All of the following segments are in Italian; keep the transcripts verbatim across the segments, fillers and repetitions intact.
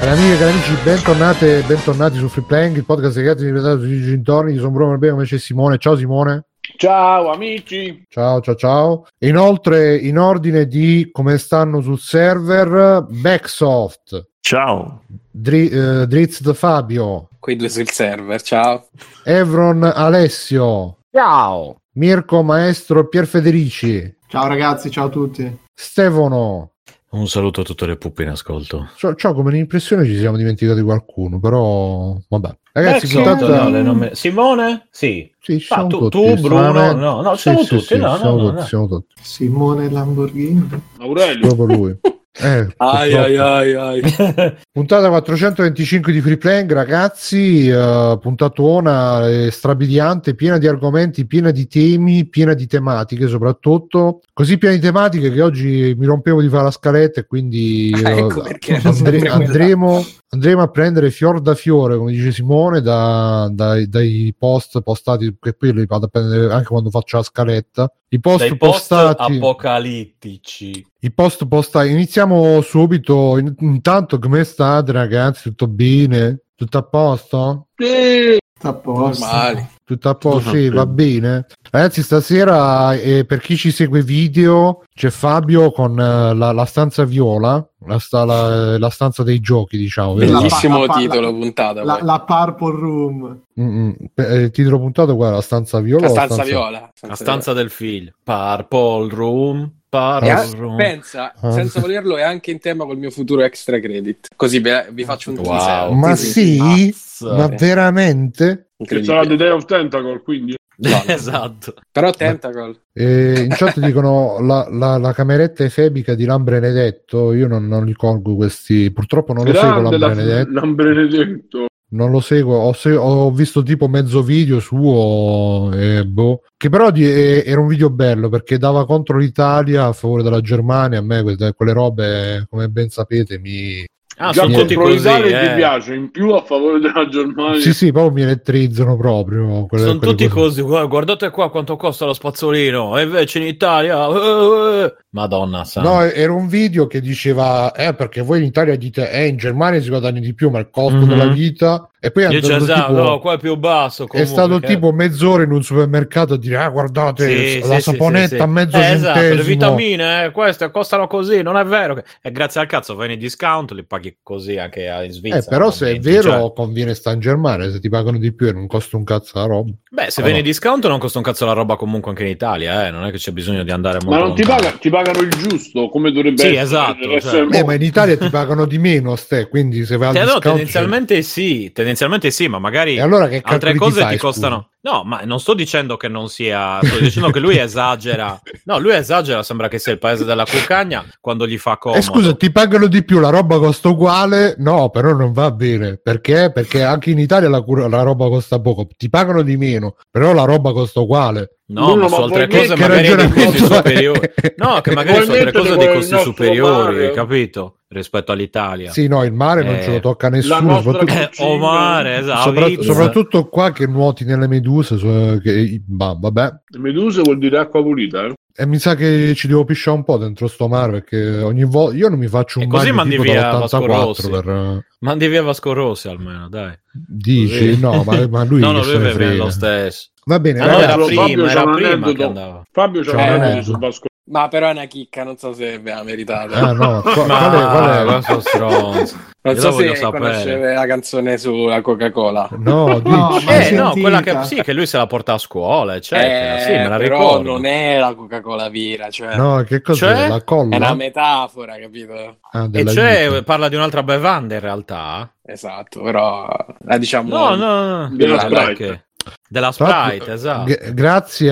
Cari amiche e cari amici, bentornate e bentornati su Free Playing, il podcast ragazzi di sui dintorni. Sono Bruno Marbella, come c'è Simone. Ciao Simone. Ciao amici. Ciao ciao ciao. E inoltre, in ordine di come stanno sul server, Backsoft. Ciao. Dri- eh, Drizzt Fabio. Quei due sul server, ciao. Evron Alessio. Ciao. Mirko Maestro Pierfederici. Ciao ragazzi, ciao a tutti. Stefano. Un saluto a tutte le puppe in ascolto. Ciao, ciao, come l'impressione ci siamo dimenticati qualcuno, però vabbè. Ragazzi, Beh, puntata... no, le nome... Simone? Sì. Sì, ci ah, siamo tu, tutti. tu Bruno? Solamente... No, no, sì, siamo sì, tutti. sì, no, siamo, no, tutti, no. siamo tutti. Simone Lamborghini. Aurelio. Proprio lui. Eh, ai, ai ai ai puntata quattrocentoventicinque di Free Playing, ragazzi, uh, puntatona eh, strabiliante, piena di argomenti, piena di temi, piena di tematiche soprattutto, così piena di tematiche che oggi mi rompevo di fare la scaletta e quindi uh, ecco perché andre- andremo, andremo a prendere fior da fiore, come dice Simone, da, dai, dai post postati, che poi li vado a prendere anche quando faccio la scaletta, i post Dai post postati apocalittici. i post postati. Iniziamo subito. In- intanto come state ragazzi? Tutto bene? Tutto a posto? Sì. Tutto a posto. normali. Tutto a posto? Sì, va bene. Ragazzi, stasera eh, per chi ci segue video c'è Fabio con eh, la, la stanza viola, la, sta, la, la stanza dei giochi, diciamo. vero? Bellissimo La pa- la pa- titolo la- puntata. La, poi. la Purple Room. Mm-mm. Eh, il titolo puntato qua è la stanza viola. La o stanza viola. La stanza del figlio. Purple Room. Purple E a- Room. pensa, Ah. senza volerlo, è anche in tema col mio futuro extra credit. Così vi, vi faccio un teaser. Wow. Ma Sì, sì? Mazza. Ma veramente? Che sarà The Day of Tentacle, quindi. Esatto. Però Tentacle. Eh, in chat dicono la, la, la cameretta efebica di Lambrenedetto. Io non, non li colgo questi, purtroppo non lo seguo Grande la- Lambrenedetto. Lambrenedetto. Non lo seguo, ho, se- ho visto tipo mezzo video suo, e boh. Che però di- e- era un video bello perché dava contro l'Italia a favore della Germania. A me quelle, quelle robe, come ben sapete, mi... Ah, Già sono tutti contro così. l'Italia ti Eh. piace, in più a favore della Germania. Sì, sì, proprio mi elettrizzano proprio. Quelle, Sono quelle tutti cose. così. Guarda- Guardate qua quanto costa lo spazzolino. E invece in Italia. eh, eh. Madonna santa. No, era un video che diceva, eh, perché voi in Italia dite, eh, in Germania si guadagna di più, ma il costo Mhm. della vita... E poi è Io andato c'è esatto, tipo- no, qua è più basso. È comunque, stato che- tipo mezz'ora in un supermercato a dire, ah, guardate, Sì, la sì, saponetta sì, sì. a mezzo Eh, centesimo. esatto, le vitamine eh, queste costano così, non è vero che... E grazie al cazzo vai nei discount, li paghi così anche in Svizzera. Eh, però se è ovviamente, vero cioè. conviene sta in Germania, se ti pagano di più e non costa un cazzo la roba. Beh, se Oh, viene no. in discount non costa un cazzo la roba comunque anche in Italia, eh. Non è che c'è bisogno di andare molto Ma non ti, lontano. paga, ti pagano il giusto, come dovrebbe Sì, essere. esatto, Il resto cioè. del Eh, mondo. ma in Italia ti pagano di meno, ste, quindi se vai al Eh, no, discount... tendenzialmente sì, tendenzialmente sì, ma magari E allora che altre calcoli cose ti, fai, ti costano. scusa? No, ma non sto dicendo che non sia, sto dicendo che lui esagera. No, lui esagera, sembra che sia il paese della cuccagna quando gli fa comodo. Eh, scusa, ti pagano di più, la roba costa uguale? No, però non va bene. Perché? Perché anche in Italia la, cura- la roba costa poco. Ti pagano di meno, però la roba costa uguale. No, Bruno, ma su ma altre vuoi cose che magari dei ragionamento costi è? superiori. No, che magari su Vuoi altre cose mettere dei quel costi nostro superiori, mare? capito? Rispetto all'Italia. Sì, no, il mare non Eh, ce lo tocca La nessuno. nostra Soprattutto, Eh, cucina. o mare, esatto. sopra- Ibiza. soprattutto qua che nuoti nelle meduse. so- che- bah, vabbè. Meduse vuol dire acqua pulita, eh? E mi sa che ci devo pisciare un po' dentro sto mare perché ogni volta io non mi faccio un E così bagno mandi tipo via dall'ottantaquattro Vasco per eh, Mandi via Vasco Rossi almeno, dai. dici Così. no, ma, ma lui, no, che no, se lui ne beve frega. lo stesso. Va bene, Ah, no, ragazzi. era Fabio prima, c'ha era un prima aneddoto. che andava. Fabio c'ha C'ha un un aneddoto aneddoto. su Vasco. Ma però è una chicca, non so se ha meritato. Ah, no, qua- Ma qual è, qual è? questo stronzo. non Io so la voglio se sapere. conosceve la canzone sulla Coca-Cola. No, dici. No, ma- Eh no, sentita. quella che sì, che lui se la porta a scuola, eccetera. Eh, sì, me la però ricordo. non è la Coca-Cola vera, cioè No, che cos'è? Cioè? La colla? è una metafora, capito? Ah, E della c'è, vita. parla di un'altra bevanda in realtà. Esatto, però la diciamo No, no, no. Della Dai, Sprite. che- Della Tra l'altro, Sprite, esatto. g- grazie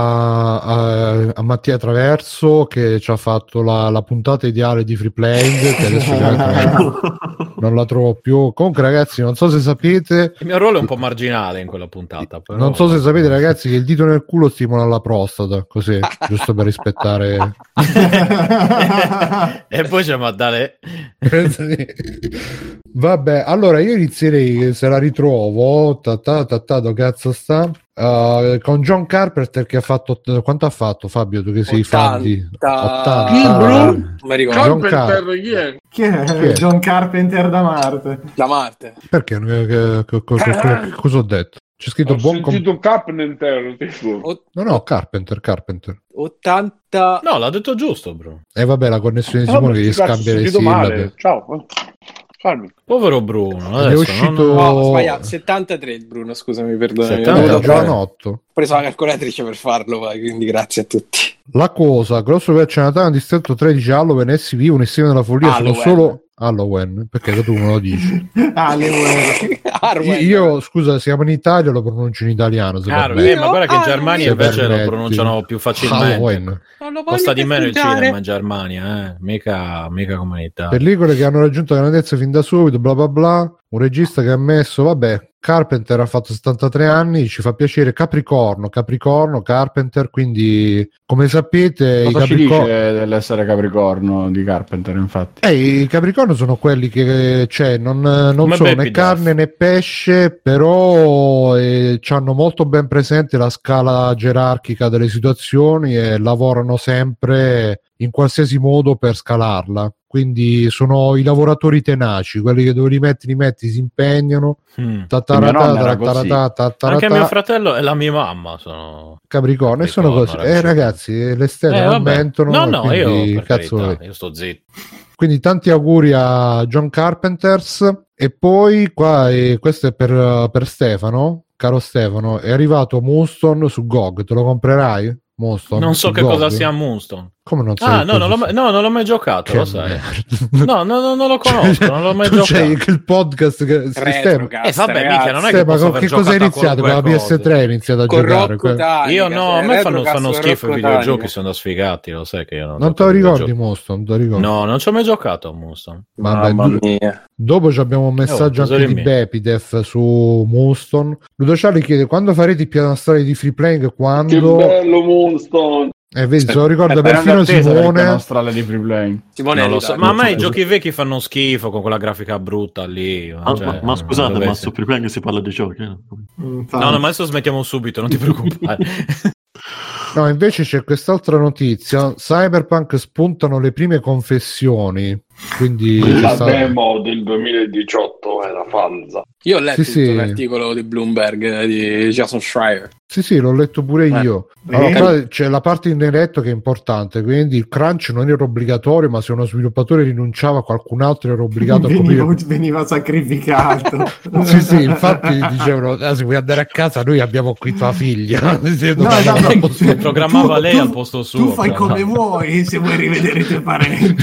a, a- a Mattia Traverso che ci ha fatto la, la puntata ideale di Free Playing, che adesso ovviamente non la trovo più. Comunque ragazzi, non so se sapete, Il mio ruolo è un po' marginale in quella puntata. Però... non so se sapete ragazzi che il dito nel culo stimola la prostata, così, giusto per rispettare. E poi c'è Maddalè. Vabbè, allora io inizierei, se la ritrovo, ta ta ta ta, dove cazzo sta? Uh, con John Carpenter che ha fatto quanto ha fatto Fabio tu che sei fan di ottanta Chi, bro? Non mi ricordo. John Carpenter, Car- chi è? Chi è? Chi è? John Carpenter da Marte. Da Marte. perché che, che, che, che, cosa ho detto? C'è scritto Ho buon com- sentito Carpenter, tipo. O- no no Carpenter Carpenter ottanta No, l'ha detto giusto, bro. e eh, vabbè la connessione di Ah, Simone ma che gli cazzo, ho scambia le sentito sillabe male. Ciao. Calmi. Povero Bruno. è Adesso uscito non- No, ho sbagliato. settantatré Bruno, scusami, perdonami. settanta, Ho eh, dovuto- giovanotto. Ho preso la calcolatrice per farlo, vai, quindi grazie a tutti. La cosa, grosso per Natale, distretto tredici Halloween, essi vivo, insieme della follia, sono Halloween. solo Halloween, perché tu me lo dici. Ah, le guerre. Arwen. Io, scusa, siamo in Italia, lo pronuncio in italiano, se Ah, permetti. eh, ma guarda che in Germania Se invece lo permetti. pronunciano più facilmente. Halloween. Non lo voglio Costa di meno il festeggiare. cinema in Germania, eh? mica, mica come in Italia. Pellicole che hanno raggiunto la grandezza fin da subito, bla bla bla. Un regista che ha messo, vabbè, Carpenter ha fatto settantatré anni, ci fa piacere. Capricorno, Capricorno, Carpenter, quindi come sapete i Cosa ci Capricorno... dice dell'essere Capricorno di Carpenter, infatti? Eh, i Capricorno sono quelli che cioè, non, non Come sono Baby né carne Duff. né pesce, però eh, hanno molto ben presente la scala gerarchica delle situazioni e lavorano sempre in qualsiasi modo per scalarla. Quindi sono i lavoratori tenaci, quelli che dove li metti, li metti, si impegnano. Mm. Tatarata, Mia nonna era tatarata, tatarata, Anche mio fratello e la mia mamma sono Capricorno, e sono così. Capricorno, Eh ragazzi. ragazzi, le stelle Eh, non vabbè. mentono. No, no, quindi, io per cazzo carità, vuoi? io sto zitto. Quindi tanti auguri a John Carpenters. E poi qua, e questo è per, per Stefano, caro Stefano, è arrivato Moonstone su G O G, te lo comprerai? Moonstone, Non so su che G O G? cosa sia Moonstone. Come non sai? Ah, no, cosa non l'ho, sia? mai- no, non l'ho mai giocato, Che lo sai. merda. No, no, no, non lo conosco, non l'ho mai Tu giocato. c'hai il podcast che Stefano, Eh, vabbè, mica, non è che Stefano, posso con aver che cosa hai giocato a iniziato? Con la P qualunque S tre hai iniziato a Con giocare? Rocco Que- Tanica, Io no, a cioè, me retro fanno, cazzo fanno con schifo i Rocco videogiochi, Tanica. sono sfigati, lo sai che io non Non gioco te lo ai ricordi videogiochi. Moonstone? Non te lo ricordi? No, non ci ho mai giocato a Moonstone. Vabbè, Mamma du- mia. Dopo ci abbiamo un messaggio Oh, anche di tesori miei. Bepidef su Moonstone. Ludo Charlie chiede quando farete il piano astrale di free playing? Che Quando? bello Moonstone. Eh, vedi, se lo ricorda Era in perfino attesa del piano Simone. astrale di free playing. Simone Non lo è so, lì, ma a dai. me i giochi vecchi fanno schifo con quella grafica brutta lì. Ah, cioè, ma, ma scusate, dove ma sei? su Free Playing si parla di giochi? eh? Mm, No, no, ma adesso smettiamo subito, non ti preoccupare. No, invece c'è quest'altra notizia. Cyberpunk spuntano le prime confessioni. Quindi La sta- demo del duemiladiciotto era falsa. Io ho letto Sì, sì. tutto l'articolo di Bloomberg eh, di Jason Schreier. Sì, sì, l'ho letto pure Eh. io. Eh? Allora, qua c'è la parte in eletto che è importante, quindi il crunch non era obbligatorio, ma se uno sviluppatore rinunciava, qualcun altro era obbligato a veniva, coprire. veniva sacrificato. Sì, sì, infatti dicevano, ah, se vuoi andare a casa noi abbiamo qui tua figlia. No, no, no. Che programmava Tu- lei tu- al posto suo. Tu fai tra come l'altro. vuoi se vuoi rivedere i tuoi parenti.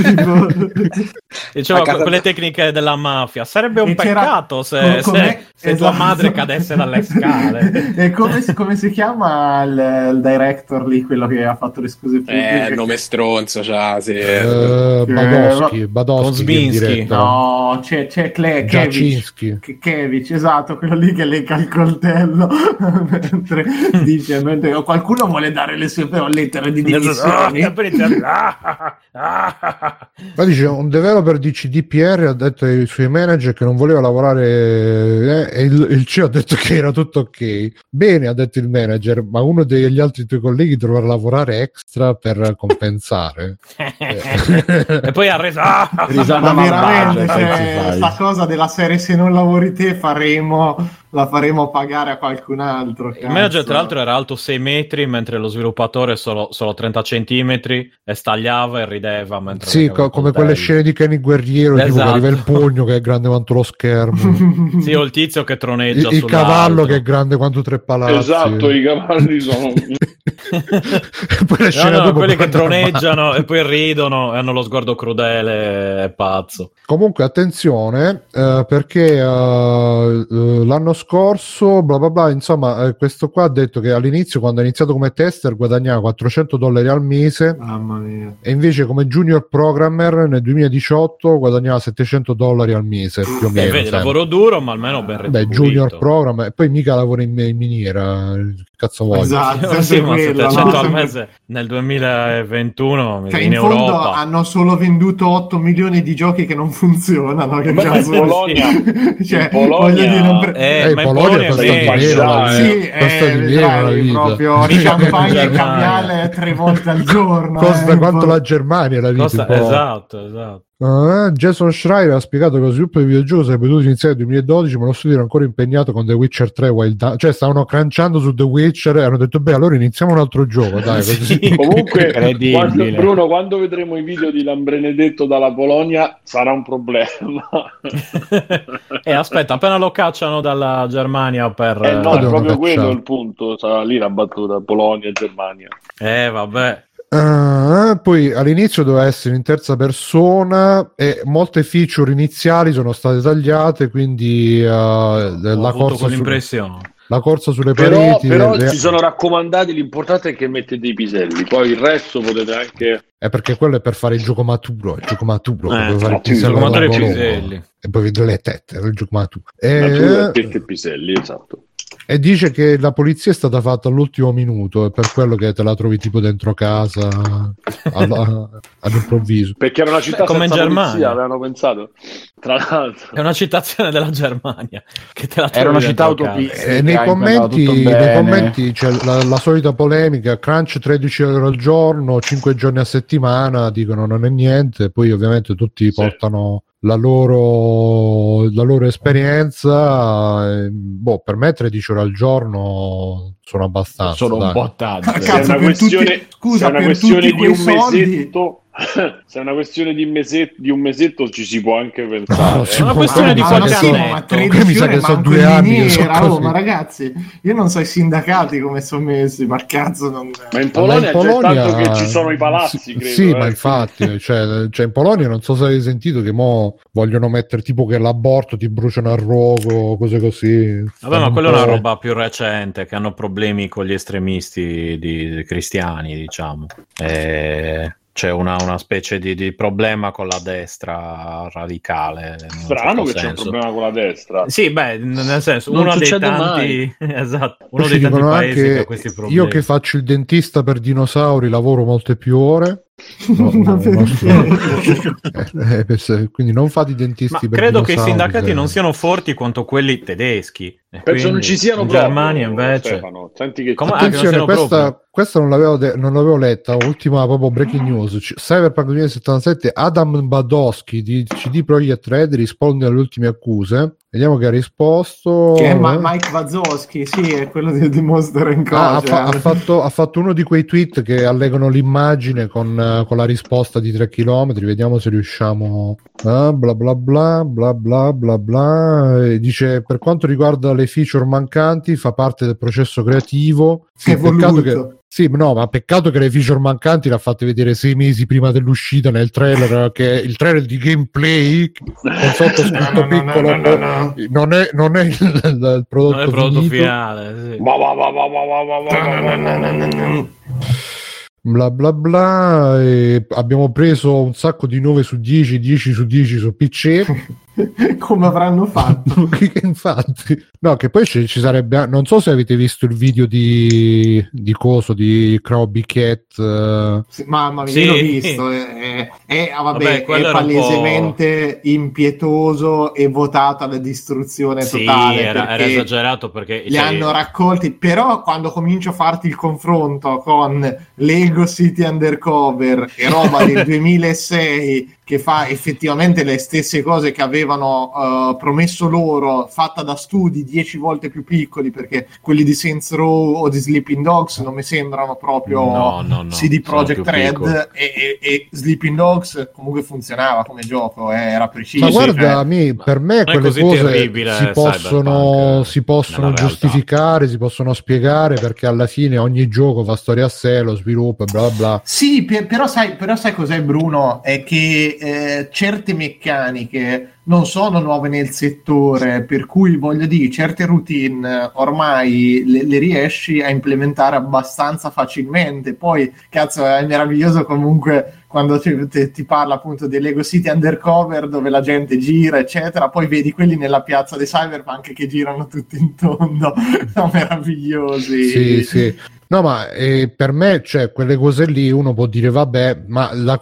Diceva A casa- quelle tecniche della mafia. Sarebbe un E c'era- peccato se, co- com'è- se, se tua esatto. madre cadesse dalle scale. E come, si- come si chiama il, il director lì, quello che ha fatto le scuse pubbliche? Eh, nome stronzo, cioè, sì. Eh, Badowski, Badowski che è in Kozminski. diretta. No, c'è, c'è Cle- Kevich, Giacinski. Ke- Kevich, esatto, quello lì che lecca il coltello mentre dice mentre qualcuno vuole dare le sue però lettere di dimissioni. Ah, poi inizia- ah, ah, ah. Ma dice un developer di C D P R ha detto ai suoi manager che non voleva lavorare eh, e il, il C E O ha detto che era tutto ok. Bene, ha detto il manager, ma uno degli altri tuoi colleghi dovrà lavorare extra per compensare. E poi ha reso ah, ah, Risata Ma veramente, malvagia, cioè, pezzi sta fai. cosa della serie se non lavori te faremo la faremo pagare a qualcun altro. il manager tra l'altro era alto sei metri mentre lo sviluppatore solo, solo trenta centimetri e stagliava e rideva mentre Sì, leccava co- il come coltello. quelle scene di Kenny Guerriero, tipo che Esatto. arriva il pugno che è grande quanto lo schermo, Sì, o il tizio che il, troneggia il cavallo sull'altro. che è grande quanto tre palazzi. Esatto, i cavalli sono... E poi la scena No, no, dopo quelli che guarda troneggiano e poi ridono e hanno lo sguardo crudele e pazzo. Comunque attenzione eh, perché eh, eh, l'anno scorso bla bla bla, insomma eh, questo qua ha detto che all'inizio quando ha iniziato come tester guadagnava quattrocento dollari al mese Mamma mia. e invece come junior programmer nel duemiladiciotto guadagnava settecento dollari al mese più o meno. Eh, vedi, lavoro duro ma almeno ben retribuito. Beh, junior program e poi mica lavora in, in miniera, cazzo voglio. Esatto, Sì, ma quello, settecento no? al mese nel duemilaventuno Cioè, in, in fondo Europa hanno solo venduto otto milioni di giochi che non funzionano. Che Ma in cazzo Polonia, cioè, in Polonia- voglio dire, non pre- eh, Eh, ma in in Polonia Polonia costa sì, di meno la sì, vita. sì, Costa eh, di meno la vedrai, vita. proprio Mica champagne come e in Germania. cambiale tre volte al giorno. Costa eh, quanto un po'. la Germania la vita. costa, un po'. esatto, esatto. Uh, Jason Schreier ha spiegato che lo sviluppo del videogioco sarebbe dovuto iniziare nel duemiladodici, ma lo studio era ancora impegnato con The Witcher tre Wild Hunt. Cioè stavano crunchando su The Witcher e hanno detto beh allora iniziamo un altro gioco, dai, così. Sì. Comunque, Incredibile. quando, Bruno, quando vedremo i video di Lambrenedetto dalla Polonia sarà un problema. E aspetta, appena lo cacciano dalla Germania per... Eh no, Lo è devono proprio quello cacciare. il punto. Sarà lì la battuta Polonia, Germania. Eh, vabbè. Uh, poi all'inizio doveva essere in terza persona e molte feature iniziali sono state tagliate, quindi uh, Ho la, avuto corsa su, quell'impressione. la corsa sulle Però, pareti però le- si sono raccomandati, l'importante è che mettete i piselli, poi il resto potete anche... è perché quello è per fare il gioco maturo, il gioco maturo, Eh, per fare il maturo, pisello gioco maturo e lungo, piselli. e poi vedere le tette, il gioco maturo. Natura, E, tette e piselli, esatto. e dice che la polizia è stata fatta all'ultimo minuto, è per quello che te la trovi tipo dentro casa alla- all'improvviso. Perché era una città Come in senza Germania. polizia, avevano pensato. Tra l'altro. È una citazione della Germania. Che te la Era una trovi città dentro casa. autopistica. E nei in cui andava commenti, tutto nei bene. commenti c'è la, la solita polemica: crunch tredici euro al giorno, cinque giorni a settimana, dicono non è niente. Poi ovviamente tutti Sì. portano la loro, la loro esperienza. e, boh, per me tredici ore al giorno sono abbastanza. Sono un dai. po' tanti. Ah, Se è cazzo, una per questione, tutti- scusa, se è una per questione tutti di quei un soldi- mesetto, se è una questione di, mese, di un mesetto ci si può anche pensare. No, eh. si È una può- questione Ah, di mi Ah, sa ma che sì, sono- ma mi tredici sa ore che sono manco due in anni che miniera, sono oh, così. ma ragazzi, io non so i sindacati come sono messi, ma cazzo non... Ma in Ma Polonia, in Polonia c'è tanto che ci sono i palazzi, sì, credo. sì, eh. ma infatti cioè, cioè in Polonia non so se avete sentito che mo vogliono mettere tipo che l'aborto ti bruciano a rogo, cose così. Vabbè, ma Un quella è po'- una roba più recente, che hanno problemi con gli estremisti di, di cristiani, diciamo. E c'è una, una specie di, di problema con la destra radicale. in un Strano certo che c'è un senso. problema con la destra. Sì, beh, nel senso, Non uno dei succede tanti, esatto, uno Poi dei ci tanti dicono paesi anche, che ha questi problemi. io che faccio il dentista per dinosauri lavoro molte più ore. No, no, Ma no, perché? eh, eh, se- quindi non fate i Ma dentisti per credo che i dinosauri, sindacati eh. non siano forti quanto quelli tedeschi. E Penso quindi non ci siano in proprio. Germania invece. Stefano. Senti che Come- ah, che non Attenzione, siano questa, proprio. questa non, l'avevo de- non l'avevo letta, ultima proprio breaking news. C- Cyberpunk duemilasettantasette, Adam Badowski di C D Projekt Red risponde alle ultime accuse. Vediamo che ha risposto. Che è Ma- eh. Mike Wazowski, sì, è quello di, di Monster and Ah, ha, Co. fa- ha cioè. fatto, ha fatto uno di quei tweet che allegano l'immagine con, eh, con la risposta di tre chilometri. Vediamo se riusciamo. Ah, bla bla bla bla bla bla bla. E dice: per quanto riguarda le feature mancanti, fa parte del processo creativo. Sì, È peccato voluto. che. Sì, no, ma peccato che le feature mancanti l'ha fatte vedere sei mesi prima dell'uscita nel trailer, che è il trailer di gameplay con sotto scritto No, no, no, piccolo. no, no, no. Non è, non è il, il prodotto, Non è il prodotto finito. finale. Sì. Va, va, va, va, va, va, va, va, va, va, va. Bla bla bla, e abbiamo preso un sacco di nove su dieci, dieci su dieci su P C. Come avranno fatto? Che infatti, no, che poi ci, ci sarebbe. Non so se avete visto il video di, di coso di Krabby Cat. eh, Sì, mamma mia, Sì. io l'ho visto. È, è- è- ah, vabbè, Vabbè, quello è era un po'- palesemente impietoso e votato alla distruzione Sì, totale. era, era perché esagerato perché li cioè, hanno raccolti, però quando comincio a farti il confronto con Lego City Undercover e roba del duemilasei che fa effettivamente le stesse cose che avevano uh, promesso loro, fatta da studi dieci volte più piccoli, perché quelli di Saints Row o di Sleeping Dogs non mi sembrano proprio No, no, no, C D sono Projekt più piccoli. Red, e, e, e Sleeping Dogs comunque funzionava come gioco, eh, era preciso. Ma guarda, cioè, mi- per me non è quelle così cose terribile si possono, Cyberpunk, si possono nella realtà. giustificare, si possono spiegare, perché alla fine ogni gioco fa storia a sé, lo sviluppo e bla bla bla. sì, per- però sai, però sai cos'è, Bruno? È che che eh, certe meccaniche non sono nuove nel settore, per cui voglio dire, certe routine ormai le, le riesci a implementare abbastanza facilmente. Poi cazzo, è meraviglioso comunque quando ti, ti, ti parla appunto dei Lego City Undercover, dove la gente gira eccetera, poi vedi quelli nella piazza dei Cyberpunk che girano tutti in tondo. Sono meravigliosi. Sì, sì. No, ma eh, per me, cioè, quelle cose lì uno può dire vabbè, ma la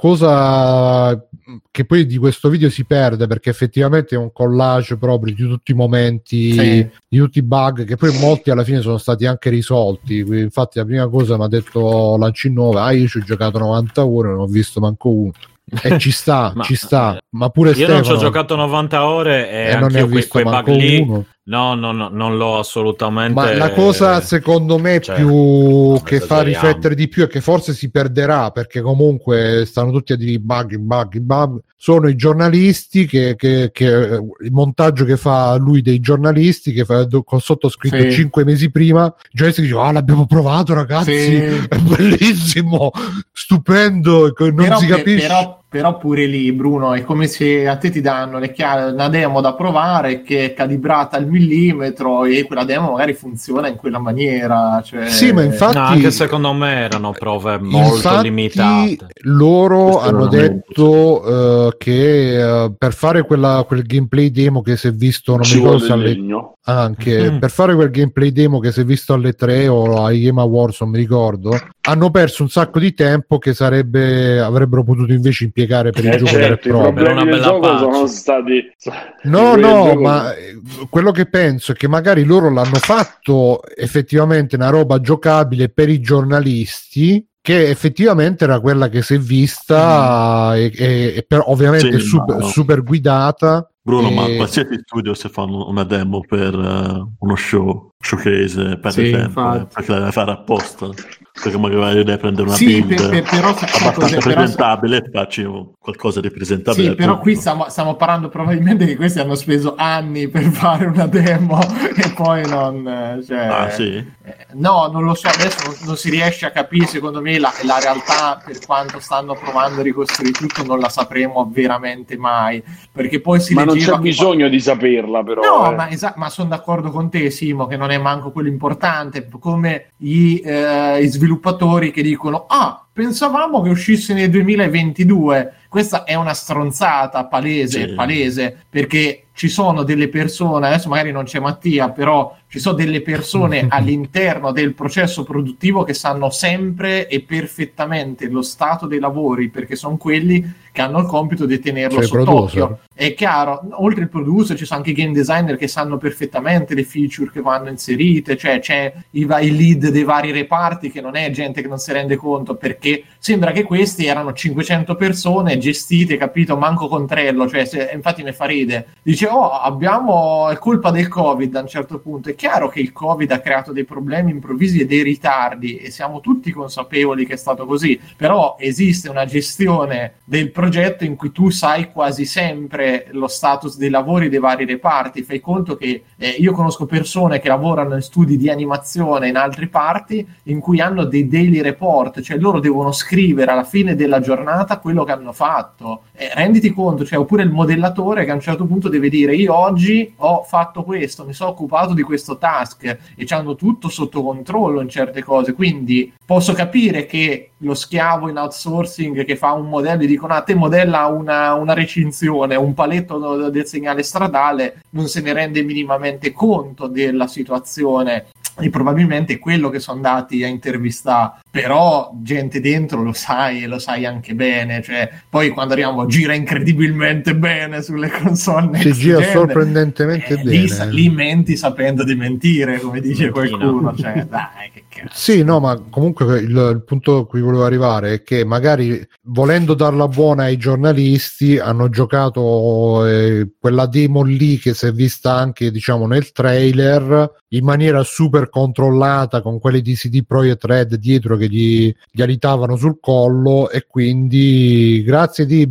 cosa che poi di questo video si perde, perché effettivamente è un collage proprio di tutti i momenti, sì. di tutti i bug, che poi molti alla fine sono stati anche risolti. Infatti la prima cosa mi ha detto Lancinove, ah io ci ho giocato novanta ore, non ho visto manco uno. E ci sta, ma, ci sta, ma pure io Stefano, non ci ho giocato novanta ore e, e non ne ho quei, visto quei bug manco lì uno. no, no, no, non l'ho assolutamente. Ma la cosa secondo me cioè, più che fa esageriamo. riflettere di più è che forse si perderà, perché comunque stanno tutti a dire bug, bug, bug. Sono i giornalisti che, che, che il montaggio che fa lui dei giornalisti che fa con sottoscritto sì. cinque mesi prima, i giornalisti che dicono ah l'abbiamo provato ragazzi, sì. è bellissimo, stupendo, non però, si capisce. Però, però pure lì Bruno è come se a te ti danno le chiave, una demo da provare che è calibrata al millimetro e quella demo magari funziona in quella maniera, cioè... Sì, ma infatti no, anche secondo me erano prove molto infatti, limitate. Loro Questo hanno detto uh, che uh, per fare quella, quel gameplay demo che si è visto, non Ci mi ricordo vuole se alle, legno. anche Mm. per fare quel gameplay demo che si è visto alle tre o ai Game Awards, non mi ricordo, hanno perso un sacco di tempo che sarebbe avrebbero potuto invece impiegare per il Eh, gioco vero e certo, i proprio. Per una problemi del bella gioco pace. sono stati No, quelli del no, gioco ma sono- eh, quello che penso è che magari loro l'hanno fatto effettivamente una roba giocabile per i giornalisti, che effettivamente era quella che si è vista Mm. e, e- e per, ovviamente Sì, super, ma- super guidata. Bruno, e- ma qualsiasi studio se fanno una demo per eh, uno show, showcase, per Sì, tempo, infatti. eh, perché la deve fare apposta, perché magari devi prendere una Sì, build per- per- però sai abbastanza cos'è? Però- presentabile e farci qualcosa di presentabile. Sì, al però qui pubblico. stiamo, stiamo parlando probabilmente che questi hanno speso anni per fare una demo e poi non... eh, Cioè, Ah, sì? eh, no, non lo so, adesso non, non si riesce a capire, secondo me la, la realtà, per quanto stanno provando a ricostruire tutto, non la sapremo veramente mai, perché poi si ma non leggeva c'è che- bisogno di saperla però No, eh. ma, esa- ma sono d'accordo con te, Simo, che non è manco quello importante, come gli, eh, gli sviluppatori che dicono ah, pensavamo che uscisse nel duemilaventidue. Questa è una stronzata palese, Sì. palese, perché ci sono delle persone, adesso magari non c'è Mattia, però ci sono delle persone all'interno del processo produttivo che sanno sempre e perfettamente lo stato dei lavori, perché sono quelli che hanno il compito di tenerlo Cioè, i sott'occhio. producer. È chiaro, oltre il producer ci sono anche i game designer che sanno perfettamente le feature che vanno inserite, cioè c'è i, va- i lead dei vari reparti che non è gente che non si rende conto, perché sembra che questi erano cinquecento persone gestite, capito, manco contrello, cioè se, infatti mi fa ride, dice oh abbiamo, è colpa del Covid a un certo punto. È chiaro che il Covid ha creato dei problemi improvvisi e dei ritardi e siamo tutti consapevoli che è stato così, però esiste una gestione del progetto in cui tu sai quasi sempre lo status dei lavori dei vari reparti. Fai conto che eh, io conosco persone che lavorano in studi di animazione in altri parti in cui hanno dei daily report, cioè loro devono scrivere alla fine della giornata quello che hanno fatto. Eh, renditi conto, cioè, oppure il modellatore che a un certo punto deve dire io oggi ho fatto questo, mi sono occupato di questo task, e hanno tutto sotto controllo in certe cose. Quindi posso capire che lo schiavo in outsourcing che fa un modello e dicono a te modella una, una recinzione, un paletto del segnale stradale, non se ne rende minimamente conto della situazione, e probabilmente è quello che sono andati a intervistare. Però gente dentro lo sai, e lo sai anche bene, cioè poi quando arriviamo gira incredibilmente bene sulle console Si next gira gen, sorprendentemente eh, lì, bene. sa- lì menti sapendo di mentire, come dice qualcuno, cioè dai che cazzo. Sì, no, ma comunque il, il punto a cui volevo arrivare è che magari volendo darla buona ai giornalisti hanno giocato eh, quella demo lì che si è vista anche diciamo nel trailer in maniera super controllata con quelli di C D Projekt Red dietro che gli, gli alitavano sul collo, e quindi grazie Dib.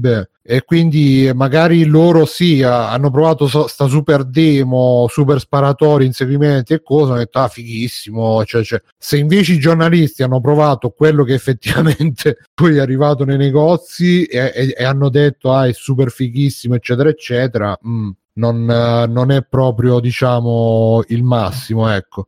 e quindi magari loro sì hanno provato so, sta super demo, super sparatori, inseguimenti e cose, hanno detto ah fighissimo, cioè, cioè, se invece i giornalisti hanno provato quello che effettivamente poi è arrivato nei negozi e, e, e hanno detto ah è super fighissimo eccetera eccetera, mh, non, non è proprio diciamo il massimo, ecco.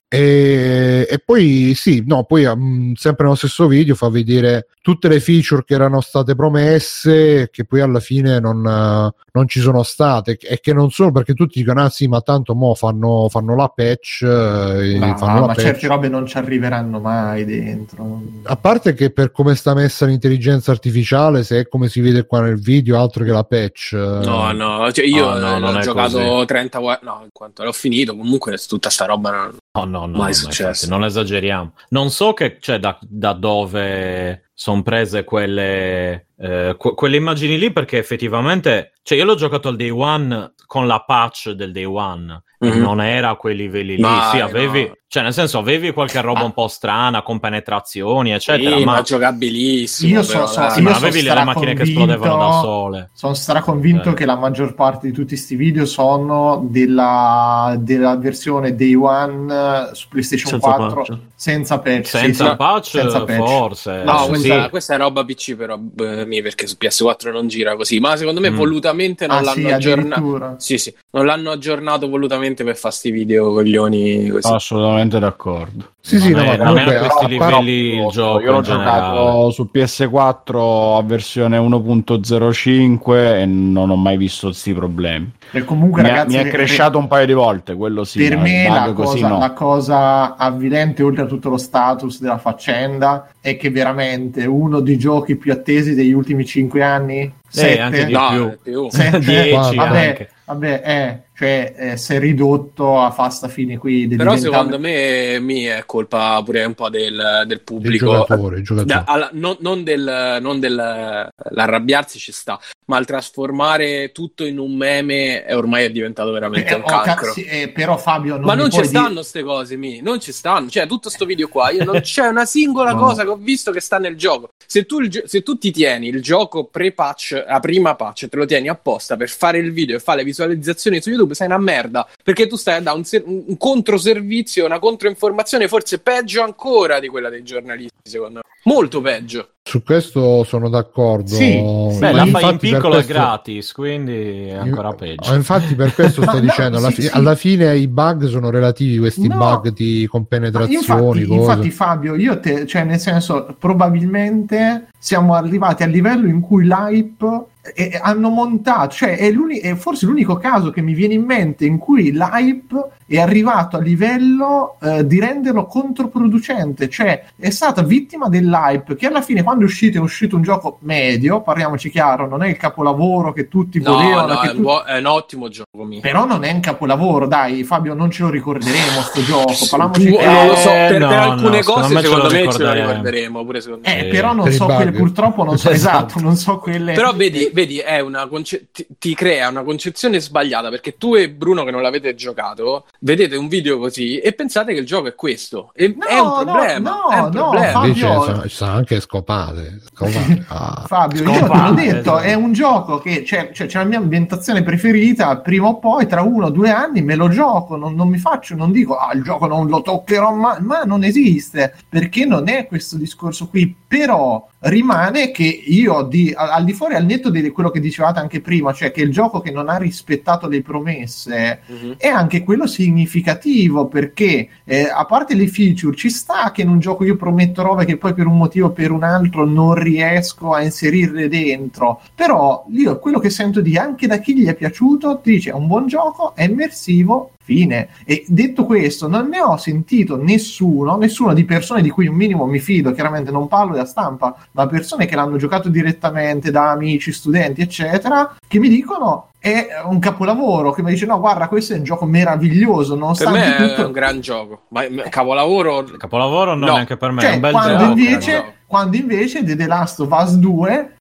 E, e poi sì, no, poi um, sempre nello stesso video fa vedere tutte le feature che erano state promesse che poi alla fine non, uh, non ci sono state, e che non sono, perché tutti dicono ah sì ma tanto mo fanno, fanno la patch, uh, ma, fanno ma la patch. certe robe non ci arriveranno mai dentro, a parte che per come sta messa l'intelligenza artificiale, se è come si vede qua nel video, altro che la patch. No no, cioè io oh, no, l'ho giocato così. trenta no, in quanto l'ho finito comunque tutta sta roba non... Oh, no, no, mai no, successo. infatti, non esageriamo. Non so che, cioè, da, da dove sono prese quelle, eh, que- quelle immagini lì, perché effettivamente, cioè, io l'ho giocato al day one con la patch del day one, mm-hmm. non era a quei livelli lì. Ma, sì, avevi, no. cioè, nel senso, avevi qualche roba ah. un po' strana, con penetrazioni, eccetera. Sì, ma... ma giocabilissimo. Io so, so, sì, io ma so avevi le macchine che esplodevano da sole. Sono straconvinto eh. che la maggior parte di tutti questi video sono della, della versione day one su PlayStation senza quattro patch. senza patch. Senza sì, patch, senza patch. forse. No, sì. questa, questa è roba P C però beh, perché su P S quattro non gira così, ma secondo me mm. volutamente non ah, l'hanno sì, aggiornato. Sì, sì, non l'hanno aggiornato volutamente per fare sti video coglioni così. Assolutamente d'accordo. Sì, sì, non no, è, ma non è comunque, a questi a livelli il gioco io l'ho in generale. giocato su P S quattro a versione uno punto zero cinque e non ho mai visto questi problemi. E comunque, mi, ragazzi, è, mi è crashato un paio di volte, quello sì. Per me la così cosa, no. la cosa avvilente, oltre a tutto lo status della faccenda, è che veramente uno dei giochi più attesi degli ultimi cinque anni, Eh, anche di No, più. più. Sette? dieci vabbè, anche. vabbè, eh, cioè eh, si è ridotto a fasta fine qui. Però secondo me mi è colpa pure un po' del, del il pubblico. giocatore, il giocatore. Da, alla, non, non del non del l'arrabbiarsi ci sta, ma il trasformare tutto in un meme è ormai è diventato veramente Eh, un oh, ca- cancro. sì, eh, però Fabio non ma non mi ci puoi stanno dire- ste cose, mi non ci stanno, cioè tutto sto video qua io non c'è una singola No. cosa che ho visto che sta nel gioco. Se tu, il gio- se tu ti tieni il gioco pre-patch, la prima patch, te lo tieni apposta per fare il video e fare le visualizzazioni su YouTube, sei una merda, perché tu stai a dare un, ser- un controservizio, una controinformazione forse peggio ancora di quella dei giornalisti, secondo me, molto peggio. Su questo sono d'accordo. Sì, sì. Beh, Ma la fai in infatti per piccolo questo- è gratis, quindi è ancora peggio. Ah, infatti per questo sto Ma no, dicendo alla, sì, fi- sì. alla fine i bug sono relativi, questi No. bug di compenetrazioni, infatti, cose. infatti Fabio, io te, cioè nel senso, probabilmente siamo arrivati al livello in cui l'hype e, e hanno montato, cioè è, l'uni- è forse l'unico caso che mi viene in mente in cui l'hype è arrivato a livello eh, di renderlo controproducente, cioè è stata vittima dell'hype che alla fine quando è uscito è uscito un gioco medio, parliamoci chiaro, non è il capolavoro che tutti No, volevano, no, che è, un tu- buo- è un ottimo gioco, mi. però non è un capolavoro, dai Fabio, non ce lo ricorderemo sto gioco, parliamoci Tu- chiaro. non lo so, per, no, per alcune no, secondo cose me ce secondo lo me ce lo ricorderemo. ricorderemo pure secondo me. Eh, Sì. però non Per i so bug. quelle, purtroppo non so Esatto. esatto, non so quelle. Però vedi, vedi è una conce- ti, ti crea una concezione sbagliata, perché tu e Bruno che non l'avete giocato vedete un video così e pensate che il gioco è questo e No, è un no, problema, no, è un no, problema. Fabio- Invece sa- ci sono anche scopate. scopate. Ah. Fabio, io te l'ho Scompare, detto, esatto. è un gioco che cioè, cioè, c'è la mia ambientazione preferita, prima o poi, tra uno o due anni me lo gioco, non, non mi faccio, non dico, ah, il gioco non lo toccherò mai, ma non esiste, perché non è questo discorso qui, però rimane che io, di, al, al di fuori, al netto di quello che dicevate anche prima, cioè che il gioco che non ha rispettato le promesse, Mhm. è anche quello significativo, perché eh, a parte le feature ci sta che in un gioco io prometto robe che poi per un motivo o per un altro non riesco a inserirle dentro, però io quello che sento di anche da chi gli è piaciuto ti dice è un buon gioco, è immersivo, fine. E detto questo, non ne ho sentito nessuno, nessuno di persone di cui un minimo mi fido, chiaramente non parlo della stampa, ma persone che l'hanno giocato direttamente, da amici, studenti, eccetera, che mi dicono è un capolavoro, che mi dice no, guarda, questo è un gioco meraviglioso, Per nonostante me è tutto. un gran gioco, ma capolavoro Capolavoro non No. neanche per me, Cioè, è un bel quando gioco. invece, però. quando invece The The Last of Us due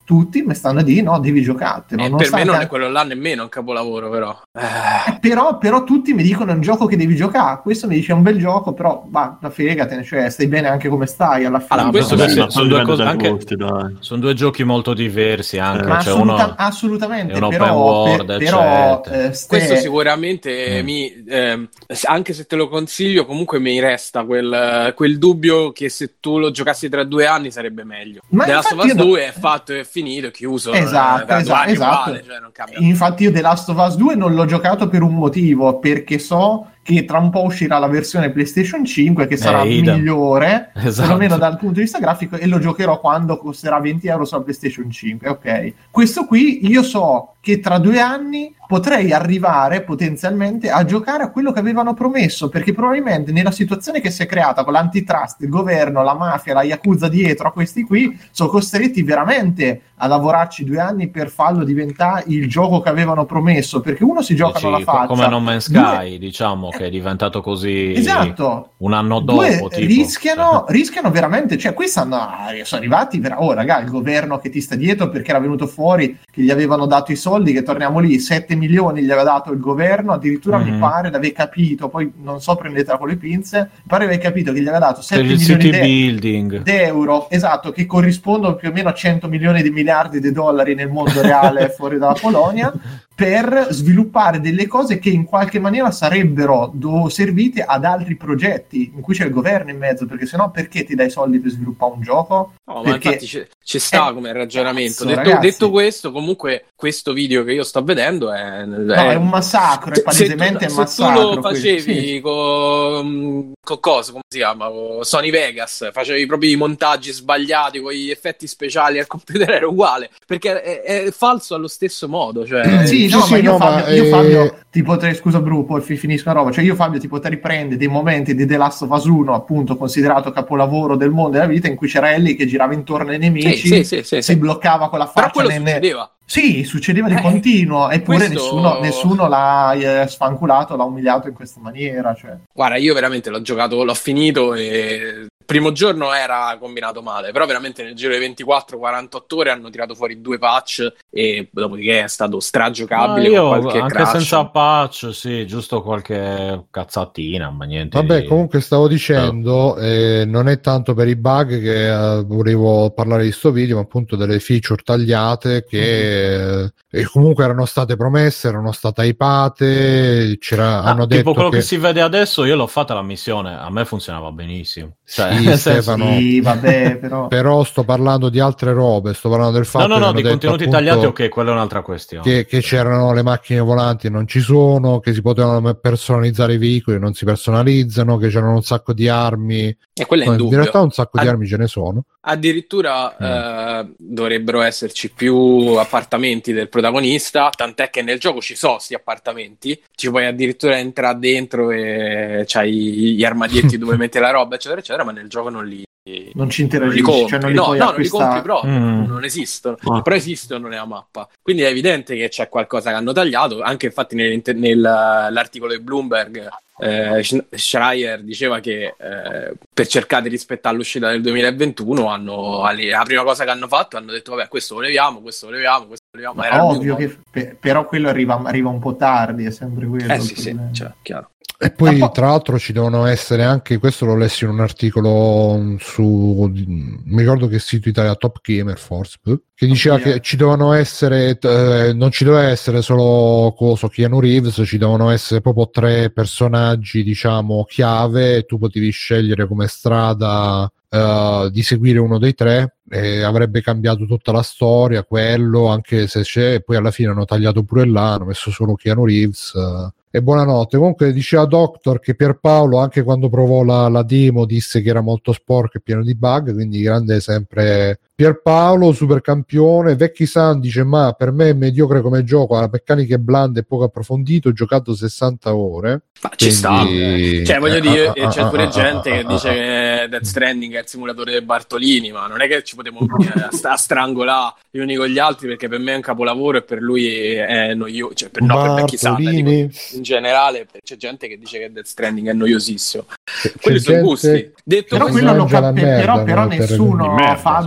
tutti mi stanno a dire no, devi giocartelo. Eh, per me non è quello là nemmeno un capolavoro, però. Eh, però, però tutti mi dicono è un gioco che devi giocare. Questo mi dice è un bel gioco, però va, la fregatene, cioè stai bene anche come stai alla fine. Allora, questo Vabbè, sì, ma sono, poi due cose, dipende dai anche, gusti, dai. sono due giochi molto diversi anche. Ma cioè assoluta- uno assolutamente, è un però, open world, per, però eccetera. eh, ste- Questo sicuramente Mm. mi, ehm, anche se te lo consiglio, comunque mi resta quel, quel dubbio che se tu lo giocassi tra due anni sarebbe meglio. Ma The Last of infatti Us io no- due è fatto, è finito, è chiuso. Esatto, eh, tra due esatto, anni esatto. uguale, cioè non cambia. Infatti io The Last of Us due non l'ho giocato per un motivo, perché so che tra un po' uscirà la versione PlayStation cinque che sarà Eh, idem. migliore, Esatto. perlomeno dal punto di vista grafico, e lo giocherò quando costerà venti euro sulla PlayStation cinque. Ok, questo qui io so che tra due anni potrei arrivare potenzialmente a giocare a quello che avevano promesso, perché probabilmente nella situazione che si è creata con l'antitrust, il governo, la mafia, la Yakuza dietro a questi qui, sono costretti veramente a lavorarci due anni per farlo diventare il gioco che avevano promesso, perché uno si giocano Dici, la faccia, come No Man's due- Sky, diciamo, che è diventato così Esatto. un anno dopo. Due tipo. rischiano, rischiano veramente, cioè qui stanno, sono arrivati, vera- oh raga, il governo che ti sta dietro perché era venuto fuori che gli avevano dato i soldi, che torniamo lì, sette milioni gli aveva dato il governo, addirittura Mhm. mi pare di aver capito, poi non so, prendetela con le pinze, mi pare di aver capito che gli aveva dato Per sette il milioni city di building. euro, esatto, che corrispondono più o meno a cento milioni di miliardi di dollari nel mondo reale fuori dalla Polonia, per sviluppare delle cose che in qualche maniera sarebbero do- servite ad altri progetti in cui c'è il governo in mezzo, perché sennò perché ti dai soldi per sviluppare un gioco? No, ma Perché- infatti ci, ci sta Eh, come ragionamento. cazzo, detto, ragazzi. detto questo, comunque, questo video che io sto vedendo è. No, è un massacro, è se- palesemente se tu, un se tu massacro. lo facevi quello. Sì. con, con cosa, come si chiama? Con Sony Vegas, facevi proprio i montaggi sbagliati con gli effetti speciali al computer, era uguale, perché è, è falso allo stesso modo. Cioè, Sì, Sì, no, sì, ma io, no, Fabio, ma, io eh, Fabio ti potrei, scusa Bru, poi fi- finisco la roba, cioè io Fabio ti potrei prendere dei momenti di The Last of Us uno, appunto considerato capolavoro del mondo della vita, in cui c'era Ellie che girava intorno ai nemici, Sì, sì, sì, sì, si sì. bloccava con la Però faccia quello nel- succedeva. Sì, succedeva di Eh, continuo, eppure questo- nessuno, nessuno l'ha eh, sfanculato, l'ha umiliato in questa maniera. Cioè. Guarda, io veramente l'ho giocato, l'ho finito e il primo giorno era combinato male, però veramente nel giro di ventiquattro quarantotto ore hanno tirato fuori due patch e dopodiché è stato stragiocabile Ma io con qualche anche crash. senza patch, sì, giusto qualche cazzatina, ma niente. Vabbè, di- comunque stavo dicendo, eh, non è tanto per i bug che eh, volevo parlare di sto video, ma appunto delle feature tagliate che eh, comunque erano state promesse, erano state hypate, c'era, Ah, hanno tipo detto quello che... che... si vede adesso, io l'ho fatta la missione, a me funzionava benissimo. Cioè, Sì, nel senso- Stefano, Sì, vabbè, però... però sto parlando di altre robe, sto parlando del fatto No, no, che no, hanno di detto, contenuti appunto, tagliati, ok, quella è un'altra questione. che, che c'erano le macchine volanti e non ci sono, che si potevano personalizzare i veicoli e non si personalizzano, che c'erano un sacco di armi. E quello è No, in in dubbio. realtà un sacco di Ad- armi ce ne sono. Addirittura Mm. eh, dovrebbero esserci più appartamenti del protagonista, tant'è che nel gioco ci sono sti appartamenti, ci puoi addirittura entrare dentro e c'hai gli armadietti dove metti la roba, eccetera, eccetera, ma nel gioco non li, Non ci non li interagisci, compri. cioè non li no, puoi no, non li compri acquistare. proprio, Mm. non esistono, Ah. però esistono nella mappa. Quindi è evidente che c'è qualcosa che hanno tagliato, anche infatti nell'inter- nell'articolo di Bloomberg eh, Sch- Schreier diceva che eh, per cercare di rispettare l'uscita del duemilaventuno hanno, la prima cosa che hanno fatto hanno detto vabbè questo lo leviamo, questo lo leviamo, questo lo leviamo. Ma Era ovvio l'unico- che pe- però quello arriva, arriva un po' tardi, è sempre quello Eh il sì sì, problema. cioè, chiaro. E poi Ma poi- tra l'altro ci devono essere anche, questo l'ho letto in un articolo su, mi ricordo che sito Italia Top Gamer forse, che diceva Top Gear. che ci devono essere, eh, non ci deve essere solo coso Keanu Reeves, ci devono essere proprio tre personaggi diciamo chiave e tu potevi scegliere come strada eh, di seguire uno dei tre e avrebbe cambiato tutta la storia quello, anche se c'è, poi alla fine hanno tagliato pure là, hanno messo solo Keanu Reeves eh, e buonanotte. Comunque diceva Doctor che Pierpaolo anche quando provò la, la demo disse che era molto sporco e pieno di bug, quindi grande sempre Pierpaolo, super campione. Vecchi San dice ma per me è mediocre come gioco, la meccanica è blanda e poco approfondito, ho giocato sessanta ore. Ma ci sta, Quindi- cioè voglio eh, dire, ah, ah, c'è ah, pure ah, gente ah, che ah, dice ah. che Death Stranding è il simulatore del Bartolini, ma non è che ci potremmo eh, sta- strangolare gli uni con gli altri, perché per me è un capolavoro e per lui è noioso, cioè per, no, per Vecchi San, Bartolini. dico, in generale c'è gente che dice che Death Stranding è noiosissimo. C'è Quelli sono gente- gusti. Detto Però questo, quello non mangia cap- la però, merda, però no, per- nessuno, di merda, Fabio,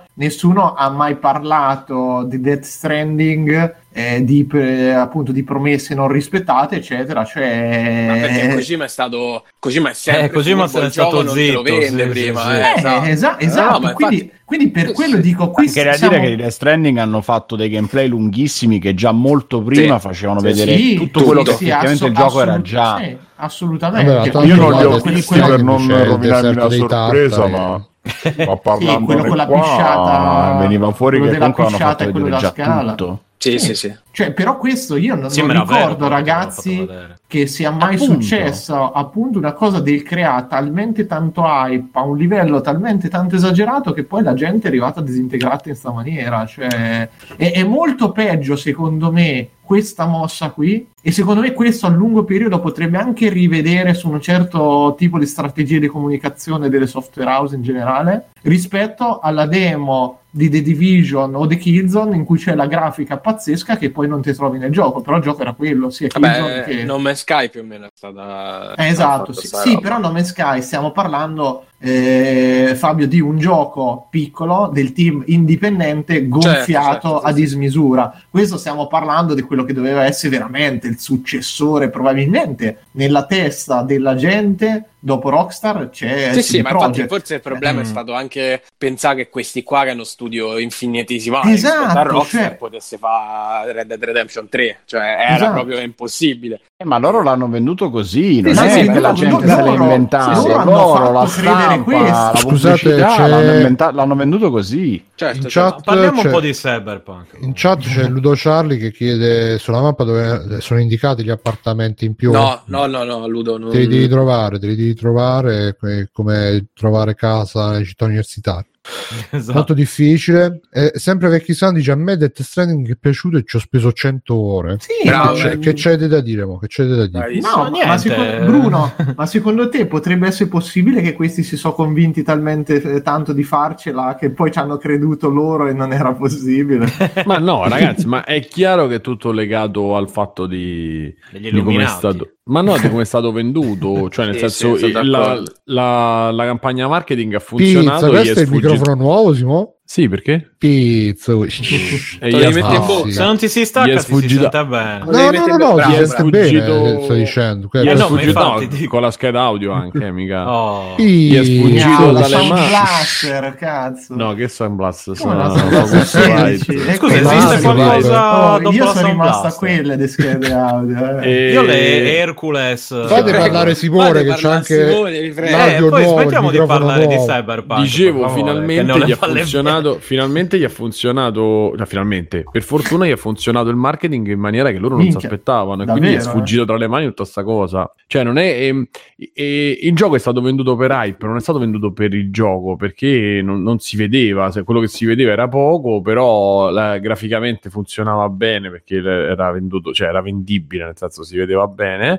nessuno ha mai parlato di Death Stranding, eh, di eh, appunto di promesse non rispettate, eccetera. Cioè, ma perché Kojima è stato Kojima è sempre eh, Kojima finito il è stato gioco, non te lo zitto, vende sì, prima, sì, eh, sì. eh, esatto, esa- esatto. No, ma quindi, infatti- quindi per quello dico qui Anche da siamo... dire che i Death Stranding hanno fatto dei gameplay lunghissimi che già molto prima Sì. facevano Sì, vedere sì, tutto quello che sì, effettivamente assu- il gioco era assolut- già. sì, assolutamente. Vabbè, tanto Io non guarda, li ho Death visti Stranding per non c'è il rovinarmi deserto la dei sorpresa, Tartari. ma ma parlando quello con la qua, pisciata- veniva fuori quello che della comunque hanno pisciata fatto e quello vedere già della scala. tutto. Sì, sì, sì. Cioè, però questo io non, Sì, non ma era vero ricordo, quello che ti avevano ragazzi, fatto vedere. che sia mai Appunto. successo appunto una cosa del crea talmente tanto hype a un livello talmente tanto esagerato che poi la gente è arrivata a disintegrarti in sta maniera. Cioè, è, è molto peggio, secondo me, questa mossa qui, e secondo me questo a lungo periodo potrebbe anche rivedere su un certo tipo di strategie di comunicazione delle software house in generale rispetto alla demo di The Division o The Killzone, in cui c'è la grafica pazzesca che poi non ti trovi nel gioco, però il gioco era quello, sia Killzone Vabbè, che... No Man's Sky più o meno è stata Eh, esatto, sì, sì, però No Man's Sky stiamo parlando, eh, Fabio, di un gioco piccolo del team indipendente gonfiato Certo, certo, sì, a sì. dismisura. Questo stiamo parlando di quello che doveva essere veramente il successore, probabilmente nella testa della gente. Dopo Rockstar c'è Sì, C D sì, ma infatti Projekt. forse il problema Mm. è stato anche pensare che questi qua che hanno studio infinitesimale Esatto, rispetto a Rockstar cioè- potesse fare Red Dead Redemption tre, cioè era Esatto. proprio impossibile. Eh, ma loro l'hanno venduto così, non Sì, è sì, che sì, la loro- gente loro- se l'ha inventato, loro hanno loro, fatto la credere stampa, questo. la Scusate, pubblicità c'è- l'hanno, inventa- l'hanno venduto così. Certo, In certo. chat Parliamo c'è- un po' di Cyberpunk. In chat c'è Ludo Charlie che chiede sulla mappa dove sono indicati gli appartamenti in più. No, no, no, no, Ludo, non... Te li devi trovare, te li devi trovare, è come trovare casa nelle città universitarie. Esatto. Molto difficile. Eh, sempre Vecchi San dice: a me Death Stranding è piaciuto e ci ho speso cento ore. Sì, Bravo, ma- C'è- che c'è da dire, mo? Che c'è da dire? Bravissimo. No, ma, niente. ma secondo, Bruno, ma secondo te potrebbe essere possibile che questi si sono convinti talmente eh, tanto di farcela che poi ci hanno creduto loro e non era possibile? Ma no, ragazzi, ma è chiaro che è tutto legato al fatto di, Degli di come è illuminati. stato. Ma no, di come è stato venduto, cioè nel Sì, senso sì, sono la, d'accordo. la, la campagna marketing ha Pizza, funzionato. gli questo è il sfuggito- microfono nuovo, Simo? Sì, perché? Pizza. E Te gli lo è devi mettere in Ah, bocca. sì. Se non ti si Gli è stacca, ti si sfuggita- sente bene. Lo No, devi no, mettere no, in no, bocca. si Bravo, sente bravo. bene, Sfuggito- sto dicendo. Gli è Eh no, ma sfuggito infatti no, dico- con la scheda audio anche, mica. Oh. Gli è sfuggito No, la dalle Sound mani. Blaster, cazzo. No, che Sound Blast? Come Sono- la sono Sound Blaster copyright. sedici? E Scusa, quella- esiste Ah, qualcosa Oh, dopo io la sono Sound rimasto a Blast? quelle di schede audio. eh. E- Io le Hercules. Fate eh, parlare Simone Fate che c'è parlare anche Simone, vi prego. Eh, l'audio poi nuovo, il smettiamo di microfono parlare di nuovo. Cyberpunk. Dicevo, per favore, che ne ho finalmente le gli ha palle funzionato. Finalmente gli ha funzionato. No, finalmente, per fortuna gli ha funzionato il marketing in maniera che loro non si Minchia, aspettavano. E davvero, quindi è eh? sfuggito tra le mani tutta sta cosa. Cioè, non è. ehm, e- il gioco è stato venduto per hype, non è stato venduto per il gioco perché non, non si vedeva. Se quello che si vedeva era poco, però la- graficamente funzionava bene perché era venduto, cioè era vendibile, nel senso si vedeva bene.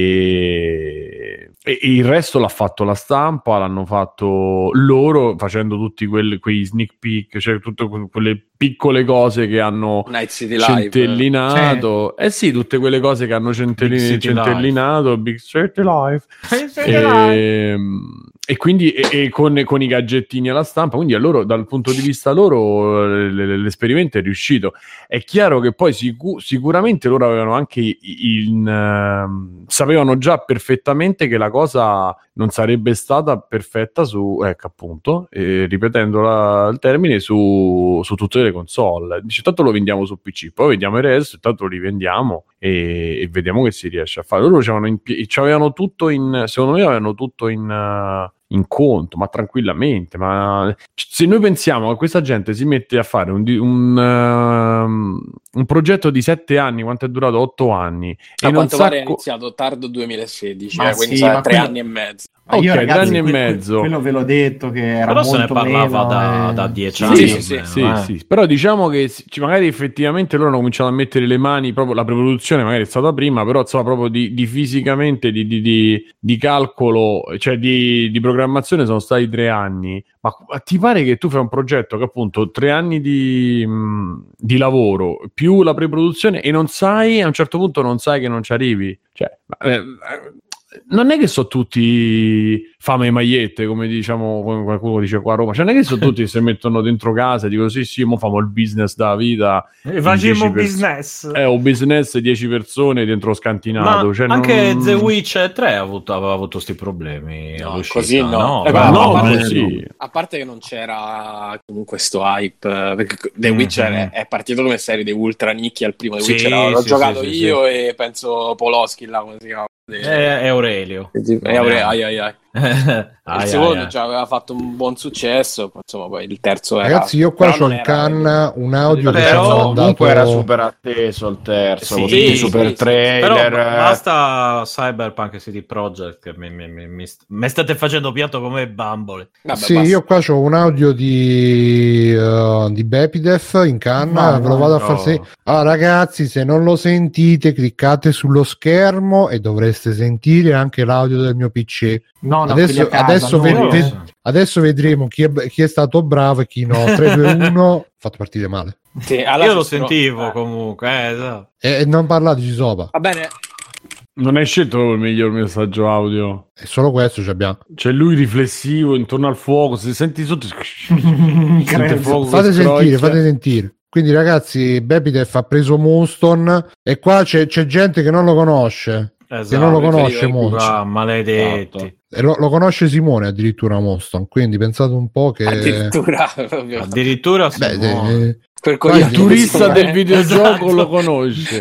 E, e il resto l'ha fatto la stampa, l'hanno fatto loro facendo tutti quelli, quei sneak peek, cioè tutte que- quelle piccole cose che hanno Night City Live. centellinato. Eh sì, tutte quelle cose che hanno centelli- Big City centellinato, Big City Live. Live. E, e quindi e, e con, con i gadgettini alla stampa, quindi a loro, dal punto di vista loro l- l- l'esperimento è riuscito. È chiaro che poi sicu- sicuramente loro avevano anche i- in, ehm, sapevano già perfettamente che la cosa non sarebbe stata perfetta su, ecco appunto, eh, ripetendo la- il termine, su, su tutte le console. Dice tanto lo vendiamo su P C, poi vendiamo il resto, intanto lo rivendiamo e, e vediamo che si riesce a fare. Loro c'avevano, in, pie- c'avevano tutto in, secondo me avevano tutto in, eh, in conto, ma tranquillamente. Ma se noi pensiamo che questa gente si mette a fare un, di- un, ehm, un progetto di sette anni, quanto è durato? Otto anni, A e non quanto pare è sa co- iniziato tardo duemilasedici, Ma eh, quindi sì, sarà ma tre quello- anni e mezzo. Ma io, Ok, ragazzi, tre anni e que- que- mezzo. quello ve l'ho detto che era Però se ne molto parlava meno, da, eh. da dieci Sì, anni. sì, più o sì, meno, Sì, eh. sì. Però diciamo che s- ci- magari effettivamente loro hanno cominciato a mettere le mani, proprio la preproduzione magari è stata prima, però insomma proprio di, di fisicamente, di, di, di, di calcolo, cioè di, di programmazione sono stati tre anni. Ma ma ti pare che tu fai un progetto che appunto tre anni di, mh, di lavoro più la preproduzione e non sai, a un certo punto non sai che non ci arrivi? Cioè, eh, non è che sono tutti fame e magliette, come diciamo, come qualcuno dice qua a Roma, cioè non è che sono tutti che si mettono dentro casa e dicono sì sì, mo famo il business della vita, E facciamo per... business. Eh, un business dieci persone dentro scantinato. Ma cioè, anche non... The Witcher tre ha avuto, aveva avuto questi problemi. No, all'uscita, così no. no? Eh, Ma no, no, a parte- ma sì. A parte che non c'era comunque sto hype, eh, perché The Witcher Mhm. è, è partito come serie di ultra nicchia. Il primo The Sì, Witcher l'ho sì, giocato sì, sì, io e penso Poloschi là, come si chiama? È, è Aurelio. E Aure- ai, ai, ai. Ai, Il secondo ai, ai. già aveva fatto un buon successo, poi, insomma poi il terzo era... Ragazzi, io qua però c'ho non in era- canna un audio che ci Però hanno comunque mandato. era super atteso il terzo, Sì, con tutti i sì, super sì, trailer. Però ba- basta Cyberpunk City Project che mi, mi, mi, mi, st- mi state facendo piatto come bambole. Vabbè, Sì, basta. io qua c'ho un audio di, uh, di Bepidef in canna, Vai, ve lo vai. vado a far No. sentire. Ah, ragazzi, se non lo sentite, cliccate sullo schermo e dovreste sentire anche l'audio del mio P C. No, no, Adesso- quelli a casa, adesso noi, ved- eh. ved- Adesso vedremo chi è, chi è stato bravo e chi no. tre due uno, fatto partire male. Sì, alla Io lo fine- sentivo eh. comunque, eh, esatto. E, e non parlateci sopra, Va bene, Non hai scelto il miglior messaggio audio. è solo questo ci abbiamo. C'è lui riflessivo intorno al fuoco, se senti sotto Credo. sente fuoco Fate che sentire, scrocchia. fate sentire. Quindi ragazzi, Bepidef ha preso Moonston e qua c'è, c'è gente che non lo conosce. Esatto. Che non lo preferivo conosce il molto. Ah, maledetti. Esatto. E lo, lo conosce Simone addirittura Moonston, quindi pensate un po' che... addirittura proprio. Addirittura Beh, Simone. eh, Per Qua Il il turista eh. del videogioco Esatto. lo conosce.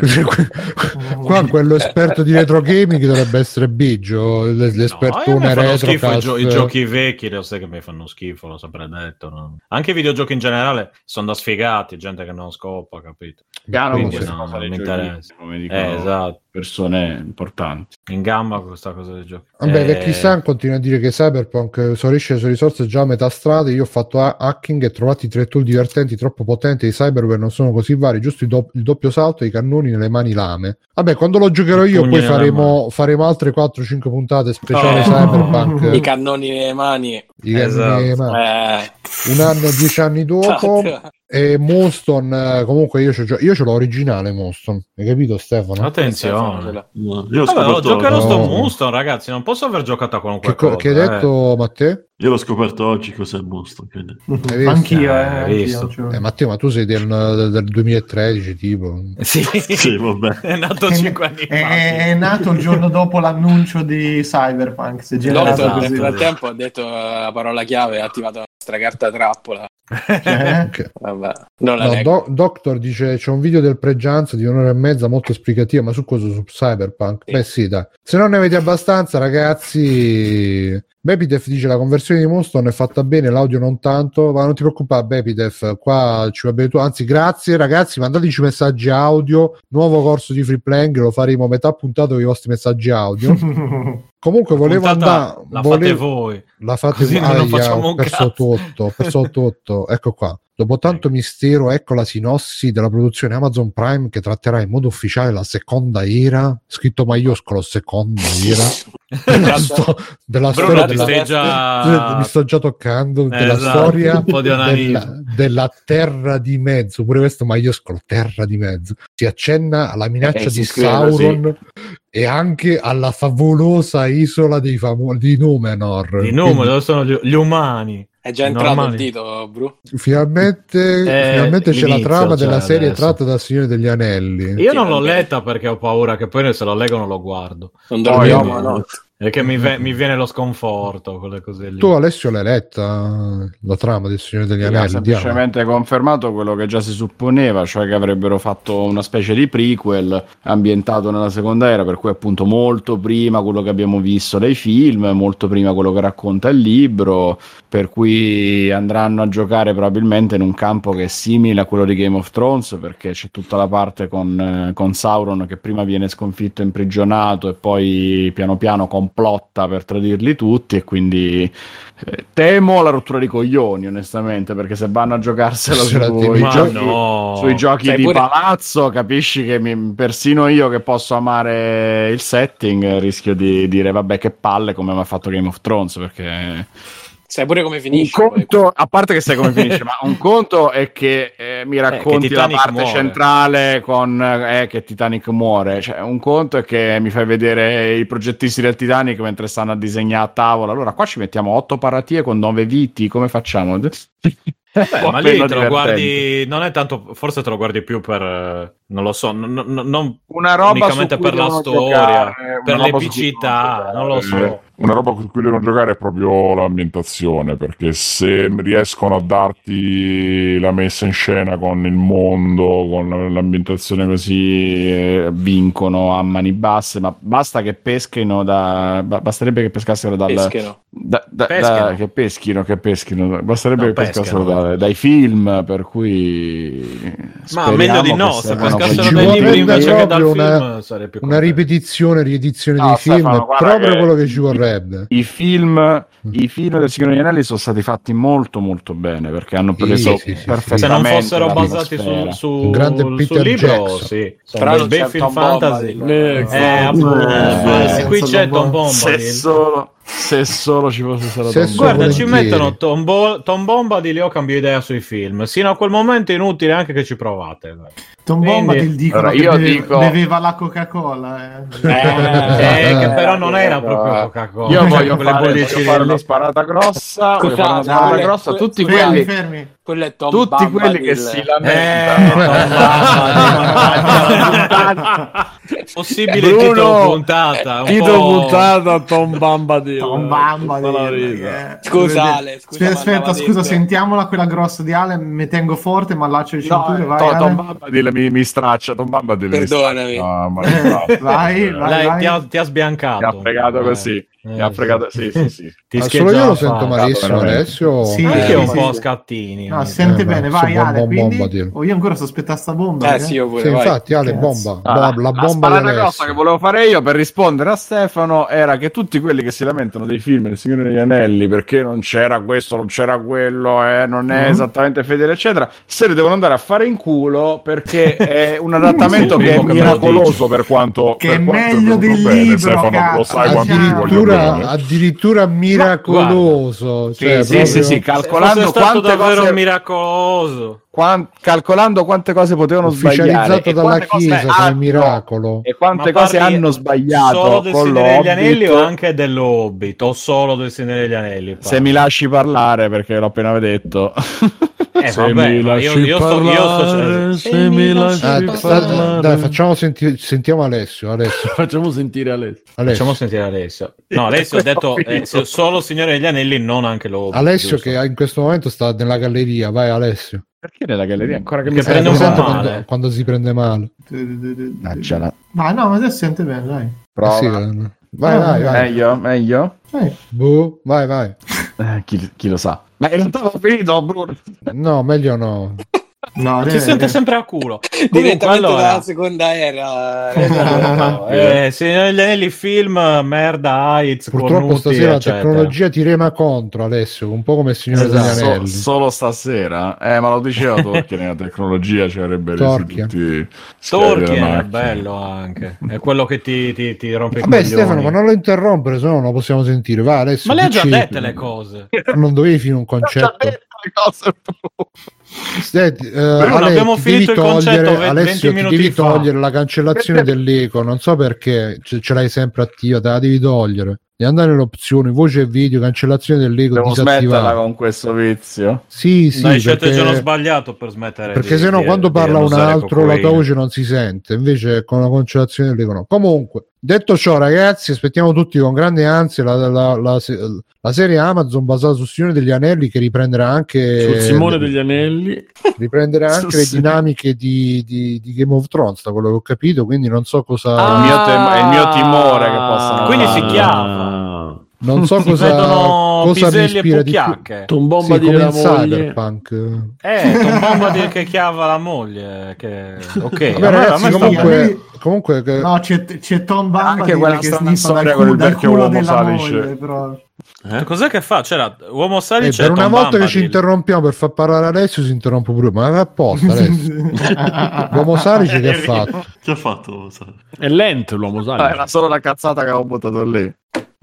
qua quello esperto di retro gaming dovrebbe essere Biggio, l- No, a me l'espertone fanno schifo i, gio- i retrocast. giochi vecchi, lo sai che mi fanno schifo, l'ho sempre detto. No? Anche i videogiochi in generale sono da sfigati, gente che non scoppa, capito? Piano Quindi questa no, cosa non dei mi giochi, interessa. come dicono Eh, esatto. persone importanti. In gamba questa cosa dei giochi. Vabbè, Eh, Vecchi San continua a dire che Cyberpunk esaurisce le sue risorse già a metà strada. Io ho fatto ha- hacking e trovati tre tool divertenti troppo potenti di Cyberware non sono così vari, giusto il, do- il doppio salto e i cannoni nelle mani lame. Vabbè, quando lo giocherò I io pugni poi nelle faremo, faremo altre quattro cinque puntate speciali Oh. Cyberpunk. I cannoni nelle mani. I cannoni Esatto. nelle mani. Eh, Un anno e dieci anni dopo. Esatto. E Moonston, eh, comunque io, c'ho, io ce l'ho originale Moonston, hai capito Stefano? Attenzione. No, io ho Vabbè, scoperto, lo giocherò sto no. Moonston, ragazzi. Non posso aver giocato a qualunque Che, co- cosa. che hai detto Matteo? io l'ho scoperto oggi cos'è il mostro. Quindi. Hai visto? Anch'io, eh, Eh, anch'io, visto. cioè. Eh, Matteo, ma tu sei del, del, del duemilatredici tipo. Eh. Sì, Sì, vabbè. è nato È, cinque anni fa. è- è nato il giorno dopo l'annuncio di Cyberpunk. Si è generato Doctor, Esatto. nel così. frattempo ha detto la parola chiave e ha attivato la nostra carta trappola. Eh? Ok. Vabbè, non la No, nego. Do- Doctor dice c'è un video del Pregianza di un'ora e mezza molto esplicativa, ma su cosa? Su Cyberpunk? Sì. Beh sì, dai. Se non ne avete abbastanza, ragazzi. Bepidef dice la conversione di Moonston è fatta bene, l'audio non tanto, ma non ti preoccupare Bepidef, qua ci va bene tu, anzi grazie ragazzi, mandateci messaggi audio, nuovo corso di free playing, lo faremo metà puntato con i vostri messaggi audio. Comunque volevo Puntata andare, la volevo- fate voi. la fate Così non Aia, facciamo ho un perso cazzo. tutto, ho perso tutto. Ecco qua. Dopo tanto mistero, ecco la sinossi della produzione Amazon Prime che tratterà in modo ufficiale la seconda era, scritto maiuscolo seconda era, della, sto- della Bruno, storia ti della... stai già... Mi sto già toccando della Esatto, storia un po' di onanismo. della, della terra di mezzo, pure questo maiuscolo, terra di mezzo. Si accenna alla minaccia Eh, si di scrive Sauron e anche alla favolosa isola dei famo- di Numenor. Di Quindi, numero, dove sono gli, gli umani. È già entrato Normali. il dito, Bru. finalmente, Eh, finalmente c'è la l'inizio, trama cioè, della serie adesso. tratta dal Signore degli Anelli. Io non l'ho vabbè. letta perché ho paura che poi se lo leggo non lo guardo. Non Poi, dormiamo a notte. Perché mi, ve- mi viene lo sconforto, quelle cose lì. Tu Alessio l'hai letta la trama del Signore degli Ha Anelli? Diamo. semplicemente confermato quello che già si supponeva, cioè che avrebbero fatto una specie di prequel ambientato nella seconda era, per cui appunto molto prima quello che abbiamo visto dai film, molto prima quello che racconta il libro, per cui andranno a giocare probabilmente in un campo che è simile a quello di Game of Thrones, perché c'è tutta la parte con, eh, con Sauron che prima viene sconfitto e imprigionato e poi piano piano complotta per tradirli tutti, e quindi eh, temo la rottura di coglioni onestamente, perché se vanno a giocarsela Se la sui, temi- Ma giochi, no. sui giochi Sai di pure- palazzo, capisci che mi- persino io che posso amare il setting rischio di dire vabbè che palle come mi ha fatto Game of Thrones, perché Sai pure come finisce. Un conto, a parte che sai come finisce, ma un conto è che eh, mi racconti eh, la parte muore. centrale con eh, che Titanic muore. Cioè, un conto è che mi fai vedere i progettisti del Titanic mentre stanno a disegnare a tavola. Allora qua ci mettiamo otto paratie con nove viti, come facciamo? Beh, ma lì te lo guardi, non è tanto, forse te lo guardi più per, non lo so, non, non, non una roba unicamente per la storia, giocare, per l'epicità, non lo so. Una roba su cui devono giocare è proprio l'ambientazione, perché se riescono a darti la messa in scena con il mondo, con l'ambientazione così, eh, vincono a mani basse, ma basta che peschino da, basterebbe che pescassero dal... Peschino. Da, da, Peschino. da, che peschino, che peschino, basterebbe No, che pescassero pescano. da, dai film, per cui... Ma meglio di no, se pescassero pescassero Ci dai libri vorrebbe invece che dal proprio film una- sarebbe più Una contento. ripetizione, riedizione No, dei film, Stefano, guarda proprio che- quello che ci vorrebbe. I film, i film del Signore degli Anelli sono stati fatti molto molto bene, perché hanno Sì, preso sì, sì, sì. perfettamente Se non fossero basati l'atmosfera. su, su, Un grande sul Peter libro, Jackson. sì, sono Però dei non bei c'è film Tom Bombadil. fantasy. Eh, Eh, appunto, eh, e qui senza c'è Tom Tom Se Bombadil. solo, se solo ci fosse stato Se Tom solo- Guarda, ci volentieri. mettono Tom, Bo- Tom Bombadil, io cambio idea sui film. Sino a quel momento è inutile anche che ci provate. Tom Quindi- Bombadil dicono Allora, che io beve- dico- beveva la Coca-Cola. Eh. Eh, che però non era proprio Coca-Cola. Io Cioè, voglio quelle fare, voglio bollicine fare una lì. sparata grossa, voglio Scusate, fare una sparata dai, grossa. que- Tutti Fermi, quelli, fermi. Quello è Tom tutti quelli che Bombadil. si Eh, lamentano. possibile Bruno, titolo puntata. un Titolo po'- puntata Tom Bombadil. Tom Bombadil. eh. Scusa, Ale, scusa, Aspetta, ma aspetta, andava scusa, detto. sentiamola quella grossa di Ale. Mi tengo forte, ma allaccio il No, cinture. vai, to- Ale. Tom Bombadil mi, mi straccia. Tom Bombadil mi Perdonami. straccia. No, ma mi straccia. Vai, vai, Dai, vai. ti ha, ti ha sbiancato. Mi ha fregato così. Eh, Mi ha fregato, sì, sì, sì. Ti Ah, scheggia solo io la lo sento faccia. malissimo veramente. Alessio. Sì, Anche sì, un sì. po' scattini. No, si sente Eh, bene, beh, vai su Ale. bom- Quindi... Bombadil. Oh, io ancora sto aspettando sta bomba. Eh sì, io pure, Sì, vai. infatti Ale, Cazzo. bomba, Ah, Bo- la la bomba di sparata Alessio. grossa che volevo fare io per rispondere a Stefano era che tutti quelli che si lamentano dei film del Signore degli Anelli perché non c'era questo, non c'era quello, eh, non è Mm. esattamente fedele, eccetera, se li devono andare a fare in culo perché è un adattamento Sì, che è primo che me lo miracoloso per quanto Che per è quanto meglio venuto del bene. libro, Stefano, cazzo. lo sai quanto ti voglio Addirittura, bene. addirittura miracoloso. Sì, cioè, sì, proprio- sì, sì, Se calcolando fosse stato quante davvero cose miracoloso. quan- calcolando quante cose potevano sbagliare ufficializzato e dalla quante cose Chiesa come hanno- miracolo. e quante Ma cose parli hanno sbagliato solo del con Signore degli l'Hobbit. Anelli o anche dello Hobbit o solo del Signore degli Anelli? Se mi lasci parlare perché l'ho appena detto. Eh, Se vabbè, mi ma io, lasci io sto, io sto parlare, se mi lasci Ah, Devi sta- parlare. dai, facciamo senti- sentiamo Alessio. Alessio, Facciamo sentire Alessio. Alessio. Facciamo sentire Alessio. No, Alessio ha detto eh, se- solo Signore degli Anelli, non anche lo Hobbit. Alessio giusto? che in questo momento sta nella galleria. Vai Alessio. Perché nella galleria ancora che mi Perché Eh, prende un presente po' quando, male. quando si prende male. Mannaggia, Ma no, ma adesso sente bene, dai. prova. Eh sì, eh. vai, Ah, vai, vai. Meglio, meglio. Vai. Boh, vai, vai. Eh, chi, chi lo sa. Ma in realtà ho finito, Bruno. No, meglio no. No, Si deve- sente sempre a culo. Direttamente Comunque, allora, dalla seconda era. eh, Signore degli Anelli film, merda, AIDS, Purtroppo cornuti, stasera la eccetera. tecnologia ti rema contro, Alessio, un po' come il Signore degli Esatto. So- Anelli. solo stasera. Eh, ma lo diceva Torchia nella tecnologia ci avrebbe resi Torchia. tutti Torchia schiavi della è macchina. bello anche. È quello che ti, ti, ti rompe i Vabbè coglioni. Stefano, ma non lo interrompere, se no non lo possiamo sentire. Vai Alessio. Ma le ha già dici- dette le cose. Non dovevi finire un Ci ha concetto. detto le cose, Bruno. Senti, eh, Bruno, Ale, abbiamo ti finito devi il concetto togliere, ve- Alessio, venti ti minuti devi fa. togliere la cancellazione dell'eco. Non so perché ce, ce l'hai sempre attiva, te la devi togliere. Devi andare nelle opzioni, voce e video, cancellazione dell'eco, Devo smetterla disattivare. con questo vizio. Sì, sì, No, hai scelto il perché, giorno sbagliato per smettere perché di- sennò di- quando di parla un annusare altro la tua cocaina. voce non si sente, invece con la cancellazione dell'eco no. Comunque, detto ciò ragazzi, aspettiamo tutti con grande ansia la, la, la, la serie Amazon basata sul Signore degli Anelli che riprenderà anche Sul Simone degli Anelli. riprenderà anche Su- le sì. dinamiche di, di, di Game of Thrones, da quello che ho capito, quindi non so cosa Ah, Il mio tem- è il mio timore che possano Quindi si fare. chiama. non so Si cosa, vedono cosa mi piselli e ispira di più. pucchiacche. Tom Sì, Bomba di come la in moglie. Cyberpunk. Eh, Tom Bombadil che chiava la moglie. Che... Ok, Vabbè, allora, ragazzi, a me sta comunque, bene. comunque che- No, c'è, c'è Tom Anche Bombadil quella che strana sniffa storia dal, con cu- il dal vecchio culo uomo della Salice. moglie, però. Eh? Cos'è che fa? C'era Uomo eh, Salice per e una Tom volta che Bombadil. ci interrompiamo per far parlare Alessio si interrompe pure, ma è apposta Alessio. L'uomo Salice che ha fatto? Che ha fatto? sai? È lento l'uomo Ah, sale. era solo la cazzata che avevo buttato lì.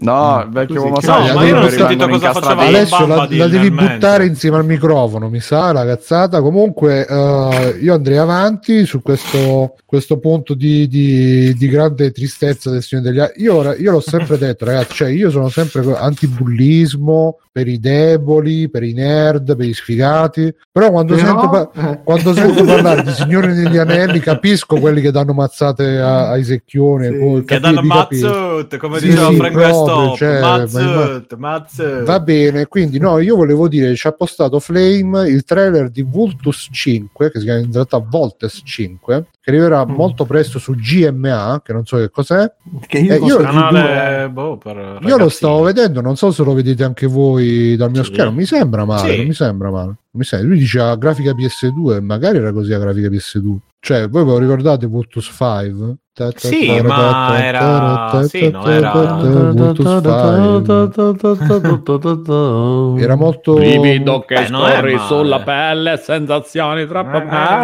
No, il vecchio uomo Così, sapiens. no, ma io non ho rimangono sentito cosa incastrati. faceva Alessio la, Bamba la devi nel mentre. buttare insieme al microfono, mi sa la cazzata. Comunque eh, io andrei avanti su questo, questo punto di, di, di grande tristezza del Signore degli Anelli. Io, ora- io l'ho sempre detto, ragazzi, cioè io sono sempre co- antibullismo per i deboli, per i nerd, per i sfigati, però quando Però- sento, pa- eh. quando sento parlare di Signore degli Anelli capisco quelli che danno mazzate a- ai secchioni, Sì. poi Che capi- danno li capisco. mazzut, come Sì, diceva sì, Frank proprio, Westop, cioè, ma- mazzut, mazzut. Va bene, quindi no, io volevo dire, ci ha postato Flame il trailer di Vultus cinque, che si chiama in realtà Voltes cinque, che arriverà Mm. molto presto su G M A, che non so che cos'è. Che io, Eh, io- posso Canale, boh, per Io lo ragazzini. stavo vedendo, non so se lo vedete anche voi dal mio Sì. schermo, mi sembra male, Sì. non mi sembra male. Mi sembra- lui diceva grafica P S due, magari era così la grafica P S due. Cioè, voi ve lo ricordate Vultus cinque? Sì, ma era- sì, non era- Vultus cinque. Era molto Livido che Beh, non è scorri male. sulla pelle, sensazioni troppo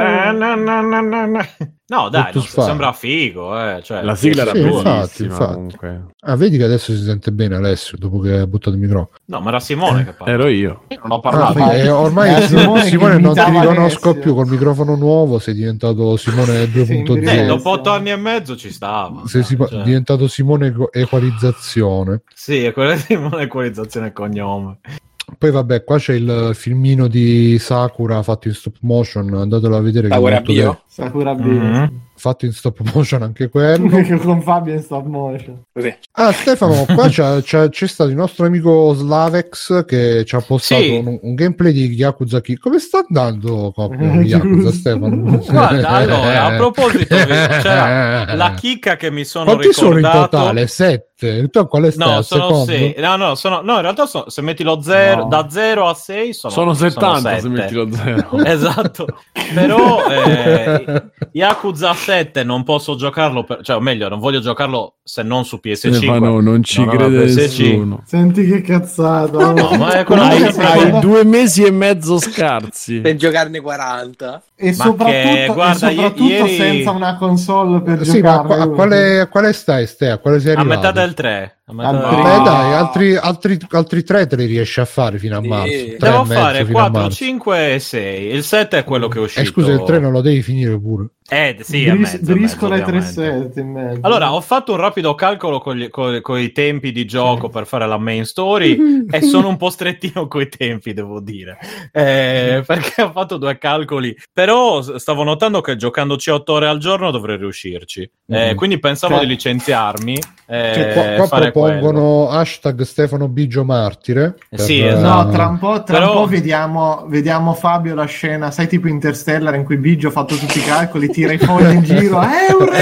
belle. No, dai, Molto non- sfare. sembra figo, eh. Cioè, La sigla era Sì, bellissima infatti, infatti. comunque. Ah, vedi che adesso si sente bene Alessio dopo che ha buttato il microfono. No, ma era Simone che parla. Ero io. Io non ho Ah, parlato. sì, eh, ormai Era Simone, Simone che Simone non ti imitava riconosco Alessio. più col microfono nuovo, sei diventato Simone due punto Sì, Eh, zero. dopo otto anni e mezzo ci stava. Sei dai, si- cioè. diventato Simone equ- equalizzazione. Sì, è quella di Simone equalizzazione e cognome. Poi vabbè, qua c'è il filmino di Sakura fatto in stop motion, andatelo a vedere che è Sakura molto Bio? bello. Sakura Mhm. Bio. Fatto in stop motion anche quello. Con Fabio in stop motion. Così. Ah, Stefano, qua c'è, c'è- c'è stato il nostro amico Slavex che ci ha postato Sì. un, un gameplay di Yakuza Kick. Come sta andando coppia di Yakuza, Stefano? Guarda, allora, a proposito, c'era la chicca che mi sono Quanti sono in ricordato. totale? Sette? Tu quale stai? No, al sono secondo? sei. No, no, sono, no, in realtà sono, se metti lo zero, No. da zero a sei sono, Sono settanta se sette. metti lo zero. Esatto, però eh, Yakuza sette non posso giocarlo, per, cioè o meglio non voglio giocarlo se non su P S cinque. Stefano, non ci Non ho crede la P S cinque. nessuno. Senti che cazzata. No, no, ma è quello Hai, che hai due mesi e mezzo scarsi. Per giocarne quaranta. E Ma soprattutto, che, guarda, e soprattutto ieri- senza una console per Sì, ma a, giocare. qua- a quale, a quale stai, Ste? A quale sei a arrivato? metà del tre. A metà Al del tre. Beh, No. dai, altri, altri, altri tre te li riesci a fare fino a Sì. marzo. Tre Devo e mezzo fare fino a quattro, marzo. cinque e sei. Il sette è quello che è uscito. Eh, scusa, il tre non lo devi finire pure. Eh, sì, è Bris- mezzo, è briscola e mezzo, tre ovviamente. sette in mezzo. Allora, ho fatto un rapido calcolo con, gli- con- con i tempi di gioco per fare la main story e sono un po' strettino coi tempi, devo dire. Eh, perché ho fatto due calcoli. Però s- stavo notando che giocandoci otto ore al giorno dovrei riuscirci. Eh, Mm. quindi pensavo Cioè- di licenziarmi. Eh, Cioè, qua qua fare propongono hashtag Stefano Biggio Martire. per- Sì, eh, esatto. No, tra un po', tra Però- un po' vediamo, vediamo Fabio la scena, sai, tipo Interstellar, in cui Biggio ha fatto tutti i calcoli, tira i fogli in giro. Eureka!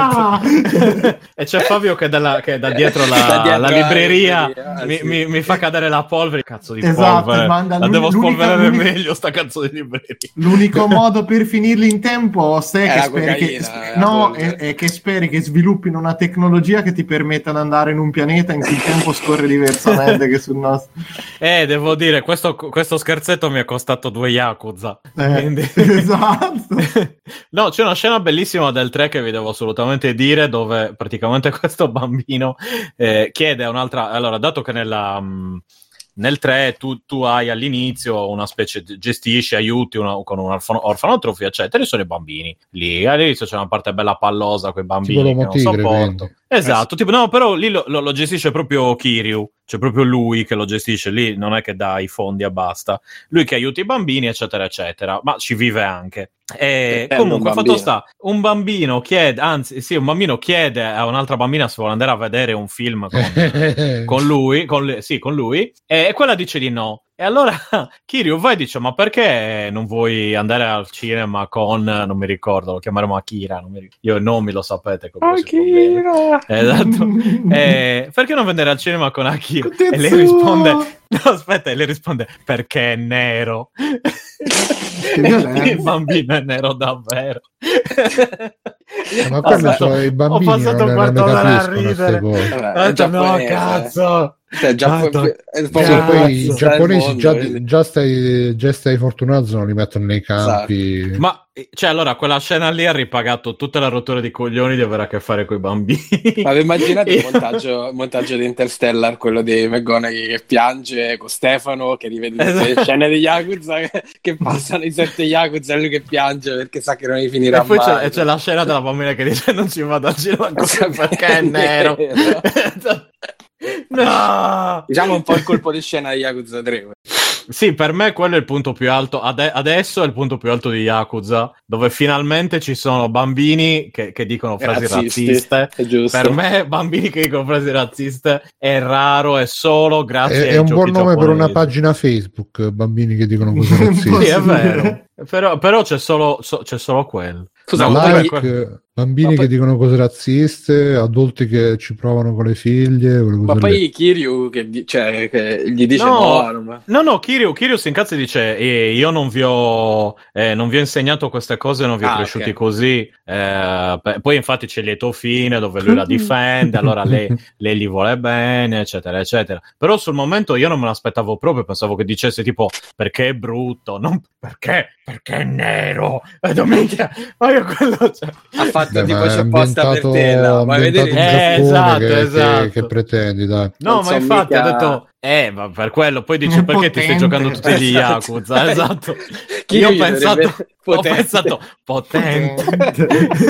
Esatto. E c'è Fabio che, dalla, che da dietro la, Da dietro la la libreria libreria, mi, sì. mi- mi fa cadere la polvere. Cazzo di Esatto, polvere. manda La l'uni- devo l'unica- spolverare l'unica- meglio sta cazzo di libreria. L'unico modo per finirli in tempo sai, È che la speri che, cocaina, sp- è la no, polvere. è, è che speri che sviluppino una tecnologia che ti permetta di andare in un pianeta in cui il tempo scorre diversamente che sul nostro. Eh, devo dire, questo, questo scherzetto mi è costato due Yakuza. Eh, Quindi- esatto. No, c'è una scena bellissima del tre che vi devo assolutamente dire, dove praticamente questo bambino eh, chiede a un'altra... Allora, dato che nella... mh, nel tre tu, tu hai all'inizio una specie di gestisci, aiuti una, con un orfano- orfanotrofio, eccetera, e sono i bambini. Lì all'inizio c'è una parte bella pallosa con i bambini Tipo che l'Uomo non Tigre, sopporto. quindi. Esatto, tipo, no, però lì lo, lo- lo gestisce proprio Kiryu, cioè proprio lui che lo gestisce, lì non è che dà i fondi e basta. Lui che aiuta i bambini, eccetera, eccetera, ma ci vive anche. E È comunque, un fatto bambino. sta, un bambino chiede, anzi, sì, un bambino chiede a un'altra bambina se vuole andare a vedere un film con, con lui, con le- sì, con lui, e quella dice di no. E allora Kiryu va e dice: ma perché non vuoi andare al cinema con, non mi ricordo, lo chiameremo Akira, non mi ricordo. Io non mi lo sapete con questo problema. Esatto. Eh, perché non andare al cinema con Akira? E lei risponde: no, aspetta, e lei risponde: perché è nero. violenza. Il bambino è nero davvero. Ma quelli sono i bambini, Ho passato non, un non ne quarto d'ora a capiscono queste ridere. cose. Vabbè, Ah, è cioè, no, giapponese. cazzo. Cioè, già, Ah, poi- è Sì, proprio poi il i mondo, giapponesi mondo, già, quindi- già stai già stai fortunato non li mettono nei campi. Ma cioè, allora, quella scena lì ha ripagato tutta la rottura di coglioni di avere a che fare con i bambini. Ma vi immaginate il E- montaggio, il montaggio di Interstellar, quello di McGonaghy che piange con Stefano, che rivede tutte le Esatto. scene di Yakuza che, che passano i sette Yakuza e lui che piange perché sa che non gli finirà E poi c'è, mai. e c'è la scena della bambina che dice non ci vado al cinema perché è nero. No! Diciamo un po' il colpo di scena di Yakuza tre. Sì, per me quello è il punto più alto. Ade- adesso è il punto più alto di Yakuza, dove finalmente ci sono bambini che, che dicono frasi Razzisti, razziste. è giusto. Per me, bambini che dicono frasi razziste è raro, è solo grazie È, ai è un giochi buon nome per una giapponesi. pagina Facebook, bambini che dicono cose Sì, razziste. è vero. Però, però c'è solo so- c'è solo quello. Scusa, No, ma quello è Like, quello. bambini Ma poi- che dicono cose razziste, adulti che ci provano con le figlie, quelle Ma cose lì. poi Kiryu che, di- cioè, che gli dice No, no, non va- no, no, Kiryu, Kiryu si incazza e dice eh, io non vi ho eh, non vi ho insegnato queste cose, non vi ho Ah, cresciuti ok. così. Eh, pe- poi infatti c'è il lieto fine dove lui la difende, allora lei, lei gli vuole bene, eccetera, eccetera. Però sul momento io non me l'aspettavo proprio, pensavo che dicesse tipo perché è brutto, non perché, perché è nero. E domenica, ma io quello... Cioè... ha fatto Beh, tipo ma è c'è apposta per te là. Vai a ambientato in vedere Eh, Giappone, esatto, che, che- esatto. che pretendi, dai. No, Non ma so infatti mica- ho detto, eh, ma per quello, poi dice Un perché ti stai potente. giocando tutti gli Esatto. Yakuza, esatto. Chi Io ho gli pensato, dovrebbe- ho potente. pensato, potente.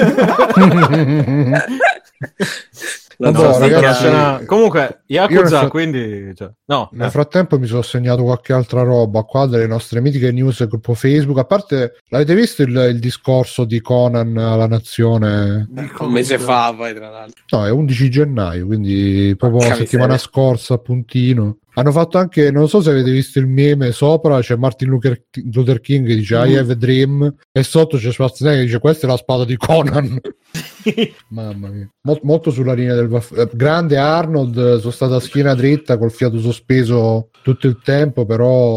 Non Vabbè, so, No, mica- la ragazzi, scena- Comunque, io Yakuza, nel fra- quindi... Cioè, no, Nel eh. frattempo mi sono segnato qualche altra roba qua delle nostre mitiche news del gruppo Facebook. A parte, l'avete visto il, il discorso di Conan alla nazione? un mese fa poi tra l'altro. No, è undici gennaio, quindi proprio la Porca settimana miseria. scorsa, appuntino. Hanno fatto anche, non so se avete visto il meme, sopra c'è Martin Luther, Luther King che dice I have a dream e sotto c'è Schwarzenegger che dice questa è la spada di Conan. Mamma mia. Mol- molto sulla linea del vaff- eh, grande Arnold, sono stato a schiena dritta col fiato sospeso tutto il tempo,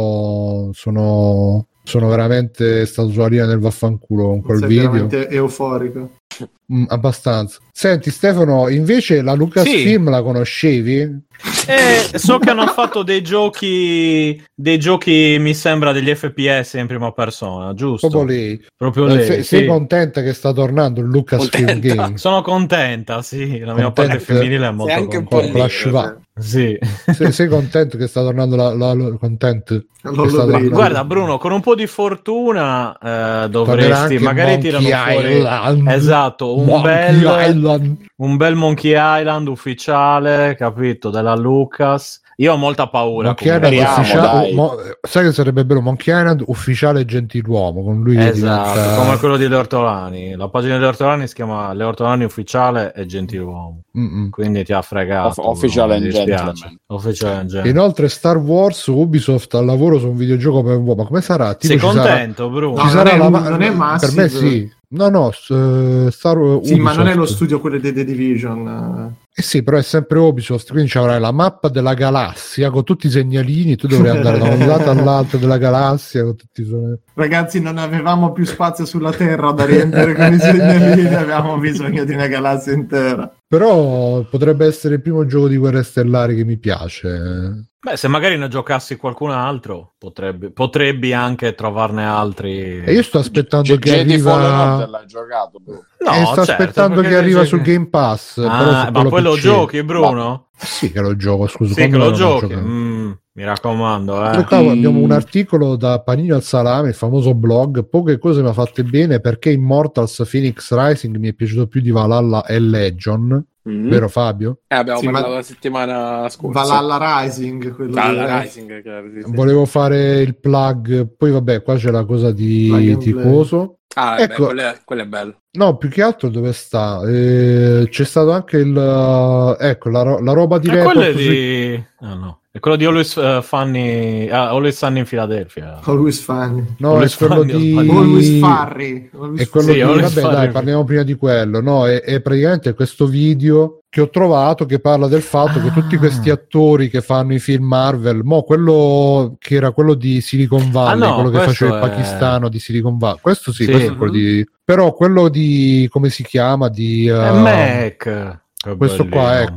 però sono, sono veramente stato sulla linea del vaffanculo con quel Sei video. veramente euforico. Mm, abbastanza. Senti Stefano, invece la Lucasfilm Sì. la conoscevi? Eh, so che hanno fatto dei giochi, dei giochi, mi sembra, degli F P S in prima persona, giusto? Proprio lei. Proprio Eh, lei, sei, sì. sei contenta che sta tornando il Lucasfilm Contenta. Game? Sono contenta, sì, la mia Contenta. parte femminile è molto Sei anche un po' contenta. Con la nero, Shiva. Sì. sei, sei contento che sta tornando la, la, la content? Lollo Che sta Drill. tornando- Guarda Bruno, con un po' di fortuna eh, Tornerà dovresti, anche magari Monkey tirano fuori Island. esatto, un Monkey bel, Island. un bel Monkey Island ufficiale, capito, della Lucas. Io ho molta paura. Monkey comunque. Island Speriamo, ufficiale, dai. mo- sai che sarebbe bello Monkey Island ufficiale gentiluomo con lui che Esatto, diventa- come quello di Le Ortolani. La pagina di Le Ortolani si chiama Le Ortolani ufficiale e gentiluomo. Mm-mm. Quindi ti ha fregato. Off- official Bruno, and mi dispiace. gentleman. Official and gentleman. Inoltre Star Wars Ubisoft al lavoro su un videogioco per uomo, ma come sarà? Tipo, Sei ci sarà- contento, Bruno? No, ci non sarà è- la ma- non è per Massive. me sì. No, no, s- eh, Star Wars Sì, ma non è lo Ubisoft. studio quello di The Division. Eh sì, però è sempre Ubisoft, quindi ci avrai la mappa della galassia con tutti i segnalini, tu dovrai andare da un lato all'altro della galassia con tutti i suoi... Ragazzi, non avevamo più spazio sulla Terra da riempire con i segnalini, avevamo bisogno di una galassia intera. Però potrebbe essere il primo gioco di guerre stellari che mi piace. Beh, se magari ne giocassi qualcun altro, potrebbe, potrebbe anche trovarne altri. E io sto aspettando G- che Jedi Fallen arriva... Order l'hai giocato, bro. No, e sto certo, aspettando perché che arriva dice sul che- Game Pass. però Ah, su ma quello poi lo P C. giochi, Bruno? Sì che lo gioco, scusa. Sì, che quando lo non giochi. gioco? Mm, mi raccomando, Poi eh. qua abbiamo un articolo da Panino al Salame, il famoso blog. Poche cose mi ha fatte bene perché Immortals Phoenix Rising mi è piaciuto più di Valhalla e Legion, Mm. vero Fabio? Eh, abbiamo Sì, parlato ma- la settimana scorsa. Valhalla Rising, quello Valhalla di- Rising, chiaro, sì, sì. Volevo fare il plug, poi vabbè, qua c'è la cosa di Plug and play. Tifoso. Ah, Ecco. beh, quello, è, quello è bello. No, più che altro dove sta? Eh, c'è stato anche il eh, ecco la, ro- la roba di E quello è report sui- di... ah, no. È quello di Always uh, Funny... ah, Always Sunny in Philadelphia. Always funny. no, è Always quello Funny, di Always Farry. Always è quello Sì, di Always vabbè Funny. dai, parliamo prima di quello, no, è, è praticamente questo video che ho trovato che parla del fatto che Ah. tutti questi attori che fanno i film Marvel, mo quello che era quello di Silicon Valley, Ah, no, quello che questo faceva il è- pakistano di Silicon Valley, questo sì, Sì. questo è quello di però quello di come si chiama di È uh, Mac. Che questo qua, bellino. eccolo.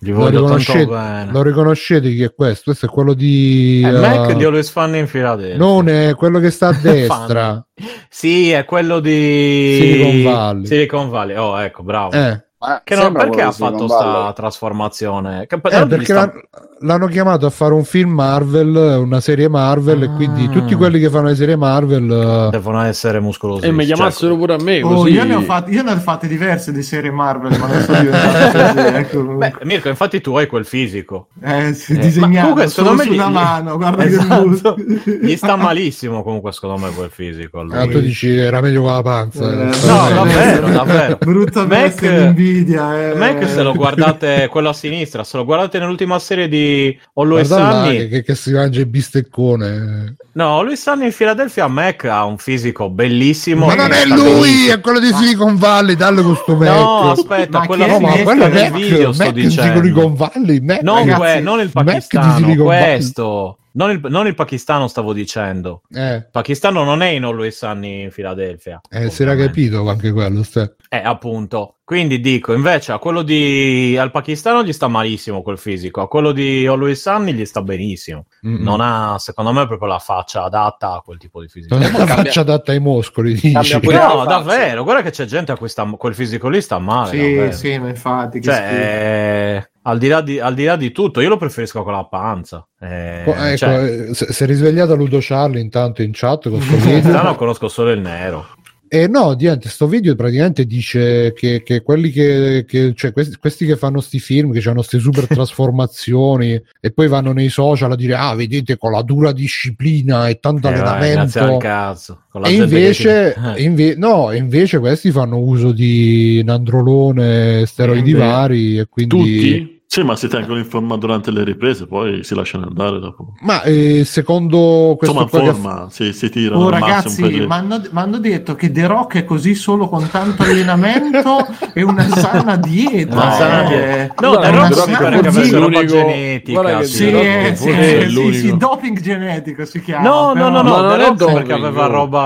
Gli Lo voglio tanto riconoscete, bene. lo riconoscete chi è questo? Questo è quello di... È uh, Mac di Always Funny in Philadelphia. non è quello che sta a destra. Sì, è quello di Silicon Valley. Silicon Valley. Oh, ecco, bravo. Eh. Ma Che non, sembra perché quello ha di Silicon fatto sta Valley. trasformazione? Che, Eh, perché sta... l'han- l'hanno chiamato a fare un film Marvel, una serie Marvel, Ah. e quindi tutti quelli che fanno le serie Marvel uh, devono essere muscolosi. E mi chiamassero pure a me Oh, così. io ne ho fatte, io ne ho fatte diverse di serie Marvel, ma non sono diventate così. Ecco, Beh, Mirko, infatti tu hai quel fisico. eh, si Eh, ma disegnato comunque, solo secondo me su gli- una gli- mano, guarda Esatto. che Gli sta malissimo comunque secondo me quel fisico. a lui. ah, tu dici era meglio con la panza. Eh, eh, No, sta bene. davvero, davvero. brutta Mac- bestia di invidia. Eh. Mac, se lo guardate quello a sinistra, se lo guardate nell'ultima serie di Always Guarda là, Sunny, che, che, che si mangia il bisteccone. no, Always Sunny in Philadelphia, Mac ha un fisico bellissimo. Ma e non è sta lui, benissimo. è quello di Silicon Valley, dalle questo Mac. No, aspetta, Ma quella chi è? No, ma Mac quello è finestra del Mac, video sto Mac di dicendo. Silicon Valley, Mac, Non, Ragazzi, que- non il Mac di pakistano, Silicon Valley. questo. Non il, non il pakistano stavo dicendo. Eh, Il pakistano non è in Always Sunny in Philadelphia. eh, si era ovviamente. capito anche quello. Ste. Eh, appunto. Quindi dico, invece a quello di al pakistano gli sta malissimo quel fisico, a quello di Always Sunny gli sta benissimo. Mm-mm. Non ha, secondo me, proprio la faccia adatta a quel tipo di fisico. Non è la cambia- faccia adatta ai muscoli, dici. Cambia pure No, la faccia. davvero, guarda che c'è gente a cui sta, quel fisico lì sta male. Sì, davvero. sì, ma infatti. Che Cioè, schifo. eh, al, di là di, al di là di tutto, io lo preferisco con la panza. Eh, Oh, ecco, cioè, eh, si si è risvegliato Ludo Charlie intanto in chat con sto in video. realtà non conosco solo il nero. E no, niente, sto video praticamente dice che, che quelli che, che cioè questi, questi che fanno sti film, che hanno queste super trasformazioni e poi vanno nei social a dire ah vedete con la dura disciplina e tanto Eh, vai, grazie al allenamento cazzo. Con la e gente invece, che si- inve- no, invece questi fanno uso di nandrolone, steroidi Eh, beh. vari e quindi Tutti? Sì, ma si tengono in forma durante le riprese, poi si lasciano andare dopo. ma eh, secondo questo Insomma, qua che forma, si, si tirano Oh al massimo ragazzi, per mi hanno detto che The Rock è così solo con tanto allenamento e una sana dieta. Una sana eh. dieta. No, Una The Rock mi sana pare che così. avesse roba l'unico- genetica. guarda che sì. Sì, The Rock eh, sì, forse è sì, l'unico. sì, doping genetico si chiama. No, però- no, no, no, Ma non The è Rock doping, perché aveva no. roba...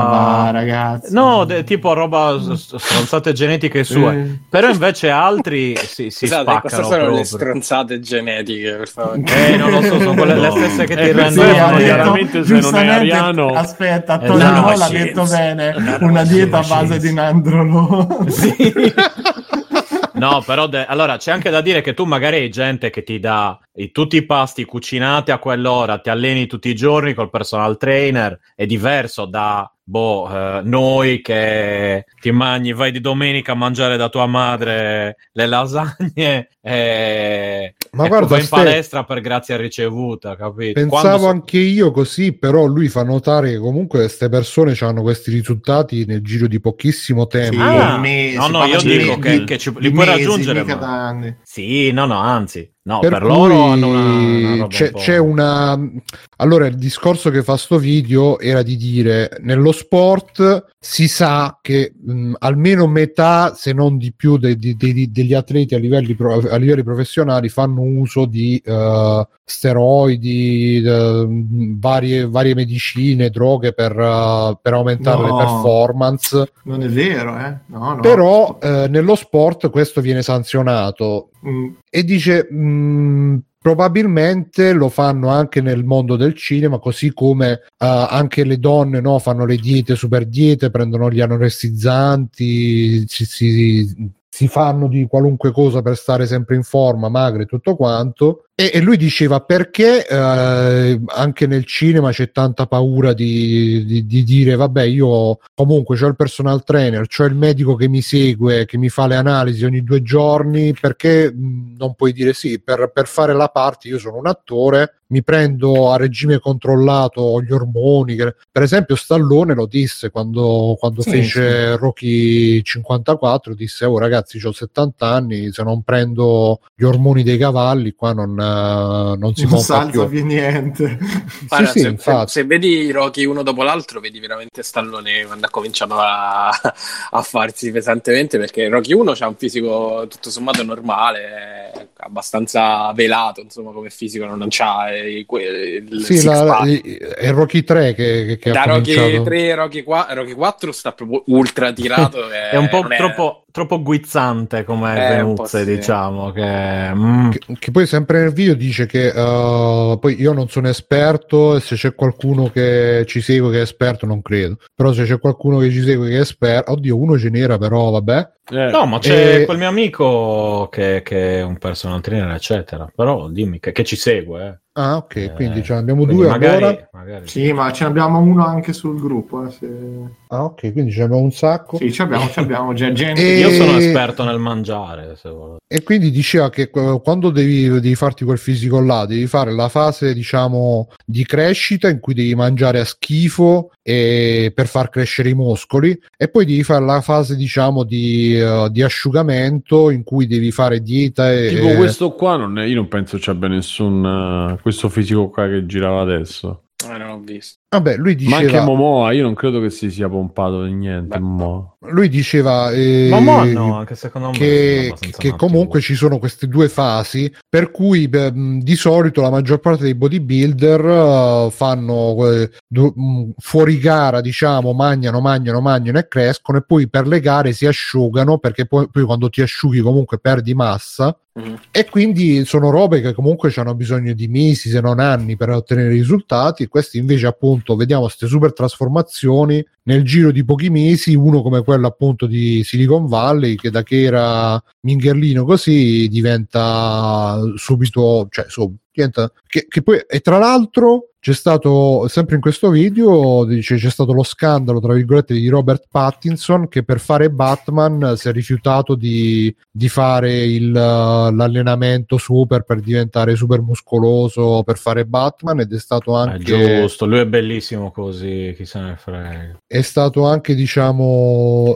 Ma ragazzi. No, de- tipo roba s- stronzate genetiche sue. Eh. Però invece altri si, si Scusate, queste spaccano sono proprio. le stronzate genetiche, per favore. Eh, non lo so, sono quelle le No. stesse che ti Eh, rendono... Sì, Stefano, ha detto- chiaramente se non è giustamente- ariano- Aspetta, Eh, Tony no, Mo l'ha scienza. detto bene. No, Una no, dieta a scienza. base di nandrolo. Sì. No, però de- allora c'è anche da dire che tu magari hai gente che ti dà i- tutti i pasti cucinati a quell'ora, ti alleni tutti i giorni col personal trainer, è diverso da boh, eh, noi che ti mangi, vai di domenica a mangiare da tua madre le lasagne e, Ma e guarda, tu vai in Ste- palestra per grazia ricevuta, capito? pensavo Quando so- anche io così, però lui fa notare che comunque queste persone hanno questi risultati nel giro di pochissimo tempo. Ah, mesi, no, no, parla io di- dico di- che, che ci- di li puoi mesi, raggiungere, mica ma- da anni. Sì, no, no, anzi, no, Per per, cui loro hanno una, una roba c'è, un po'- c'è una allora il discorso che fa sto video era di dire nello sport si sa che mh, almeno metà se non di più de- de- de- degli atleti a livelli, pro- a livelli professionali fanno uso di uh, steroidi, uh, varie, varie medicine, droghe per, uh, per aumentare No. le performance. Non è vero, eh? No, no. Però eh, nello sport questo viene sanzionato Mm. e dice mh, probabilmente lo fanno anche nel mondo del cinema, così come eh, anche le donne, no, fanno le diete, super diete, prendono gli anoressizzanti, si, si, si fanno di qualunque cosa per stare sempre in forma, magre e tutto quanto. E, e lui diceva perché eh, anche nel cinema c'è tanta paura di, di, di dire vabbè, io comunque c'ho il personal trainer, c'ho il medico che mi segue, che mi fa le analisi ogni due giorni, perché mh, non puoi dire sì, per, per fare la parte io sono un attore, mi prendo a regime controllato gli ormoni, che, per esempio Stallone lo disse quando, quando Sì, fece Rocky cinquantaquattro, disse oh ragazzi c'ho settanta anni, se non prendo gli ormoni dei cavalli qua non, eh, non si Non monta salza più. più niente. Guarda, sì, se, se, infatti. se vedi i Rocky uno dopo l'altro, vedi veramente Stallone quando ha cominciato a, a farsi pesantemente, perché Rocky uno c'ha un fisico tutto sommato normale, abbastanza velato, insomma, come fisico, non c'ha eh, que- il Sì, six la, pack. i- è Rocky tre che, che, che Da ha Rocky cominciato. tre, Rocky quattro, Rocky quattro sta proprio ultra tirato. È un po' non è- troppo, troppo guizzante come Eh, un po' Venuzze, sì. diciamo. Che, mm. Che, che poi sempre nel video dice che uh, poi io non sono esperto e se c'è qualcuno che ci segue che è esperto non credo, però se c'è qualcuno che ci segue che è esperto, oddio uno ce n'era però vabbè. Eh, No, ma c'è E- quel mio amico che, che è un personal trainer, eccetera. Però dimmi che, che ci segue. Eh. Ah ok, Eh, quindi ce ne abbiamo quindi due magari, allora. magari. Sì, ma ce ne abbiamo uno anche sul gruppo. Eh, se... Ah ok, quindi ce ne abbiamo un sacco. Sì, ce abbiamo, ce abbiamo già gente. E- Io sono esperto nel mangiare, se vuole. E quindi diceva che eh, quando devi, devi farti quel fisico là, devi fare la fase, diciamo, di crescita in cui devi mangiare a schifo e per far crescere i muscoli, e poi devi fare la fase, diciamo, di, eh, di asciugamento in cui devi fare dieta e tipo questo qua, non è- io non penso ci abbia nessun... eh, questo fisico qua che girava adesso. Eh, non ho visto. vabbè, lui Ma anche diceva Momoa, io non credo che si sia pompato di niente. Beh. Momoa. lui diceva eh, Ma mo no, anche secondo me sono che, abbastanza che matti comunque uguali. ci sono queste due fasi per cui beh, mh, di solito la maggior parte dei bodybuilder uh, fanno eh, du- mh, fuori gara, diciamo, mangiano, mangiano, mangiano e crescono, e poi per le gare si asciugano perché poi, poi quando ti asciughi comunque perdi massa. Mhm. E quindi sono robe che comunque hanno bisogno di mesi, se non anni, per ottenere risultati. E questi invece, appunto, vediamo queste super trasformazioni nel giro di pochi mesi. Uno come quello appunto di Silicon Valley, che da che era mingherlino così diventa subito, cioè su, diventa, che, che poi, e tra l'altro c'è stato sempre in questo video, dice, c'è stato lo scandalo tra virgolette di Robert Pattinson, che per fare Batman si è rifiutato di, di fare il, l'allenamento super per diventare super muscoloso per fare Batman, ed è stato È anche giusto, lui è bellissimo così, chi se ne frega. è stato anche diciamo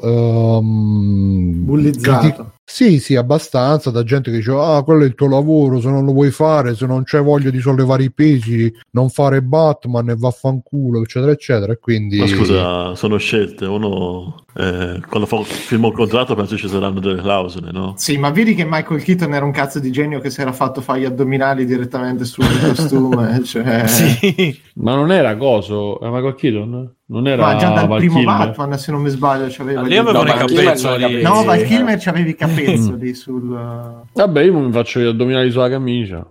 ehm, Bullizzato. criti- sì sì abbastanza, da gente che diceva ah quello è il tuo lavoro, se non lo vuoi fare, se non c'è voglia di sollevare i pesi non fare Batman e vaffanculo eccetera eccetera. E quindi Ma scusa, sono scelte. Uno eh, quando fa, firma un contratto penso ci saranno delle clausole, no? Sì, ma vedi che Michael Keaton era un cazzo di genio che si era fatto fare gli addominali direttamente sul costume. Cioè... Sì. Ma non era coso? Era Michael Keaton? Non era Ma già dal Val primo Kilmer? Batman, se non mi sbaglio, c'aveva Lì avevano No, i Val Kilmer capezzoli. c'aveva i No, Sì. Val Kilmer c'aveva i capezzoli sul... Vabbè, io mi faccio gli addominali sulla camicia.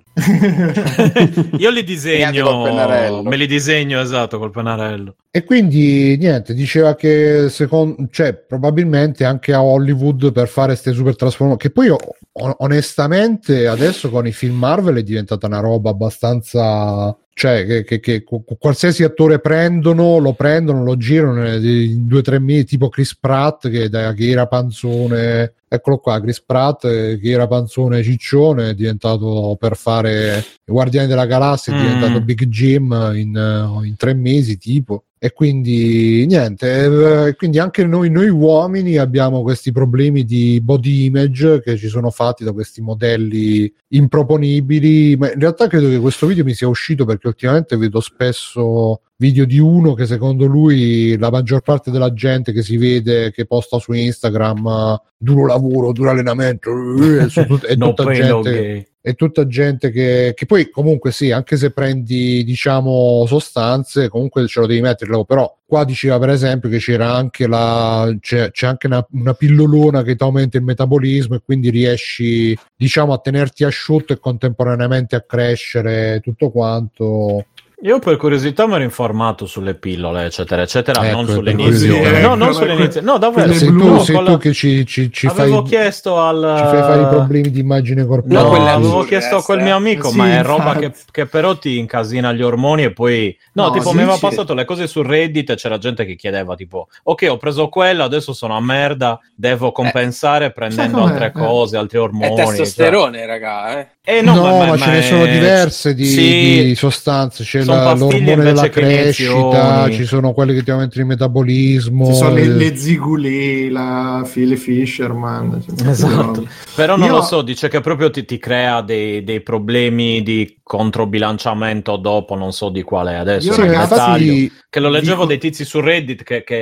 Io li E anche col pennarello. disegno, me li disegno esatto col pennarello. E quindi niente, diceva che secondo, cioè, probabilmente anche a Hollywood per fare queste super trasformazioni, che poi o- onestamente adesso con i film Marvel è diventata una roba abbastanza, cioè che, che, che qualsiasi attore prendono, lo prendono, lo girano in due o tre mesi, tipo Chris Pratt che, da, che era panzone, eccolo qua, Chris Pratt eh, che era panzone ciccione, è diventato per fare i Guardiani della Galassia, è Mm. diventato Big Jim in, eh, in tre mesi tipo. E quindi niente, eh, quindi anche noi, noi uomini abbiamo questi problemi di body image che ci sono fatti da questi modelli improponibili. Ma in realtà credo che questo video mi sia uscito perché ultimamente vedo spesso video di uno che secondo lui la maggior parte della gente che si vede che posta su Instagram eh, duro lavoro, duro allenamento eh, su tut- è No tutta pain, no gente gain. è tutta gente che, che poi comunque sì, anche se prendi diciamo sostanze comunque ce lo devi mettere, però qua diceva per esempio che c'era anche la c'è, c'è anche una, una pillolona che ti aumenta il metabolismo e quindi riesci diciamo a tenerti asciutto e contemporaneamente a crescere tutto quanto. Io per curiosità mi ero informato sulle pillole, eccetera, eccetera, Ecco, non per sulle curiosità. iniziative. No, non Ecco, sulle ecco. iniziative. No, davvero. sei tu, no, sei con tu la- che ci, ci, ci avevo fai chiesto al... ci fai fare i problemi di immagine corporale. No, No, quella avevo sul chiesto a resto, quel mio eh. amico, Sì, ma è roba che, infatti. che però ti incasina gli ormoni e poi... No, No, tipo sì, mi aveva sì. passato le cose su Reddit e c'era gente che chiedeva tipo ok, ho preso quello, adesso sono a merda, devo compensare prendendo Sai com'è? altre Eh. cose, altri ormoni. È testosterone, raga, eh. Cioè... Eh, No, no, ma, ce ne è- sono diverse di, Sì, di sostanze. C'è sono la, pastiglie l'ormone della invece che crescita, iniezioni. ci sono quelle che ti aumentano il metabolismo. Ci sono le, eh, le ziguli, la Philly Fisherman. cioè, Esatto, io- però non Io- lo so, dice che proprio ti, ti crea dei, dei problemi di controbilanciamento dopo, non so di quale adesso, Io, nel ragazzi, dettaglio, che lo leggevo dico- dei tizi su Reddit che, che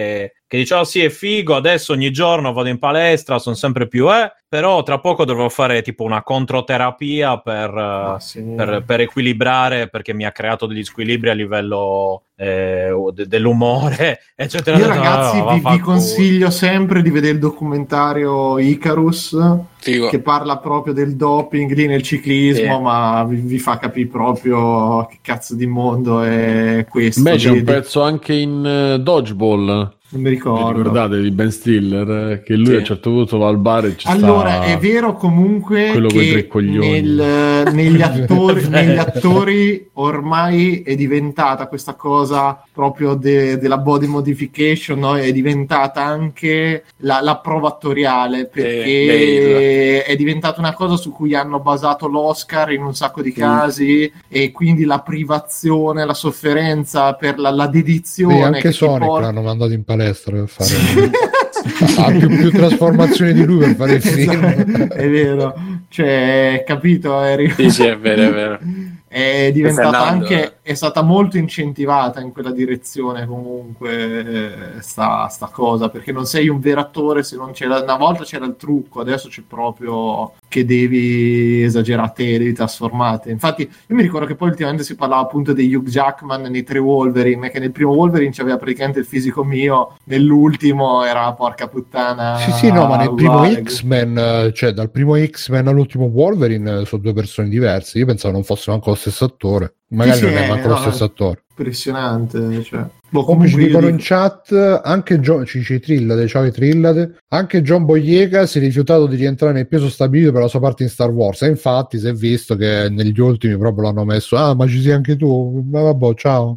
che dice oh sì è figo, adesso ogni giorno vado in palestra, sono sempre più eh, però tra poco dovrò fare tipo una controterapia per, ah, sì. per, per equilibrare, perché mi ha creato degli squilibri a livello eh, de- dell'umore eccetera. Io ragazzi no, vi, vi consiglio sempre di vedere il documentario Icarus, figo, che parla proprio del doping lì nel ciclismo, sì. ma vi, vi fa capire proprio che cazzo di mondo è questo. Beh, c'è vedi? un pezzo anche in uh, Dodgeball. Non mi ricordo. Vi ricordate di Ben Stiller? Eh, che lui sì. a un certo punto va al bar e ci allora, sta... è vero comunque quello che nel, negli, attori, negli attori ormai è diventata questa cosa proprio de, della body modification, no? È diventata anche la, la prova attoriale, perché eh, è diventata una cosa su cui hanno basato l'Oscar in un sacco di casi, mm. e quindi la privazione, la sofferenza per la, la dedizione. E anche Sonic porta... l'hanno mandato in palestra per fare ha più, più trasformazioni di lui per fare il film. È vero, cioè capito, è, sì, sì, è vero, è vero. È diventata anche, è stata molto incentivata in quella direzione comunque sta, sta cosa, perché non sei un vero attore se non c'era, una volta c'era il trucco, adesso c'è proprio che devi esagerare te, devi trasformare. Infatti io mi ricordo che poi ultimamente si parlava appunto di Hugh Jackman nei tre Wolverine, che nel primo Wolverine c'aveva praticamente il fisico mio, nell'ultimo era porca puttana. Sì sì no, ma nel primo X-Men, cioè dal primo X-Men all'ultimo Wolverine sono due persone diverse. Io pensavo non fossero anche lo stesso attore, magari sì, non è manco no, lo stesso attore. Impressionante, cioè. Boh, come ci dicono dico... in chat, anche John, ci dice Trillade, ciao Trillade, anche John Boyega si è rifiutato di rientrare nel peso stabilito per la sua parte in Star Wars, e infatti si è visto che negli ultimi proprio l'hanno messo, ah ma ci sei anche tu, ma vabbè ciao.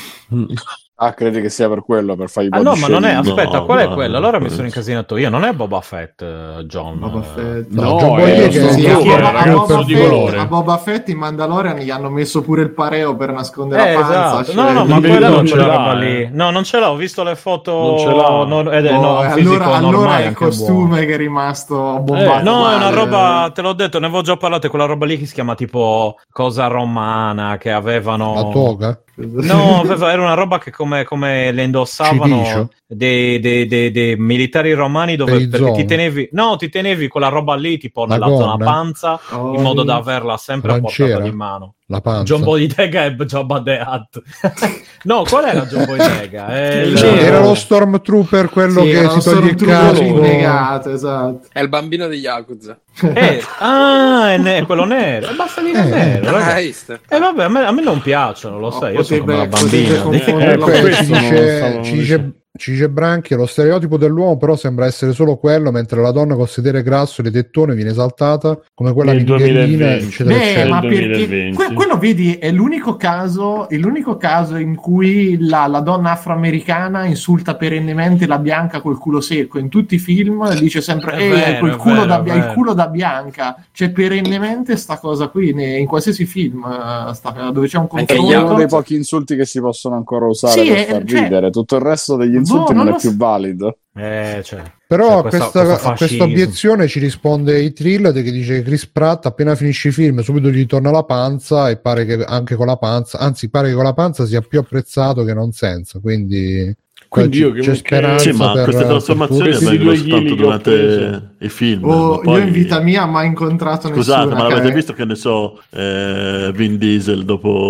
Ah, credi che sia per quello, per fargli ah no, ma non è, aspetta, no, qual è no, quello? no, Allora no, mi sono incasinato io, non è Boba Fett, John. Boba Fett. No, no John Boyega è sì, a, Boba, a, Boba di Fett, colore. A Boba Fett in Mandalorian gli hanno messo pure il pareo per nascondere eh, la panza. Esatto. Cioè... No, no, ma quella non ce l'ha eh. lì. No, non ce l'ha, ho visto le foto. Non ce l'ha. Non, ed è, oh, no, allora allora normale, è il costume buono. che è rimasto bombato. Eh, no, male. è una roba, te l'ho detto, ne avevo già parlato, è quella roba lì che si chiama tipo cosa romana, che avevano... La toga? No, aveva, era una roba che come, come le indossavano dei, dei, dei, dei militari romani, dove perché ti tenevi, no, ti tenevi quella roba lì tipo la nella gonna. zona panza, oh, in modo da averla sempre a portata di mano. La panza. John Boyega e Jabba the Hutt. No, qual era John Boyega? Il... Era lo Stormtrooper, quello sì, che si toglie il casco. Negato, esatto. È il bambino di Yakuza. Eh, ah, è ne- quello nero. Basta dire eh, nero. Ah, E eh, vabbè, a me, a me non piacciono, lo sai. Io sono una potete bambina. Eh, ci dice, ci dice Ci dice Branchi, lo stereotipo dell'uomo però sembra essere solo quello, mentre la donna col sedere grasso e le tettone viene esaltata come quella mingherlina, eccetera, Beh, eccetera. ma perché que- quello vedi è l'unico caso è l'unico caso in cui la, la donna afroamericana insulta perennemente la bianca col culo secco. In tutti i film dice sempre eh, vero, quel culo vero, da, vero. il culo da bianca, c'è perennemente sta cosa qui ne, in qualsiasi film sta, dove c'è un confronto. È uno dei pochi insulti che si possono ancora usare sì, per è, far cioè, ridere, tutto il resto degli insulti boh, non, non è più so. valido. Eh, cioè, però cioè, questa, questo, questa, questa obiezione ci risponde i Trill che dice che Chris Pratt appena finisce i film subito gli torna la panza, e pare che anche con la panza, anzi pare che con la panza sia più apprezzato che non senza, quindi Quindi io che c'è speranza. Sì, ma per, queste trasformazioni per avvengono soltanto durante i film. Oh, poi... Io in vita mia mai incontrato Scusate, nessuna. ma l'avete che... visto che ne so eh, Vin Diesel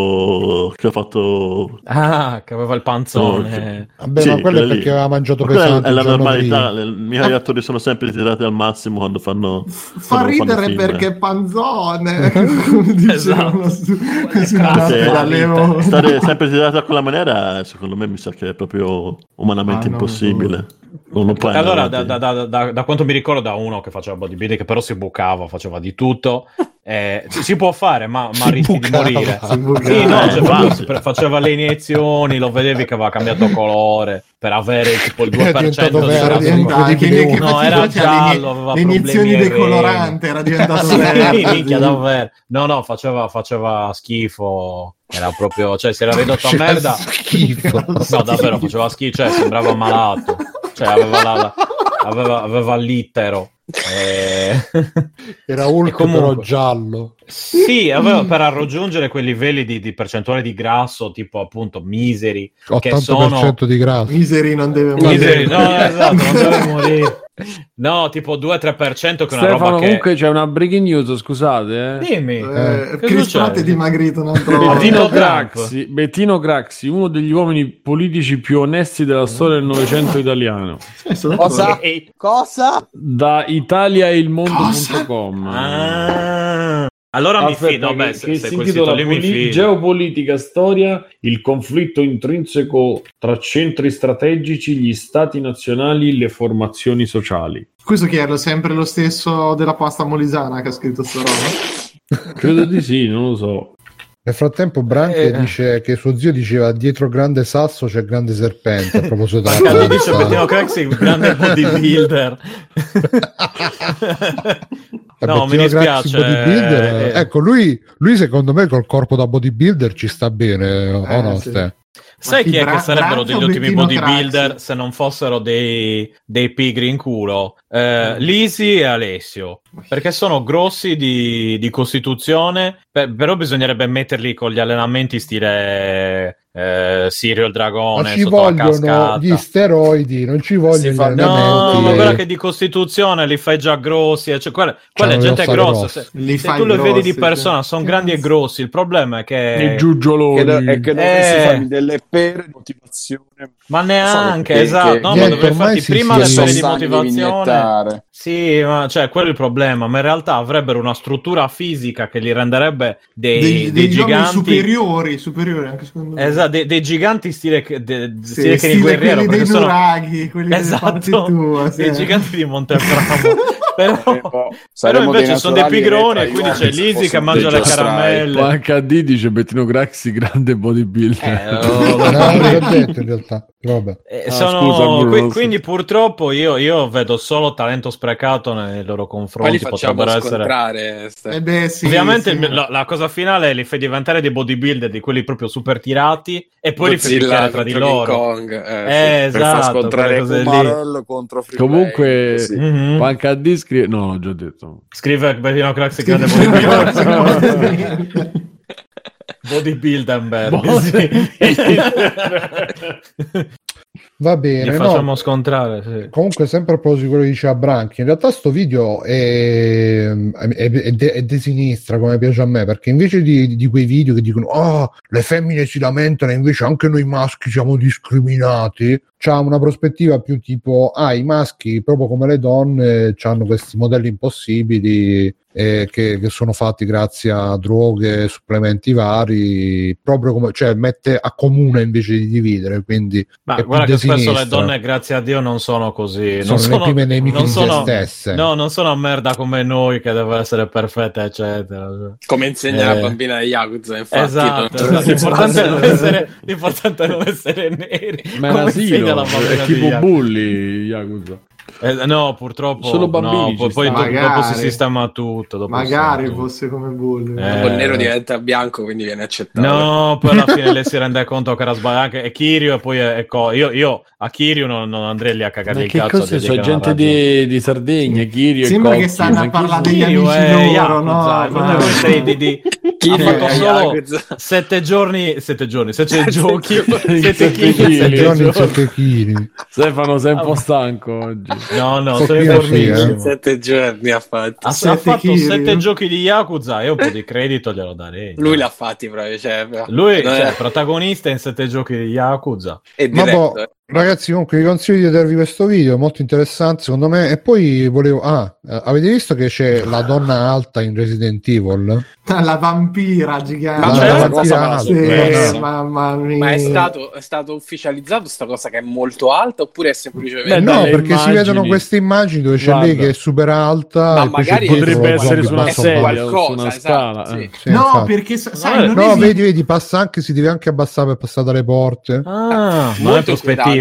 dopo che ha fatto ah, che aveva il panzone. Oh, vabbè, sì, ma quello è lì. perché aveva mangiato Ma pesante. è la il giorno normalità. prima. I miei attori sono sempre tirati al massimo quando fanno. Fa quando ridere fanno film. perché è panzone. Esatto. su, Eh, su una se- dalle- stare sempre tirato a quella maniera, secondo me mi sa che è proprio umanamente Ah, no, impossibile. Non lo puoi Allora, andare da, avanti. da, da, da, da quanto mi ricordo, da uno che faceva bodybuilding, che però si bucava, faceva di tutto. Eh, si, si può fare, ma, ma rischi bucava, di morire. si bucava. Sì, no, Eh, cioè, infatti. fa- faceva le iniezioni, lo vedevi che aveva cambiato colore per avere tipo il Era due per cento diventato di verde, grasso. diventato Che- che- che No, fatica era c'ha giallo, le, aveva le iniezioni problemi ai decolorante, era diventato Sì, verde. minchia, davvero. No, no, faceva, faceva schifo. Era proprio, cioè, si era ridotto a Faceva merda. schifo. No, davvero, faceva schifo, cioè, sembrava malato. Cioè, aveva, la, la- aveva, aveva l'ittero. Eh... Era Hulk comunque... però giallo. Sì, aveva per raggiungere quei livelli di, di percentuale di grasso, tipo appunto miseri, ottanta per cento che sono... di grasso. Miseri non deve morire. Miseri, no, esatto, non deve morire. No, tipo due tre per cento che è una Stefano, roba che... comunque c'è una breaking news, scusate. Eh. Dimmi. Eh, Chris Pratt è dimagrito un altro Bettino Craxi, Bettino Craxi, uno degli uomini politici più onesti della storia del Novecento italiano. Cosa? Cosa? Da italiailmondo punto com. Ah. Allora Aspetta, mi fido, che, beh, che se, se si quel intitola sito lì mi Poli- fido. Geopolitica, storia, il conflitto intrinseco tra centri strategici, gli stati nazionali, le formazioni sociali. Questo chi era? Sempre lo stesso della pasta molisana che ha scritto sta roba? Credo di sì, non lo so. Nel frattempo Branche Eh. dice che suo zio diceva dietro grande sasso c'è grande serpente, a proposito della Ma quando panza. dice Bettino Craxi, un grande bodybuilder. Eh, No, mi Bettino Craxi, dispiace. bodybuilder, Eh. ecco lui, lui secondo me col corpo da bodybuilder ci sta bene, o Eh, no? sì. Ste? Sai Ma chi è Bra- che sarebbero Branchi degli o ultimi Bettino bodybuilder Craxi? se non fossero dei, dei pigri in culo? Eh, Lisi e Alessio, perché sono grossi di, di costituzione, per- però bisognerebbe metterli con gli allenamenti stile eh, Sirio il Ma dragone ci sotto la vogliono cascata. gli steroidi, non ci vogliono Si gli fa- No, allenamenti. ma guarda che di costituzione li fai già grossi, eh, cioè, quella, quella è C'hanno le gente ossa grossa. grosse. Se, Li se fai tu le vedi di grossi, persona, sì. sono grandi e grossi. Il problema è I che, giugioloni. Che do- è che dovresti Eh. farmi delle pere di motivazione. ma neanche, che- esatto. che- No, ma Niente, dovrei ormai farti si- prima si- le si- pere di sostanze devi motivazione. iniettare. Sì, ma cioè, quello è il problema. Ma in realtà avrebbero una struttura fisica che li renderebbe dei, Degli, dei degli uomini giganti. superiori, superiori anche secondo me. Esatto, dei, dei giganti stile, de, Sì, stile Kenny stile Guerriero, quelli perché dei sono Nuraghi, quelli delle parti esatto, tue, sì. dei giganti di Montebramo. però, Saremo- però saremo invece dei sono dei naturali pigroni e elettra quindi c'è ioni, se Lisi che fossero mangia dei le giostrai. caramelle. Ma H D dice Bettino Craxi, grande bodybuilder. Eh, oh, No, l'ho detto in realtà. Vabbè. Eh, Ah, sono- scusa, Bruno, qui- non so. quindi purtroppo io, io vedo solo talento sprecato nei loro Poi confronti. li facciamo Potrebbero essere scontrare. ste- Eh beh, sì, ovviamente sì. il- la, la cosa finale è li fai diventare dei bodybuilder di quelli proprio super tirati e poi li fai Godzilla picchiare tra di contro King loro. Kong, eh, Eh, sì. Per far esatto, scontrare quelle cose lì. Umarell contro Free Comunque, Play, sì. Mhm. Panca H D scrive... No, l'ho già detto. Scrive Bettino Craxi Sì, grande sì, bodybuilder. sì. Bodybuilder, sì. Va Li bene, facciamo no. scontrare, sì. Comunque, sempre a proposito di quello che diceva Branchi, in realtà sto video è, è, è, de, è di sinistra, come piace a me, perché invece di, di quei video che dicono oh, le femmine si lamentano, invece anche noi maschi siamo discriminati, c'ha una prospettiva più tipo ah, i maschi, proprio come le donne, hanno questi modelli impossibili eh, che, che sono fatti grazie a droghe, supplementi vari, proprio come, cioè mette a comune invece di dividere, quindi Ma è più guarda di che spesso le sinistra. donne, grazie a Dio, non sono così. Sono non le prime nemiche non di se sono, stesse. No, non sono a merda come noi che deve essere perfetta, eccetera. Come insegna Eh. la bambina di Yakuza, infatti. Esatto, non- esatto. L'importante, è non essere, l'importante è non essere neri. Ma è come un asilo, insegna la bambina è di tipo Yakuza. bulli, Yakuza. Eh, no, purtroppo Solo bambini no, poi, ci poi stanno. dopo, Magari. dopo si sistema tutto. Dopo Magari si sistema fosse come Bulli. Eh. Dopo il nero diventa bianco, quindi viene accettato. No, poi alla fine lei si rende conto che era sbagliato anche e Kirio e poi è co- io, io a Kirio non, non andrei lì a cagare Ma il che cazzo a cose dirgli sono? che non ha Gente ragione. di, di Sardegna, Kirio Sembra e che Cocchi, stanno ma a chi parlare sono? degli Kirio amici è loro, Yakuza, no? ma Ma- sei di, di, ha Kirio fatto è solo Yakuza. sette giorni sette giorni sette giochi Sette sette chili. chili Sei Chili, giorni in giorni. sette chili. Stefano, sei un po' stanco oggi. no no So sei chi è, fortissimo. sì, eh. Sette giorni ha fatto. ha, ha Sette fatto chili. sette giochi di Yakuza e un po' di credito glielo darei. Lui l'ha fatti proprio, cioè, lui non è- cioè, protagonista in sette giochi di Yakuza. è Ma diretto, boh, eh. ragazzi, comunque vi consiglio di vedervi questo video, è molto interessante secondo me. E poi volevo ah, eh, avete visto che c'è la donna alta in Resident Evil? La vampira gigante. Ma La- c'è la una vampira cosa alta, Sì, guarda. mamma mia. Ma è stato, è stato ufficializzato sta cosa che è molto alta oppure è semplicemente... Beh, No, dalle perché si immagini. vedono queste immagini dove c'è Guarda. lei che è super alta. Ma e poi c'è magari dietro potrebbe lo essere zombie su una basso sedia basso. o su qualcosa, una esatto, scala. sì. eh. Sì, No, infatti. perché sa- sai, non No, vedi- vedi, vedi, passa anche, si deve anche abbassare per passare dalle porte. Ah, non è Molto prospettiva,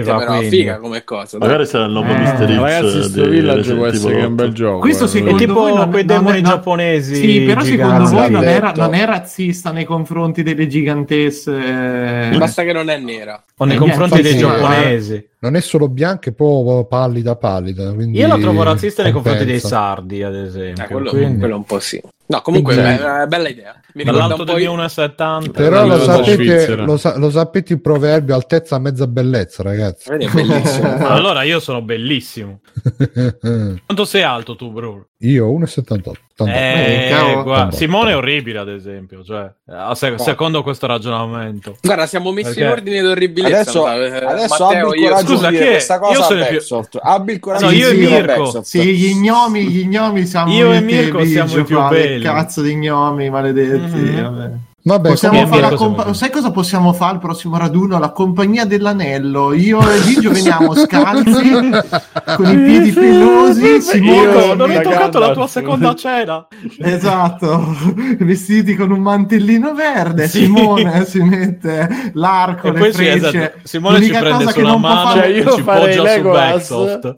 esclusiva, però quindi. figa come cosa. dai. Magari sarà il nuovo Eh, Mister X Ragazzi, sto di Village può Resident essere che è un Evil bel otto. gioco. Questo eh. secondo È tipo voi non, quei non demoni è, no- giapponesi Sì, però secondo giganti. voi non, era, detto. non è razzista nei confronti delle gigantesse. Basta che non è nera. O nei Eh, confronti infatti dei sì, giapponesi. Non è solo bianca, è proprio pallida pallida. Quindi Io la trovo razzista nei confronti dei compensa. sardi, ad esempio. Eh, quello, quindi- quello un po' sì. No, comunque Quindi- è una bella idea. Mi ricorda Dall'alto un del po' mio i- uno e settanta. Però Quello lo della sapete, Svizzera. lo, sa- lo sapete il proverbio, altezza mezza bellezza, ragazzi. Vedi, è bellissimo. Allora io sono bellissimo. Quanto sei alto tu, Bruno? Io uno e settantotto. Eh, cavolo. guarda, Simone è orribile, ad esempio. Cioè, a se- secondo questo ragionamento. Guarda, siamo messi Perché? in ordine d'orribilezza. Adesso, Eh, adesso Matteo, abbi il io- coraggio Scusa, di chi dire è? questa Io cosa a sono più- Backsoft. Abbi il coraggio No, di io e dirlo a Mirko. Backsoft. Sì, gli gnomi, gli gnomi siamo Io e te, Mirko siamo i più qua, che belli. Cazzo di gnomi maledetti. Mhm. Vabbè. Vabbè, Possiamo come fare la Mirko compa- siamo- sai cosa possiamo fare al prossimo raduno? La compagnia dell'anello. Io e Vigio veniamo scalzi con i piedi pelosi. Simone Io non si hai mette- toccato la tua Gandalf. seconda cena. Esatto, vestiti con un mantellino verde. Sì. Simone si mette l'arco, E le poi sì, frecce. esatto. Simone ci L'unica prende cosa che sulla non può mano fare- Cioè, io e ci farei poggia su Legolas. Backsoft.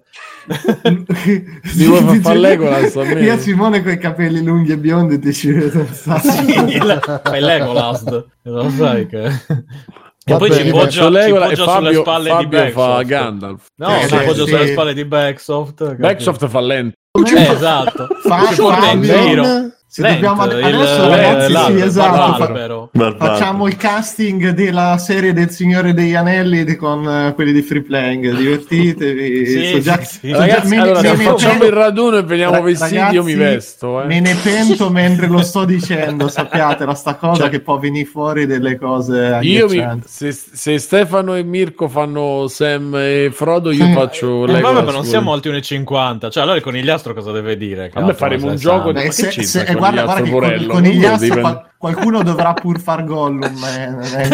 Sì, vuoi far dice- fare Legolas a me? Io a Simone con i capelli lunghi e biondi ti ci vedo un sacco. Sì, la- fai Legolas. Lo sai che... E poi Vabbè, ci io poggia, Faccio ci Legolas e poggia sulle Fabio, spalle Fabio di fa Backsoft. Gandalf. No, Eh, ci sì, poggia sì. sulle spalle di Backsoft. capito? Backsoft fa lento. Eh, esatto. Fa- Ci porta in Fabio, giro. se Lent, dobbiamo il- adesso il- ragazzi, sì, l'albero, esatto, fa- l'albero. Barbato. facciamo il casting della serie del Signore degli Anelli di- con eh, quelli di Free Playing, divertitevi. Sì, So già- sì, sì. so già- Ragazzi, me ne- allora me se ne facciamo pento- il raduno e veniamo Ra- vestiti, ragazzi, io mi vesto. Eh. Me ne pento mentre lo sto dicendo, sappiatela sta cosa Cioè- che può venire fuori delle cose Io mi, agghiaccianti. se, se Stefano e Mirko fanno Sam e Frodo, io Eh, faccio Eh, Legolas. vabbè, ma non siamo alti uno e cinquanta. Cioè, allora il conigliastro cosa deve dire? A me faremo un gioco Beh, ma se- che c'entra se- il eh, guarda, guarda che con, conigliastro, con il Porello? Yastro Dipende- qual- qualcuno dovrà pur far Gollum. eh, non è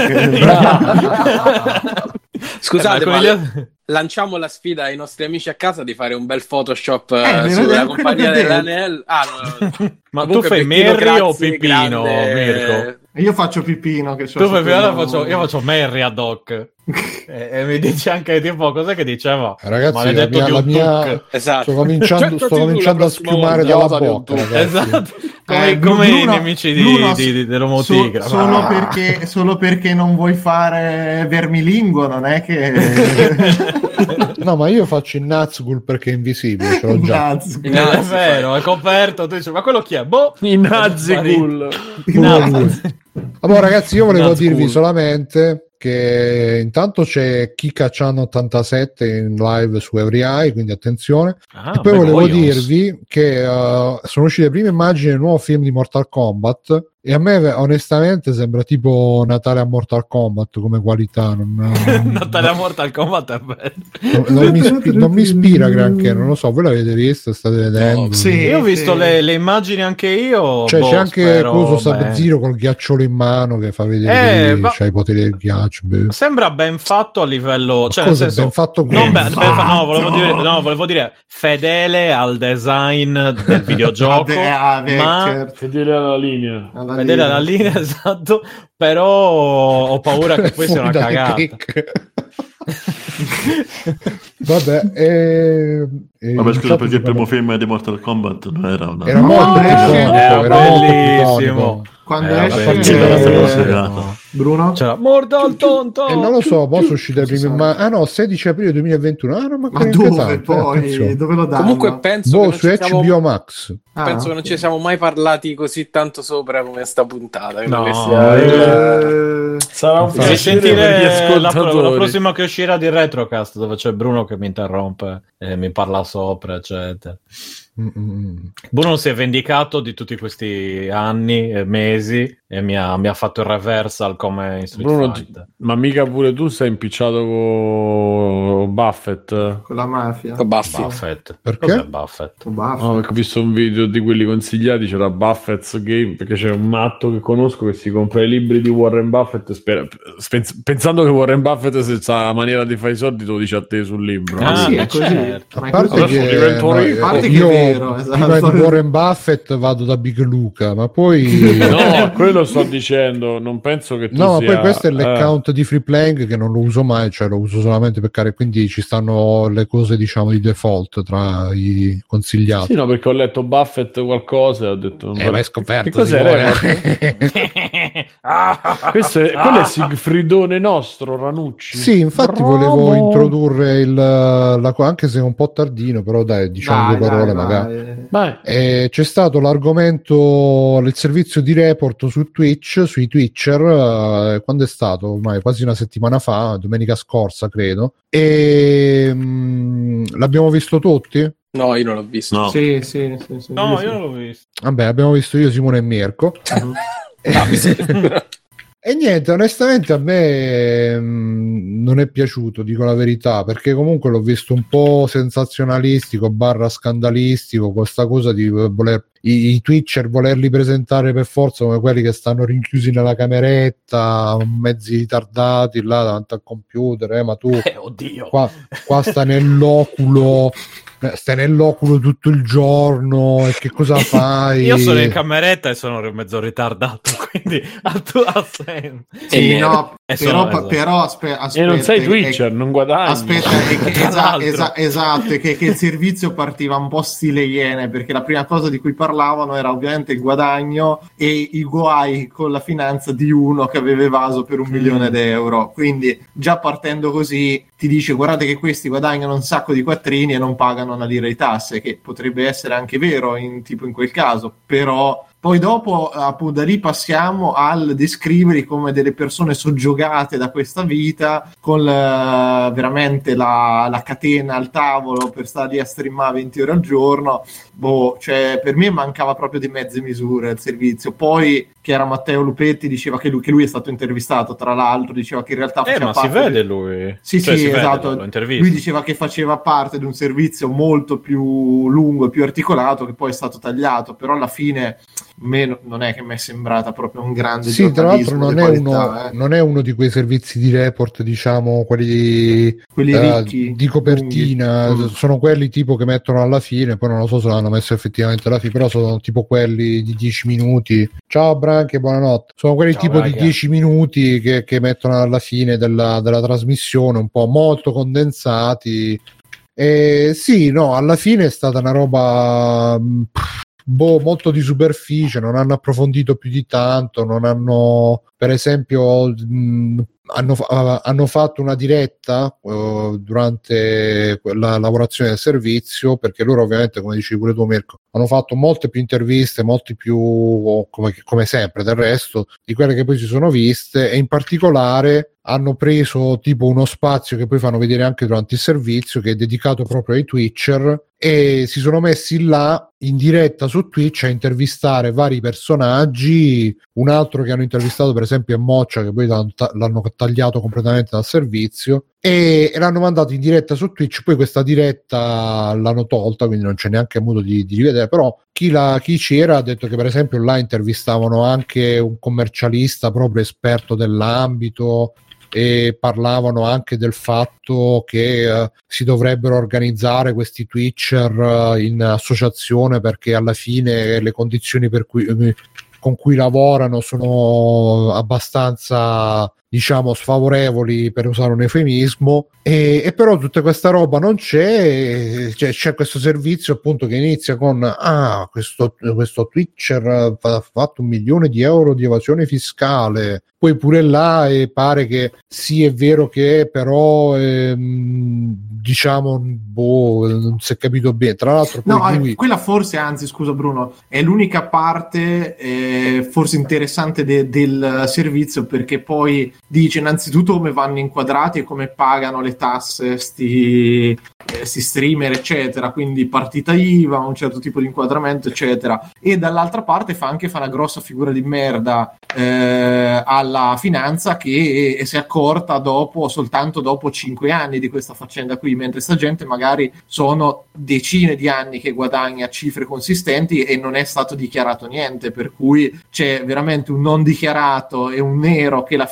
che- Scusate, Eh, ma ma conigliastro- lanciamo la sfida ai nostri amici a casa di fare un bel Photoshop Eh, eh, è sulla quello compagnia che ho detto. dell'anello. Ah, no, no. Ma tu Comunque, fai Peppino Merry o Grazzi, Pipino, grande- Mirko? Io faccio Pipino che c'ho Tu fai, su allora quello- faccio, io faccio Merry ad hoc. e, e mi dici anche tipo cos'è che diceva? Ragazzi, la Maledetto mia, di la un mia... tuc. Esatto. sto cominciando, Cercati sto tu cominciando la a prossima schiumare volta, dalla di un bocca, tuc. ragazzi. Esatto. Come, Eh, come i Bruno- nemici di, Bruno, di, di, dell'Uomo so- Tigre. solo, Ah. perché, solo perché non vuoi fare vermilingo, non è che No, ma io faccio il Nazgul perché è invisibile, ce l'ho già. Nazgul. Eh, è vero, è coperto. Tu dici, ma quello chi è? Boh, I Nazgul. Allora, ragazzi, io volevo Nazgul. dirvi solamente che intanto c'è Kika-chan ottantasette in live su EveryEye, quindi attenzione. Ah, E poi beh, volevo Goyons. dirvi che uh, sono uscite le prime immagini del nuovo film di Mortal Kombat e a me onestamente sembra tipo Natale a Mortal Kombat come qualità. Non, Natale a Mortal Kombat è bello. non, non mi, ispi- non mi ispira granché, non lo so, voi l'avete visto, state vedendo? sì. Io ho visto sì. le, le immagini anche io. Cioè, boh, c'è anche spero Coso bene. Sub-Zero col ghiacciolo in mano che fa vedere Eh, che ma- c'ha i poteri del ghiaccio. beh. Sembra ben fatto a livello, cioè nel Cosa è senso, ben fatto non come? ben- ben fa- no, volevo dire, no, volevo dire fedele al design del videogioco, Vabbè, ah, ma Becker, Fedele alla linea. alla fedele linea. alla linea, esatto, però ho paura che poi sia una Fuori dalle cagata. chicche. Vabbè, e, e Vabbè, in scusa, chat perché si il primo parla- film di Mortal Kombat non era una... era molto Era iconico, era era molto bellissimo. iconico. Quando Eh, esce vabbè, c'era la seconda eh, serata. Bruno? C'era Mortal Tonto. E non lo so, poi sono uscite le Si prime sa. ma- ah no, sedici aprile duemilaventuno. Ah, no, ma, Ma che dove pesante, poi? attenzione. Dove lo danno? Comunque penso, Boh, che non su ci siamo, H B O Max. Ah, penso che non ci siamo mai parlati così tanto sopra come sta puntata. Credo No, che sia- eh, Sarà un Devi piacere per gli sentire la, ascoltatori. la prossima che uscirà di Retrocast, dove c'è Bruno che mi interrompe e mi parla sopra, eccetera. Mm-mm. Bruno si è vendicato di tutti questi anni e mesi e mi ha, mi ha fatto il reversal come in Street Bruno, Fighter. ma mica pure tu sei impicciato con Buffett? con la mafia. Con Buffy. Buffett. Perché? Cos'è Buffett? Con Buffy. No, perché ho visto un video di quelli consigliati, c'era Buffett's Game, perché c'è un matto che conosco che si compra i libri di Warren Buffett e spera- pens- pensando che Warren Buffett se sa la maniera di fare i soldi te lo dice a te sul libro. Ah, sì, beh, è così. certo. Ma è A parte così. Adesso che, divento no, ricco. A parte che io è vero, esatto. prima di Warren Buffett vado da Big Luca, ma poi No, quello sto dicendo, non penso che che tu No, sia... poi questo è l'account eh. di Freeplaying che non lo uso mai, cioè lo uso solamente per care, quindi ci stanno le cose diciamo di default tra i consigliati. Sì, no, perché ho letto Buffett qualcosa e ho detto... non Eh, so- ma è scoperto. Che cos'è Simone? Questo è, quello è Sigfridone nostro, Ranucci. Sì, infatti Bravo. volevo introdurre il, la, anche se è un po' tardino, però dai, diciamo Dai, due parole dai, magari. dai. Vai. Eh, c'è stato l'argomento, il servizio di report su Twitch, sui Twitcher, eh, quando è stato? Ormai quasi una settimana fa, domenica scorsa credo, e mh, l'abbiamo visto tutti? No, io non l'ho visto. No. Sì, sì, sì, sì, No, sì. io non l'ho visto. Vabbè, abbiamo visto io, Simone e Mirko. Ah, mi sembra. E niente, onestamente a me mh, non è piaciuto, dico la verità, perché comunque l'ho visto un po' sensazionalistico barra scandalistico, questa cosa di voler i, i Twitcher volerli presentare per forza come quelli che stanno rinchiusi nella cameretta, mezzi ritardati là davanti al computer, eh, ma tu Eh, oddio. qua, qua sta nell'oculo stai nell'oculo tutto il giorno e che cosa fai? Io sono in cameretta e sono mezzo ritardato, quindi ha, tu, ha senso. Sì, E- no, e però, sono- esatto. però aspe- aspetta, E non sei è- Twitcher, è- non guadagni. Aspetta, è che- Tra esa- l'altro. esa- esatto, è che, che il servizio partiva un po' stile Iene, perché la prima cosa di cui parlavano era ovviamente il guadagno e i guai con la finanza di uno che aveva evaso per un Mm. milione d'euro. Quindi già partendo così ti dice guardate che questi guadagnano un sacco di quattrini e non pagano una lira di tasse, che potrebbe essere anche vero in, tipo in quel caso, però poi dopo appunto da lì passiamo al descriverli come delle persone soggiogate da questa vita con la- veramente la, la catena al tavolo per stare lì a streamare venti ore al giorno. Boh, cioè per me mancava proprio di mezze misure il servizio. Poi che era Matteo Lupetti diceva che lui, che lui è stato intervistato, tra l'altro diceva che in realtà Eh, faceva ma si parte vede di- lui. sì, Cioè, sì, si vede, esatto. lo intervista. Lui diceva che faceva parte di un servizio molto più lungo e più articolato che poi è stato tagliato, però alla fine a me non è che mi è sembrata proprio un grande Sì, tra l'altro giornalismo non di è, qualità, uno, eh. non è uno di quei servizi di report, diciamo, quelli, Quelli eh, ricchi, di copertina, lunghi. Mm. sono quelli tipo che mettono alla fine, poi non lo so se l'hanno messo effettivamente alla fine, però sono tipo quelli di dieci minuti. Ciao Branche, buonanotte. Sono quelli Ciao, tipo di raga. dieci minuti che, che mettono alla fine della, della trasmissione, un po' molto condensati. E sì, no, alla fine è stata una roba mh, boh, molto di superficie, non hanno approfondito più di tanto, non hanno, per esempio, mh, hanno, uh, hanno fatto una diretta uh, durante la lavorazione del servizio, perché loro ovviamente, come dicevi pure tu Mirko, hanno fatto molte più interviste, molti più, come, come sempre del resto, di quelle che poi si sono viste, e in particolare hanno preso tipo uno spazio che poi fanno vedere anche durante il servizio, che è dedicato proprio ai Twitcher, e si sono messi là in diretta su Twitch a intervistare vari personaggi. Un altro che hanno intervistato per esempio è Moccia, che poi l'hanno, l'hanno tagliato completamente dal servizio, e, e l'hanno mandato in diretta su Twitch. Poi questa diretta l'hanno tolta, quindi non c'è neanche modo di, di rivedere, però chi, la, chi c'era ha detto che per esempio là intervistavano anche un commercialista proprio esperto dell'ambito, e parlavano anche del fatto che uh, si dovrebbero organizzare questi Twitcher uh, in associazione, perché alla fine le condizioni per cui, uh, con cui lavorano sono abbastanza, diciamo, sfavorevoli, per usare un eufemismo, e, e però tutta questa roba non c'è. C'è, c'è questo servizio appunto che inizia con ah, questo, questo Twitcher ha fatto un milione di euro di evasione fiscale, poi pure là e pare che sì, è vero che però ehm, diciamo boh, non si è capito bene, tra l'altro poi No, lui... eh, quella forse, anzi scusa Bruno, è l'unica parte eh, forse interessante de- del servizio, perché poi dice innanzitutto come vanno inquadrati e come pagano le tasse sti, eh, sti streamer eccetera, quindi partita I V A, un certo tipo di inquadramento eccetera, e dall'altra parte fa anche fa una grossa figura di merda eh, alla finanza, che si è accorta dopo, soltanto dopo cinque anni di questa faccenda qui, mentre sta gente magari sono decine di anni che guadagna cifre consistenti e non è stato dichiarato niente, per cui c'è veramente un non dichiarato e un nero che la finanza non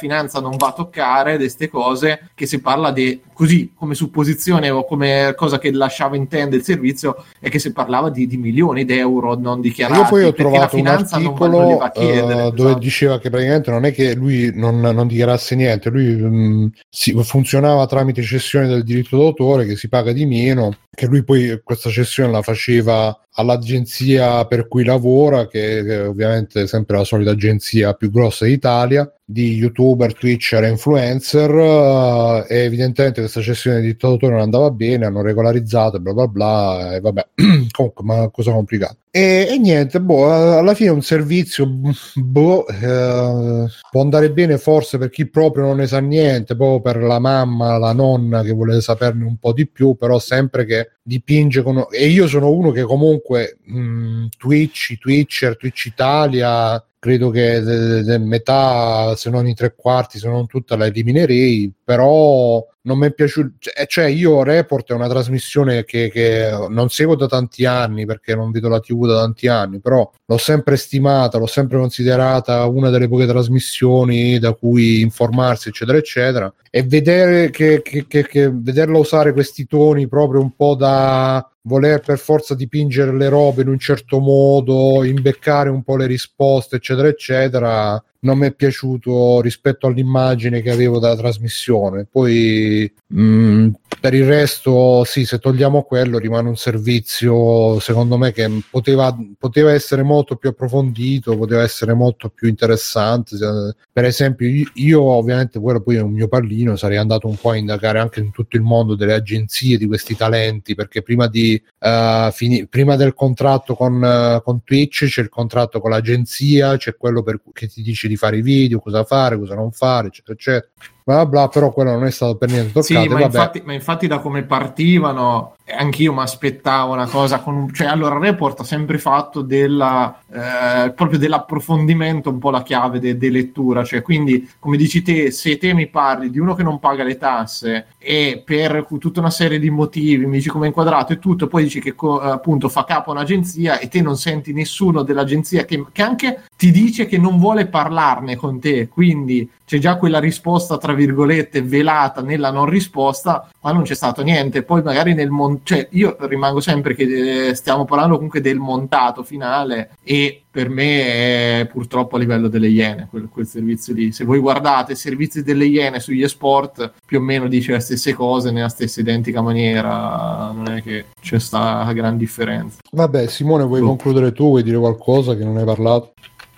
non va a toccare di queste cose, che si parla di, così come supposizione o come cosa che lasciava intendere il servizio, è che si parlava di, di milioni di euro non dichiarati. Io poi ho perché trovato la finanza un non articolo voleva chiedere, uh, dove esatto. diceva che praticamente non è che lui non, non dichiarasse niente, lui mh, si, funzionava tramite cessione del diritto d'autore, che si paga di meno, che lui poi questa cessione la faceva all'agenzia per cui lavora, che, che ovviamente è sempre la solita agenzia più grossa d'Italia, di youtuber, twitcher e influencer, uh, e evidentemente questa cessione di diritto d'autore non andava bene, hanno regolarizzato, bla bla bla, e vabbè, comunque, ma cosa complicata. E, e niente, boh, alla fine un servizio boh, eh, può andare bene forse per chi proprio non ne sa niente, proprio per la mamma, la nonna che vuole saperne un po' di più, però sempre che dipinge con... E io sono uno che comunque mh, Twitch, i Twitcher, Twitch Italia, credo che de, de metà, se non i tre quarti, se non tutta, la eliminerei, però non mi è piaciuto, cioè io Report è una trasmissione che, che non seguo da tanti anni, perché non vedo la tivù da tanti anni, però l'ho sempre stimata, l'ho sempre considerata una delle poche trasmissioni da cui informarsi, eccetera eccetera, e vedere che, che, che, che vederla usare questi toni proprio un po' da voler per forza dipingere le robe in un certo modo, imbeccare un po' le risposte, eccetera eccetera, non mi è piaciuto rispetto all'immagine che avevo dalla trasmissione. Poi mh, per il resto sì, se togliamo quello rimane un servizio secondo me che poteva, poteva essere molto più approfondito, poteva essere molto più interessante. Per esempio io, io ovviamente quello poi è un mio pallino, sarei andato un po' a indagare anche in tutto il mondo delle agenzie di questi talenti, perché prima di uh, fini, prima del contratto con, uh, con Twitch c'è il contratto con l'agenzia, c'è quello per, che ti dice di fare i video, cosa fare, cosa non fare, eccetera eccetera, bla bla, però quello non è stato per niente toccato. Sì, ma, vabbè. infatti, ma infatti da come partivano anch'io mi aspettavo una cosa con un... cioè allora Report ha sempre fatto della eh, proprio dell'approfondimento un po' la chiave de, de lettura, cioè quindi come dici te, se te mi parli di uno che non paga le tasse e per tutta una serie di motivi mi dici come è inquadrato e tutto, poi dici che co- appunto fa capo a un'agenzia e te non senti nessuno dell'agenzia che, che anche ti dice che non vuole parlarne con te, quindi c'è già quella risposta tra virgolette velata nella non risposta, ma non c'è stato niente. Poi magari nel mon- cioè io rimango sempre che eh, stiamo parlando comunque del montato finale, e per me è purtroppo a livello delle Iene quel, quel servizio lì. Se voi guardate i servizi delle Iene sugli esport, più o meno dice le stesse cose nella stessa identica maniera, non è che c'è sta gran differenza. Vabbè, Simone, vuoi oh. concludere tu? Vuoi dire qualcosa che non hai parlato?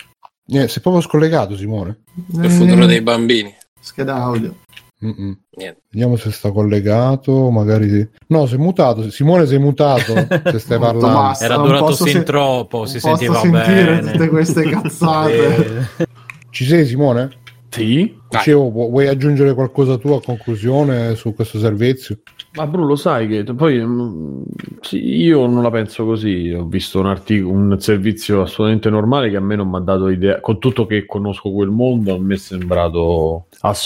Eh, sei proprio scollegato, Simone. Il futuro dei bambini. Scheda audio. Niente. Vediamo se sta collegato, magari no, sei mutato. Simone, sei mutato se stai parlando. Basta, era durato sin se... troppo, si sentiva sentire bene tutte queste cazzate. Ci sei, Simone? Sì. Dicevo, vuoi aggiungere qualcosa tu a conclusione su questo servizio? Ma Bruno, lo sai che poi mh, sì, io non la penso così. Ho visto un articolo, un servizio assolutamente normale che a me non mi ha dato idea, con tutto che conosco quel mondo, a me è sembrato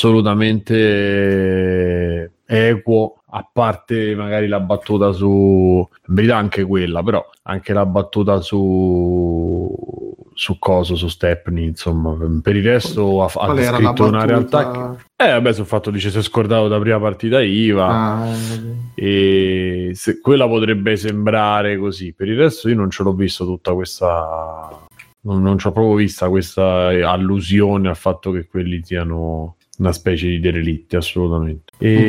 assolutamente equo, a parte magari la battuta su, in verità anche quella, però anche la battuta su su coso, su Stepney, insomma, per il resto ha, ha descritto una realtà che... eh vabbè, sul fatto dice si è scordato da prima partita I V A, ah, e se, quella potrebbe sembrare così, per il resto io non ce l'ho visto tutta questa, non, non ci ho proprio vista questa allusione al fatto che quelli siano una specie di derelitti, assolutamente.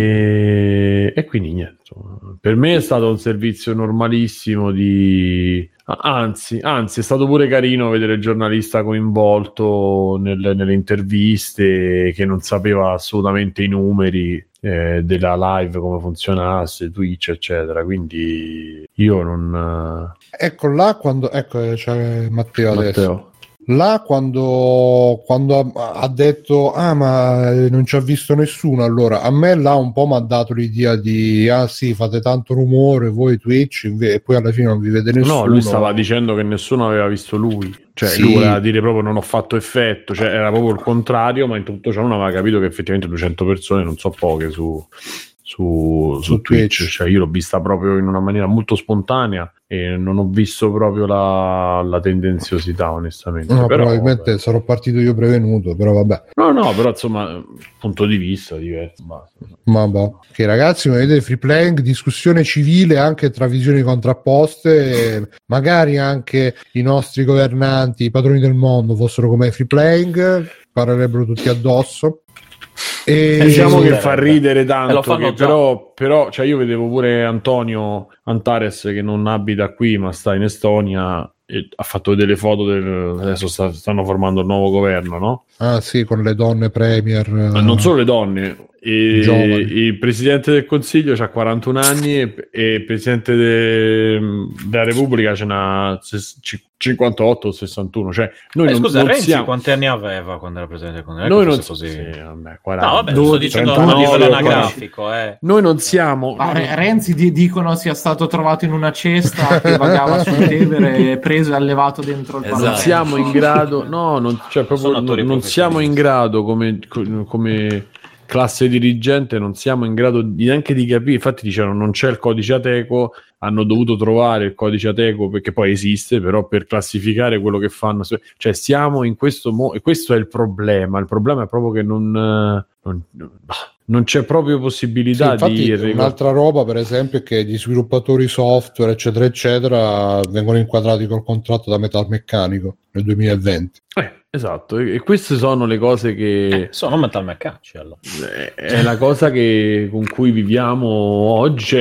E, mm. e quindi niente, insomma, per me è stato un servizio normalissimo di... Anzi, anzi, è stato pure carino vedere il giornalista coinvolto nel, nelle interviste, che non sapeva assolutamente i numeri eh, della live, come funzionasse, Twitch, eccetera. Quindi io non... Ecco là quando... Ecco, c'è Matteo adesso. Matteo. Là quando, quando ha, ha detto ah ma non ci ha visto nessuno, allora a me là un po' mi ha dato l'idea di ah sì, fate tanto rumore voi Twitch e poi alla fine non vi vede nessuno. No, lui stava dicendo che nessuno aveva visto lui, cioè sì. Lui voleva dire proprio non ho fatto effetto, cioè era proprio il contrario, ma in tutto ciò non aveva capito che effettivamente duecento persone non so poche su su, su, Su Twitch. Twitch. Cioè io l'ho vista proprio in una maniera molto spontanea e non ho visto proprio la, la tendenziosità, onestamente. No, però, probabilmente vabbè. sarò partito io prevenuto, però vabbè. No, no, però insomma, punto di vista diverso. Basta. Ma boh. Ok, ragazzi, come vedete, free playing, discussione civile anche tra visioni contrapposte, e magari anche i nostri governanti, i padroni del mondo fossero come free playing, parlerebbero tutti addosso. E Diciamo che Sì, fa sarebbe. ridere E lo tanto, fanno che già. però, però cioè io vedevo pure Antonio Antares che non abita qui ma sta in Estonia e ha fatto delle foto del, adesso sta- stanno formando il nuovo governo, no? ah sì, con le donne premier, Ma non solo le donne, e Giovani. il presidente del consiglio ha quarantuno anni e, e il presidente de- della Repubblica ce n'ha ses- ci- cinquantotto o sessantuno, cioè noi Eh, non, scusa, non Renzi siamo quanti anni aveva quando era presidente del Consiglio? noi Ecco, non forse sì, così. vabbè, quaranta, No, vabbè, sto dodici, dicendo a trentanove, livello quaranta. anagrafico, eh. noi non siamo Ma Re- Renzi di- dicono sia stato trovato in una cesta che vagava sul Tevere e preso e allevato dentro il Esatto. non Parlamento. siamo in grado, no, non, cioè proprio Sono attori non, non siamo in professionisti. grado come, co- come classe dirigente, non siamo in grado di- neanche di capire. Infatti dicevano non c'è il codice Ateco, hanno dovuto trovare il codice Ateco perché poi esiste, però per classificare quello che fanno, cioè siamo in questo mo- e questo è il problema. Il problema è proprio che non, eh, non, non c'è proprio Sì, possibilità infatti di regol- un'altra roba per esempio è che gli sviluppatori software eccetera eccetera vengono inquadrati col contratto da metalmeccanico nel duemilaventi. Eh, esatto, e, e queste sono le cose che Eh, sono metalmeccanici allora. è è la cosa che, con cui viviamo oggi,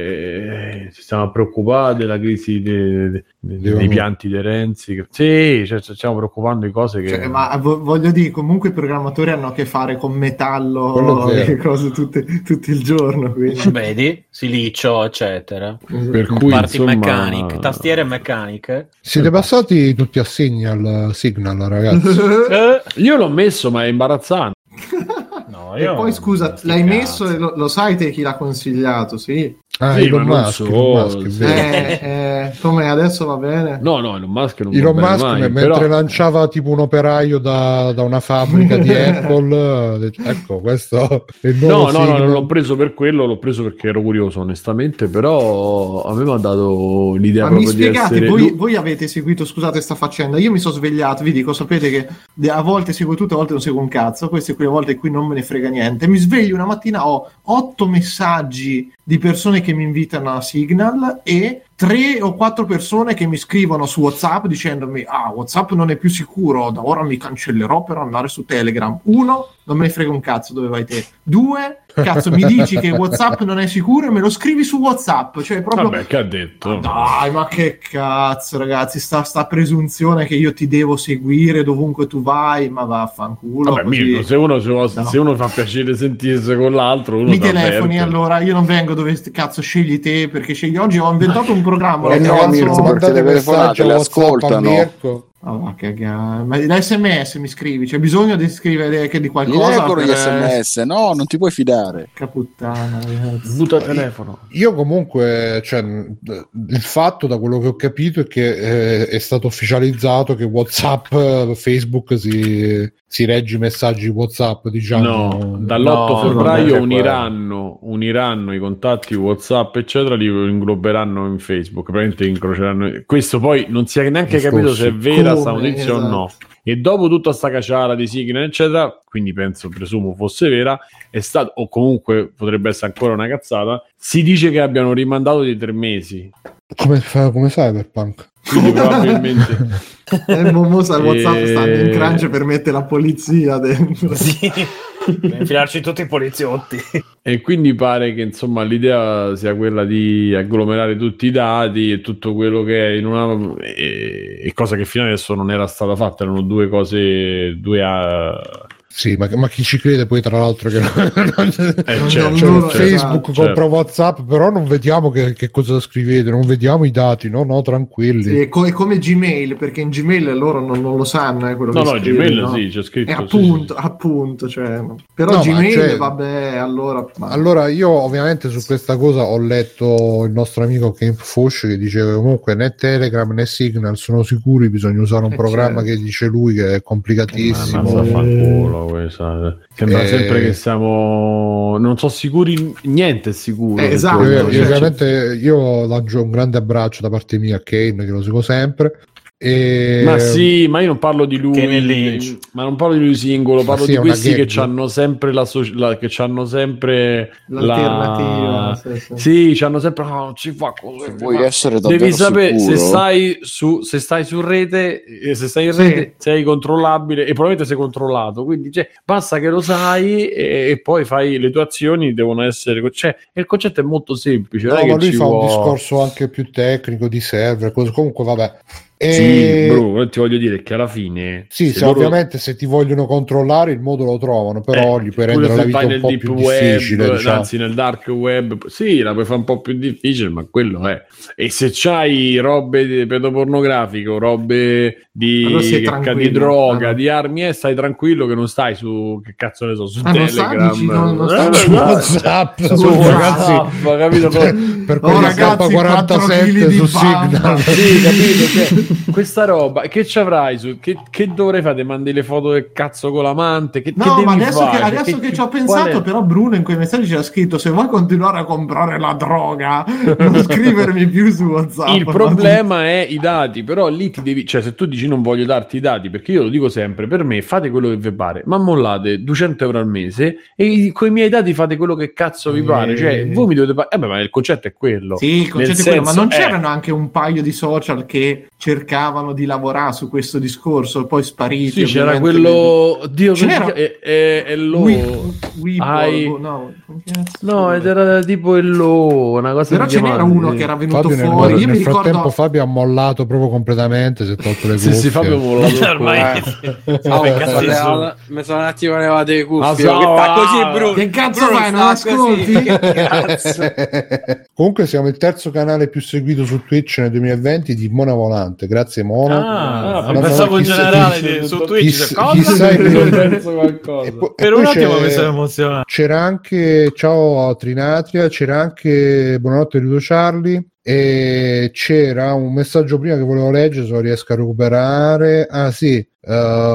eh, ci stiamo a preoccupare della crisi de- de- de- Devo- dei pianti di Renzi, che- sì, cioè, ci stiamo preoccupando di cose che Cioè, ma vo- voglio dire, comunque i programmatori hanno a che fare con Quello metallo è vero. e cose tutte, tutto il giorno. Quindi. Vedi? Silicio, eccetera. per cui Parti insomma, mechanic, tastiere meccaniche. Siete passati tutti a Signal, Signal ragazzi. Eh, io l'ho messo ma è imbarazzante. no, E io poi scusa, sti l'hai cazzi. messo e lo, lo sai te chi l'ha consigliato, sì. Ah, Sì, Elon ma non Musk, so, Elon Musk, è sì. vero. Eh, eh, come adesso va bene? No, no, Elon Musk non Elon va bene Musk mai, me- però- mentre lanciava tipo un operaio da, da una fabbrica di Apple, eh, ecco questo è il No, nuovo no, no, Signal. non l'ho preso per quello, l'ho preso perché ero curioso, onestamente, però a me mi ha dato l'idea Ma mi proprio di spiegate, essere... voi, voi avete seguito, scusate sta faccenda, io mi sono svegliato, vi dico, sapete che de- a volte seguo tutto, a volte non seguo un cazzo, queste quelle volte in cui non me ne frega niente, mi sveglio una mattina, ho otto messaggi di persone che mi invitano a Signal e tre o quattro persone che mi scrivono su WhatsApp dicendomi ah, WhatsApp non è più sicuro, da ora mi cancellerò per andare su Telegram. Uno, non me ne frega un cazzo dove vai te. Due, cazzo mi dici che WhatsApp non è sicuro e me lo scrivi su WhatsApp, cioè proprio Vabbè, che ha detto? dai, ma che cazzo, ragazzi, sta, sta presunzione che io ti devo seguire dovunque tu vai, ma vaffanculo. Vabbè, così. Mirko, se uno, se, No. se uno fa piacere sentirsi con l'altro, uno Mi si telefoni avverte. allora, io non vengo dove st- cazzo scegli te, perché scegli oggi ho inventato un programma. Eh lo no, cazzo- Mirko, mandate le messaggio telefonate, a le WhatsApp a ascoltano. Mirko. Ah, va, che ga- ma l'S M S mi scrivi, c'è bisogno di scrivere che di Li qualcosa leggono per- gli sms, no, non ti puoi fidare. Che puttana, ragazzi. Butta il telefono. Io comunque, cioè, il fatto da quello che ho capito è che eh, è stato ufficializzato che WhatsApp, eh, Facebook si, si regge i messaggi WhatsApp, diciamo. No, dall'otto No, febbraio non è uniranno, uniranno i contatti WhatsApp, eccetera, li ingloberanno in Facebook, praticamente incroceranno. Questo poi non si è neanche Discorsi. capito se è vera sta Come, notizia o esatto. no. E dopo tutta sta caciara di Signal, eccetera, quindi penso, presumo fosse vera, è stato, o comunque potrebbe essere ancora una cazzata, si dice che abbiano rimandato di tre mesi. Come, fa, come Cyberpunk? Quindi probabilmente... Eh, Momosa il WhatsApp E- stanno in crunch per mettere la polizia dentro. Sì, per infilarci tutti i poliziotti. E quindi pare che insomma l'idea sia quella di agglomerare tutti i dati e tutto quello che è in una e, e cosa che fino adesso non era stata fatta, erano due cose, due a... Sì, ma, ma chi ci crede poi tra l'altro che non, Eh, Non- certo, non cioè, loro- Facebook esatto, compra WhatsApp, però non vediamo che, che cosa scrivete, non vediamo i dati, no, no, tranquilli. Sì, è, co- è come Gmail, perché in Gmail loro non, non lo sanno, eh, quello No, che no, scrivi, Gmail no? sì, c'è scritto. E sì, appunto, sì, sì. appunto, cioè, però No, ma Gmail, cioè- vabbè, allora... ma- Allora, io ovviamente su questa cosa ho letto il nostro amico Kemp Fush che dice che comunque né Telegram né Signal sono sicuri, bisogna usare un Eh, programma certo. che dice lui che è Ma complicatissimo. mazza fanculo, so questa. Sembra Eh, sempre che siamo non so sicuri, niente è sicuro. Eh, esatto. Io, cioè, io ovviamente io lancio un grande abbraccio da parte mia a Kane, che lo seguo sempre. E... Ma sì, ma io non parlo di lui, Kenny Lynch. ma non parlo di lui singolo, Ma parlo sì, di è una questi che gag. hanno sempre la, so- la che hanno sempre L'alternativa, la... sì, sì. sì, c'hanno sempre oh, non si fa così. Vuoi ma- essere davvero devi sapere sicuro? se stai su se stai su rete, eh, se stai in Sì. rete sei controllabile e probabilmente sei controllato, quindi cioè, basta che lo sai e, e poi fai le tue azioni devono essere, cioè il concetto è molto semplice. No, non è ma che lui ci fa un vuole- discorso anche più tecnico di server, cose- comunque vabbè. E... Sì, bro, ti voglio dire che alla fine Sì, se se loro- ovviamente se ti vogliono controllare il modo lo trovano, però Eh, gli puoi pure rendere se la vita vai un nel po' deep più web, difficile, diciamo. anzi nel dark web, sì, la puoi fare un po' più difficile, ma quello è. E se c'hai robe di- pedopornografiche o robe di, Allora sei che- tranquillo. di droga, Ah, no. di armi, e stai tranquillo che non stai su, che cazzo ne so, su Ah, non sta, Telegram, dici, non- non sta- Eh, Su guarda, WhatsApp, su su, WhatsApp, ragazzi, capito? per Oh, quelli ragazzi, K quarantasette quattro su chili di bamba. Signal. Sì, capito? Cioè, questa roba che ci avrai su che, che dovrei fare? Ti mandi le foto del cazzo con l'amante? Che, che No, devi ma adesso, fare? che, adesso che, ci ho qual pensato, è? però Bruno in quei messaggi c'era scritto: se vuoi continuare a comprare la droga, non scrivermi più su WhatsApp. Il problema è i dati, però lì ti devi, cioè se tu dici non voglio darti i dati, perché io lo dico sempre, per me fate quello che vi pare, ma mollate duecento euro al mese e con i miei dati fate quello che cazzo vi pare, cioè voi mi dovete pagare, eh beh, ma il concetto è quello. Sì, il concetto Nel è quello, ma senso, non eh, c'erano anche un paio di social che cercavano di lavorare su questo discorso, poi spariti. Sì, c'era ovviamente. quello, Dio, Ce come si n'era- chiama? è, è, è lo We- Weeble, Hai- no, come cazzo? no, ed era tipo il lo, una cosa Però si ce n'era chiamava- uno che era venuto Fabio nel, fuori. Io nel mi frattempo ricordo. Fabio ha mollato proprio completamente, si è tolto le Sì, cuffie. sì, Fabio mollato Ormai qua. Oh, Che mi cazzo sono di levato- mi sono un attimo levato le cuffie. Ah, che so, sta ah, così, Bruno. Che cazzo Bruno fai? Non sta ascolti? così, che cazzo? Comunque siamo il terzo canale più seguito su Twitch nel duemilaventi di Mona Volante, grazie Mona. Ah, Ah, no, pensavo no, in chissà- generale chissà- di- su chissà- Twitch. chissà- cosa? chissà il- Io penso qualcosa. E poi- e Per un poi attimo c'è- mi sono emozionato. c'era anche ciao Trinatria, c'era anche buonanotte Ludo Charlie e c'era un messaggio prima che volevo leggere, se lo riesco a recuperare. Ah sì, uh,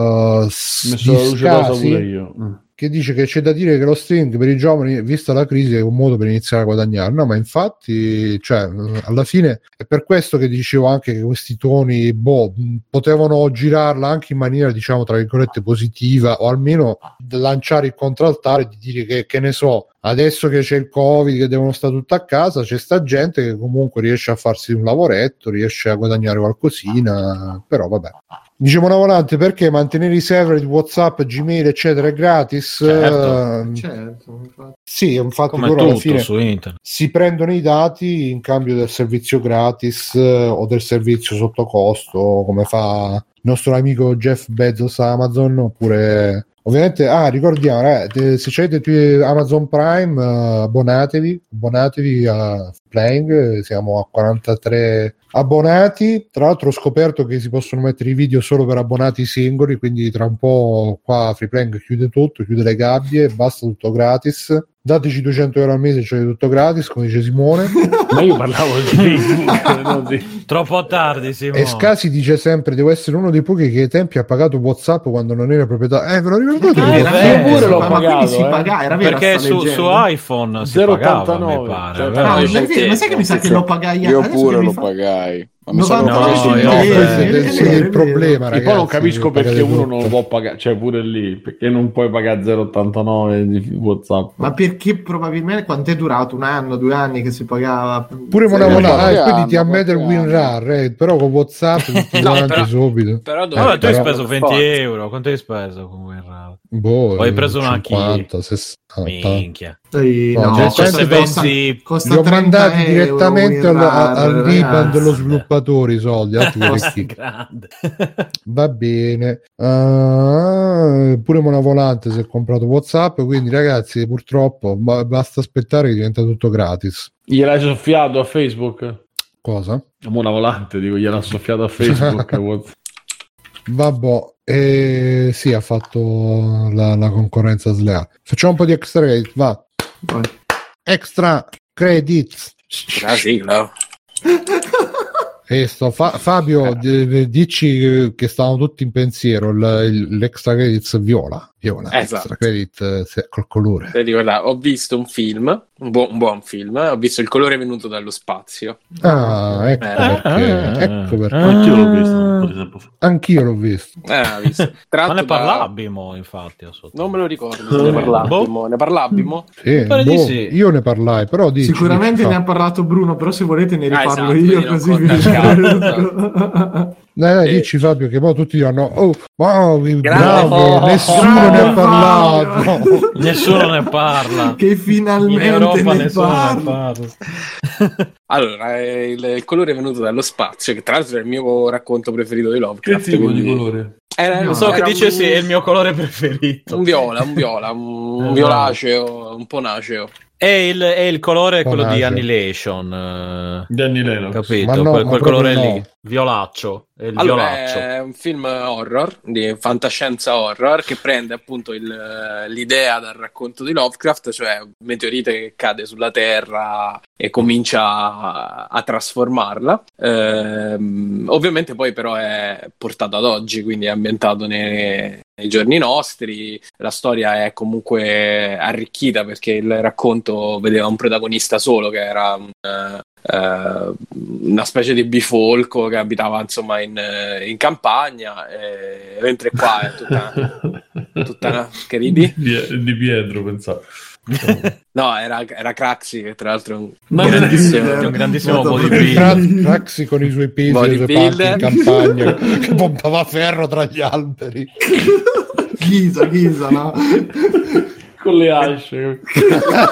Mi sono luce rosa pure io. Mm. che dice che c'è da dire che lo streaming per i giovani, vista la crisi, è un modo per iniziare a guadagnare. No, ma infatti, cioè, alla fine è per questo che dicevo anche che questi toni, boh, potevano girarla anche in maniera, diciamo, tra virgolette, positiva, o almeno lanciare il contraltare di dire che, che ne so, adesso che c'è il Covid, che devono stare tutti a casa, c'è sta gente che comunque riesce a farsi un lavoretto, riesce a guadagnare qualcosina, però vabbè. Diciamo una volante, perché mantenere i server di WhatsApp, Gmail, eccetera, è gratis? Certo. Eh, Certo, infatti. sì, infatti Come loro alla tutto fine su internet. si prendono i dati in cambio del servizio gratis eh, o del servizio sotto costo, come fa il nostro amico Jeff Bezos a Amazon, oppure ovviamente, ah, ricordiamo, eh, se avete più Amazon Prime, eh, abbonatevi, abbonatevi a Playing, siamo a quarantatré abbonati. Tra l'altro ho scoperto che si possono mettere i video solo per abbonati singoli, quindi tra un po' qua Freeplaying chiude tutto, chiude le gabbie, basta, tutto gratis. Dateci duecento euro al mese, cioè tutto gratis, come dice Simone. Ma io parlavo di Facebook, non di... Troppo tardi, Simone. E Scasi dice sempre: devo essere uno dei pochi che ai tempi ha pagato WhatsApp quando non era proprietario. Eh, ve lo ricordate? Ah, che- era io vero, pure l'ho ma, ma quindi pagato, si eh. pagava, era vera Perché sta su, su leggenda? iPhone si zero pagava, ottantanove, mi pare. cioè, vero? Ah, Ah, è c'è vero, ma sai che mi sa che tempo. lo pagai Io adesso pure che mi lo fa- pagai. Ma mi sa che lo novanta pagai no, su io- No, Netflix. questo è, Eh, del- è sì, vero, il è problema, E ragazzi. poi non capisco pagate perché uno tutto. non lo può pagare, cioè pure lì, perché non puoi pagare zero virgola ottantanove di WhatsApp. Ma perché probabilmente quanto è durato? Un anno, due anni che si pagava? Pure Sì, una volata, qualche ah, e quindi ti anno, ammette il qualche win anno. rar, eh, però con WhatsApp tutti No, quanti però- subito. Però Eh, Vabbè, tu hai però- speso venti forza. euro. Quanto hai speso con Winrar? Boh, O hai preso una cinquanta, sessanta. Minchia. Sì, No, no, cioè, questo se costa, vendi- costa Li ho trenta mandati euro, direttamente al, WinRAR, al R I B A N dello ragazzi. sviluppatore i soldi, altri perché- Grande. va bene. Uh, pure Mona Volante si è comprato WhatsApp, quindi ragazzi purtroppo ba- basta aspettare che diventa tutto gratis. Gliel'hai soffiato a Facebook? Cosa? Una volante, dico, gliel'ha soffiato a Facebook. WhatsApp. Vabbè, eh, sì, ha fatto la, la concorrenza sleale. Facciamo un po' di extra credit, va. Vai. Extra credits. La sigla. E sto Fa- Fabio, d- dici che stavano tutti in pensiero. il- il- l'extra credits viola, viola Esatto. l'extra credit eh, se- col colore. Devi ricordare, ho visto un film, un, bu- un buon film, ho visto Il colore venuto dallo spazio. Ah, ecco Eh. perché. Ah, ecco perché. Anch'io l'ho visto un po' di tempo fa. Anch'io l'ho visto. Eh, visto. Ma ne Tratto da- parlabimo, infatti. a sotto. Non me lo ricordo se ne parlabimo. Ne parlabimo? Sì, pare di boh, sì. Io ne parlai, però dici, Sicuramente dici, ne fa. ha parlato Bruno, però se volete ne Ah, riparlo esatto, io io così ho vi contattato. Dai, dai, Eh. dici Fabio che poi tutti diranno oh, wow, Grande. bravo, Oh, nessuno bravo, ne ha parlato. Fabio. Nessuno ne parla. Che finalmente In Europa ne nessuno parla. ne parla. Allora, eh, il, il colore venuto dallo spazio, che tra l'altro è il mio racconto preferito di Che Lovecraft. tipo quindi- di colore? Era, No, So che era dice un, sì, è il mio colore preferito. un viola, un viola, un, un violaceo, un po' naceo. È il, è il colore quello di Bonaccio. Annihilation, eh, Danny Lennox. capito? Ma no, quel ma quel proprio colore no. lì, violaccio, è il Allora, violaccio. è un film horror, di fantascienza horror, che prende appunto il, l'idea dal racconto di Lovecraft, cioè un meteorite che cade sulla Terra e comincia a, a trasformarla. Ehm, ovviamente poi però è portato ad oggi, quindi è ambientato nei, nei giorni nostri. La storia è comunque arricchita perché il racconto vedeva un protagonista solo, che era un, eh, eh, una specie di bifolco che abitava insomma in, in campagna, e, mentre qua è tutta, tutta una... che ridi? Di, di Pietro, pensavo. No, era, era Craxi, che tra l'altro è un Ma grandissimo, un grandissimo Molto bodybuilder. bello. Tra- Traxi con i suoi pesi e le sue parti in Bodybuilder. campagna che pompava ferro tra gli alberi. Ghisa, Ghisa, no? Con le asce. Ah,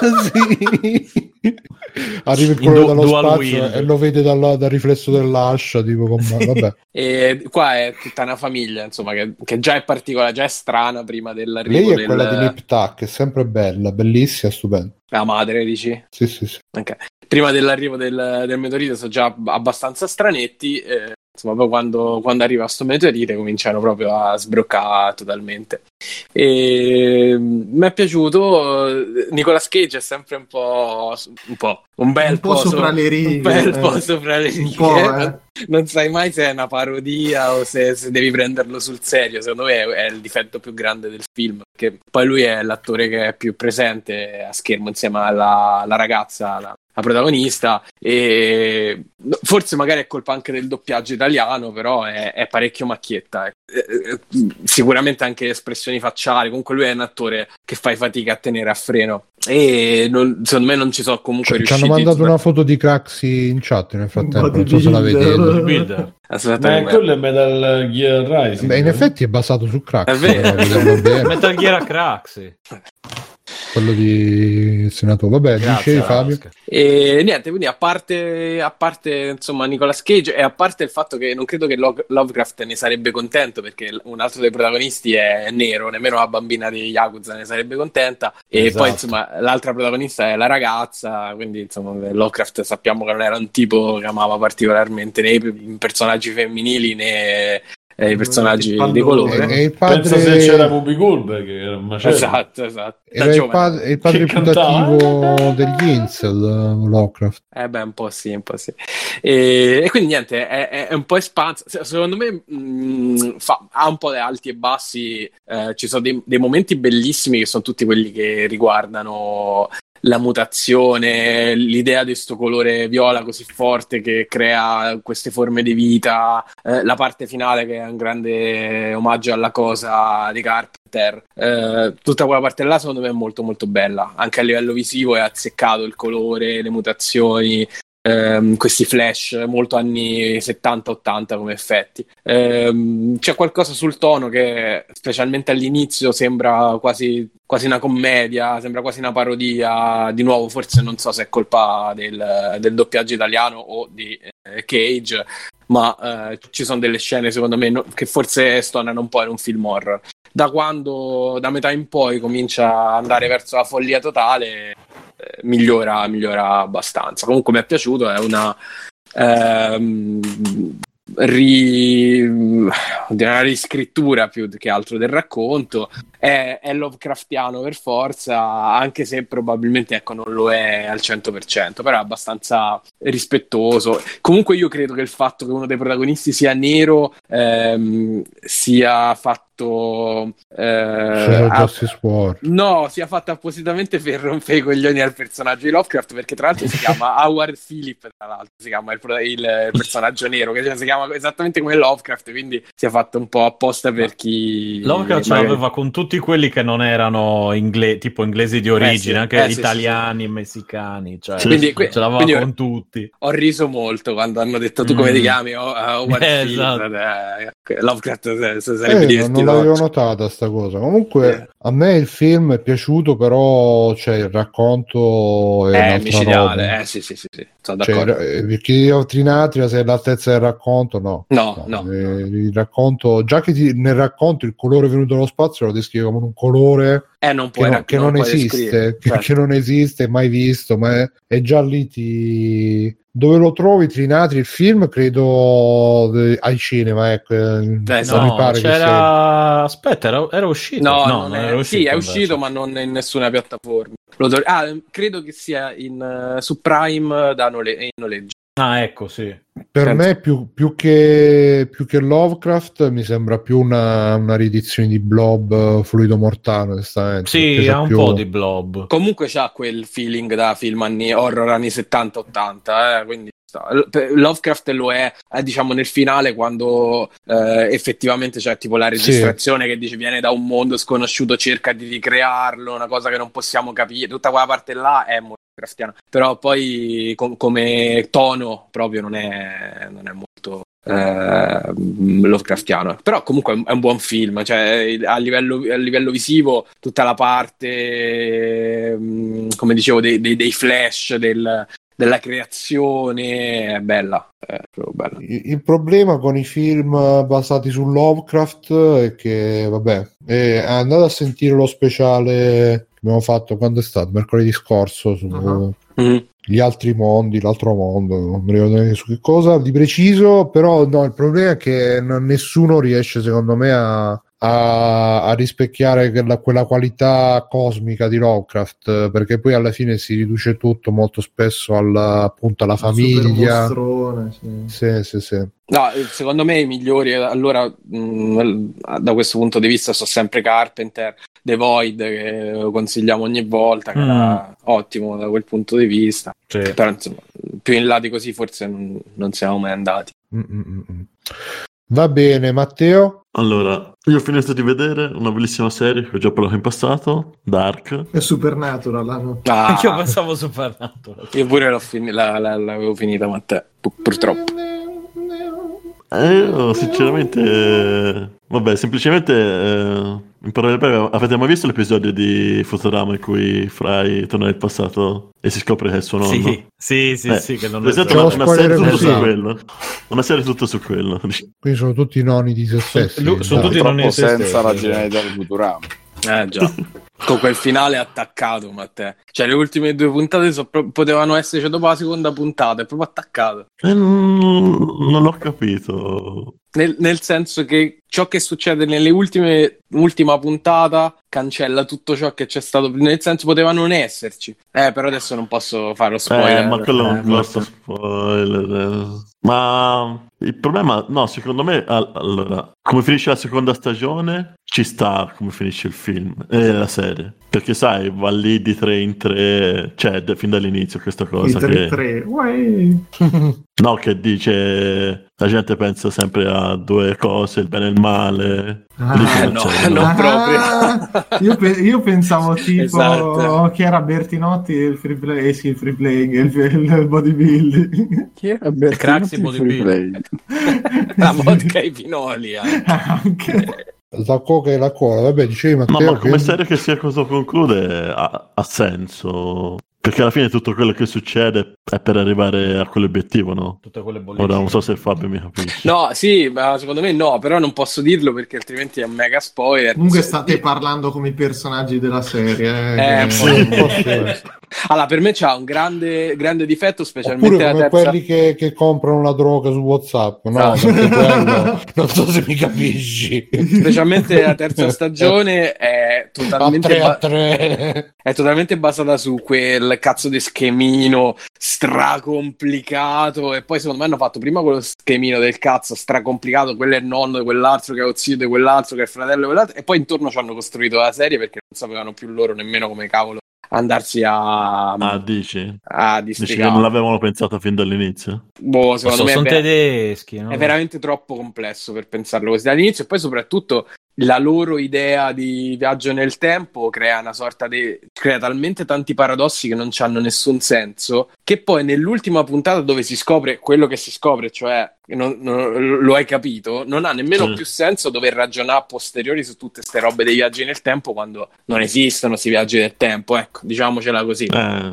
sì. Arriva il In colore du- dallo dual spazio wield. e lo vede dal, dal riflesso dell'ascia, tipo come... vabbè. E qua è tutta una famiglia, insomma, che, che già è particolare, già è strana prima dell'arrivo Lei è del... quella di Nip Tuck, è sempre bella, bellissima, stupenda. La madre, dici? Sì, sì, sì. Ok. Prima dell'arrivo del, del meteorite sono già abbastanza stranetti, eh, insomma, poi quando, quando arriva sto meteorite cominciano proprio a sbroccare totalmente. E mi è piaciuto. Nicolas Cage è sempre un po', un po', un bel Un po' sopra le righe, un bel eh. po' sopra le Un righe. po', eh. Non sai mai se è una parodia o se, se devi prenderlo sul serio. Secondo me è, è il difetto più grande del film, perché poi lui è l'attore che è più presente a schermo insieme alla, alla ragazza, la, la protagonista, e forse magari è colpa anche del doppiaggio italiano, però è, è parecchio macchietta. Eh, eh, sicuramente anche espressioni facciali. Comunque lui è un attore che fai fatica a tenere a freno, e non, secondo me non ci sono comunque Cioè, ci riusciti. hanno mandato una foto di Craxi in chat nel frattempo, non so se la vedete. Bodybuilder. Aspetta, Ma che- quello è Metal Gear Rising. Beh, in effetti è basato su Craxi, È vero. eh, vederlo bene. Metal Gear Craxi. Quello di senatore. Vabbè, Grazie, dicevi Fabio. Oscar. E niente, quindi a parte, a parte insomma Nicolas Cage, e a parte il fatto che non credo che Lo- Lovecraft ne sarebbe contento, perché un altro dei protagonisti è nero, nemmeno la bambina di Yakuza ne sarebbe contenta, e Esatto. poi insomma l'altra protagonista è la ragazza, quindi insomma Lovecraft sappiamo che non era un tipo che amava particolarmente né i personaggi femminili né eh, i personaggi Pallone. di colore. E, e il Pensa se padre c'era Bobby Goldberg, che era un macello. Esatto, esatto. Da era il, giovane. pad- il padre Che cantava. putativo degli Incel, eh, Lovecraft. Eh beh, un po' sì, un po' sì. E, e quindi niente, è, è- è un po' espanso. Se- Secondo me mh, fa- ha un po' di alti e bassi. Eh, ci sono dei, dei momenti bellissimi che sono tutti quelli che riguardano la mutazione, l'idea di sto colore viola così forte che crea queste forme di vita, eh, la parte finale che è un grande omaggio alla cosa di Carpenter. Eh, tutta quella parte là secondo me è molto molto bella, anche a livello visivo è azzeccato il colore, le mutazioni, ehm, questi flash molto anni settanta ottanta come effetti. Ehm, c'è qualcosa sul tono che specialmente all'inizio sembra quasi, quasi una commedia, sembra quasi una parodia. Di nuovo forse non so se è colpa del, del doppiaggio italiano o di eh, Cage, ma eh, ci sono delle scene secondo me no- che forse stonano un po' in un film horror. Da quando, da metà in poi comincia ad andare verso la follia totale, eh, migliora, migliora abbastanza. Comunque mi è piaciuto, è una ehm, ri... di una riscrittura più che altro del racconto. È, è Lovecraftiano per forza, anche se probabilmente ecco non lo è al cento per cento, però è abbastanza rispettoso. Comunque io credo che il fatto che uno dei protagonisti sia nero ehm, sia fatto eh, a... Justice War. no, sia fatto appositamente per rompere i coglioni al personaggio di Lovecraft, perché tra l'altro si chiama Howard Phillip, tra l'altro si chiama il, il, il personaggio nero, che si chiama esattamente come Lovecraft, quindi si è fatto un po' apposta per chi Lovecraft ce magari... l'aveva con tutti quelli che non erano ingle- tipo inglesi di origine, eh sì, anche eh sì, italiani, sì, sì. messicani, cioè Quindi, que- ce l'aveva quindi con ho, tutti. ho riso molto quando hanno detto tu come Mm. ti chiami, oh, uh, Howard Eh, Phillip, esatto. eh, Lovecraft se, se sarebbe Eh, divertito non l'avevo oggi. notata sta cosa. Comunque Eh. a me il film è piaciuto, però cioè, il racconto è È un'altra micidiale, roba. eh sì sì sì, sì. Sono Cioè, d'accordo. eh, perché io Trinatria, se è all'altezza del racconto, no. No, no. Eh, il racconto, già che ti- nel racconto il colore venuto dallo spazio lo descrive come un colore Eh, non che, puoi, non, che non non puoi esiste, descrivere, che, certo. che non esiste, mai visto, ma è, è già lì ti... Dove lo trovi Trinatri il film? Credo eh, ai cinema, ecco. eh, non esatto. mi No, pare che sia. c'era... Aspetta, era, era uscito? No, No, non non è... era sì, è uscito uscito, invece. ma non in nessuna piattaforma. Lo dov- ah, credo che sia in, uh, su Prime da nole- in noleggio. Ah, ecco, sì. Per Penso. me più, più, che, più che Lovecraft mi sembra più una, una riedizione di Blob eh, Fluido Mortale, onestamente. Sì, perché c'ha ha un più- po' di blob. Comunque c'ha quel feeling da film anni horror anni settanta ottanta, eh, quindi sta. Lovecraft lo è, eh, diciamo nel finale quando eh, effettivamente c'è tipo la registrazione Sì. che dice viene da un mondo sconosciuto, cerca di ricrearlo, una cosa che non possiamo capire, tutta quella parte là è molto Lovecraftiana, però poi com- come tono proprio non è, non è molto eh, Lovecraftiano, però comunque è un, è un buon film, cioè a livello, a livello visivo tutta la parte mh, come dicevo dei, dei, dei flash del, della creazione è bella, è proprio bella. Il, il problema con i film basati su Lovecraft è che, vabbè, è, andate a sentire lo speciale che abbiamo fatto, quando è stato? Mercoledì scorso, su Uh-huh. Mm. gli altri mondi, l'altro mondo, non mi ricordo neanche su che cosa di preciso, però no, il problema è che non, nessuno riesce secondo me a, a, a rispecchiare quella, quella qualità cosmica di Lovecraft, perché poi alla fine si riduce tutto molto spesso alla, appunto alla famiglia. Super mostrone, sì. Sì, sì, sì. No, secondo me i migliori allora mh, da questo punto di vista sono sempre Carpenter, The Void, che consigliamo ogni volta, che Mm. era ottimo da quel punto di vista, Sì. però insomma più in là di così forse non, non siamo mai andati. Mm-mm-mm. Va bene, Matteo. Allora, io ho finito di vedere una bellissima serie che ho già parlato in passato, Dark. È Supernatural, ah, no? Ah, Anche io pensavo Supernatural. io pure l'ho fini- la, la, l'avevo finita, ma te pu- purtroppo. Eh, io sinceramente, eh, vabbè, semplicemente eh, in parole breve, avete mai visto l'episodio di Futurama in cui Fry torna nel passato e si scopre che è suo nonno? Sì, sì, sì, Eh, sì, che non per è esempio, C'è una, lo una spoiler serie tutta su così. quello. Una serie tutta su quello. Quindi sono tutti nonni di se stessi. Lu- sono Dai. tutti non Purtroppo in se senza la stessi, genialità di Futurama. Eh già, con quel finale attaccato, Matteo. Cioè le ultime due puntate so pro- potevano esserci cioè, dopo la seconda puntata, è proprio attaccato. Eh, non, non l'ho capito. Nel, nel senso che ciò che succede nelle ultime ultima puntata cancella tutto ciò che c'è stato, nel senso poteva non esserci. Eh, però adesso non posso fare lo spoiler. Eh, ma quello è Eh, un grosso spoiler. eh. Ma il problema, no, secondo me, all- allora, come finisce la seconda stagione, ci sta come finisce il film e la serie. Perché sai, va lì di tre in tre, cioè d- fin dall'inizio questa I cosa tre che... tre. Uè. No, che dice, la gente pensa sempre a due cose, il bene e il male. Ah, Lì Eh, non no, c'è, no. no. Ah, io, pe- io pensavo tipo Esatto. che era Bertinotti e il free play, eh sì, il free playing, il, il bodybuilding. Chi è Il Craxi Bodybuilder. la vodka ai pinoli. eh. Anche. La coca e la cola, vabbè, dicevi No, Matteo. ma come che- serie che sia cosa conclude ha, ha senso. Perché alla fine tutto quello che succede è per arrivare a quell'obiettivo, no? Tutte quelle bollicine. Ora non so se Fabio mi capisce. No, sì, ma secondo me no, però non posso dirlo perché altrimenti è un mega spoiler. Comunque Sì. state parlando come i personaggi della serie. Eh, Eh, un che- po', un po' sì. Allora, per me c'ha un grande, grande difetto, specialmente Oppure la come terza. quelli che, che comprano la droga su WhatsApp, no? Ah. Perché quello, non so se mi capisci. Specialmente la terza stagione è A totalmente, tre a ba- tre. è totalmente basata su quel cazzo di schemino stracomplicato. E poi secondo me hanno fatto prima quello schemino del cazzo stracomplicato, quello è il nonno di quell'altro, che è lo zio di quell'altro, che è il fratello di quell'altro, e poi intorno ci hanno costruito la serie perché non sapevano più loro nemmeno come cavolo andarsi a, Ah, dici? a Dici che districare. non l'avevano pensato fin dall'inizio? Boh, secondo So- me è sono ver- tedeschi, no? è veramente troppo complesso per pensarlo così dall'inizio, e poi soprattutto la loro idea di viaggio nel tempo crea una sorta di crea talmente tanti paradossi che non hanno nessun senso, che poi nell'ultima puntata dove si scopre quello che si scopre, cioè non, non- lo hai capito, non ha nemmeno Sì. più senso dover ragionare a posteriori su tutte ste robe dei viaggi nel tempo quando non esistono questi viaggi del tempo, ecco, diciamocela così. Eh,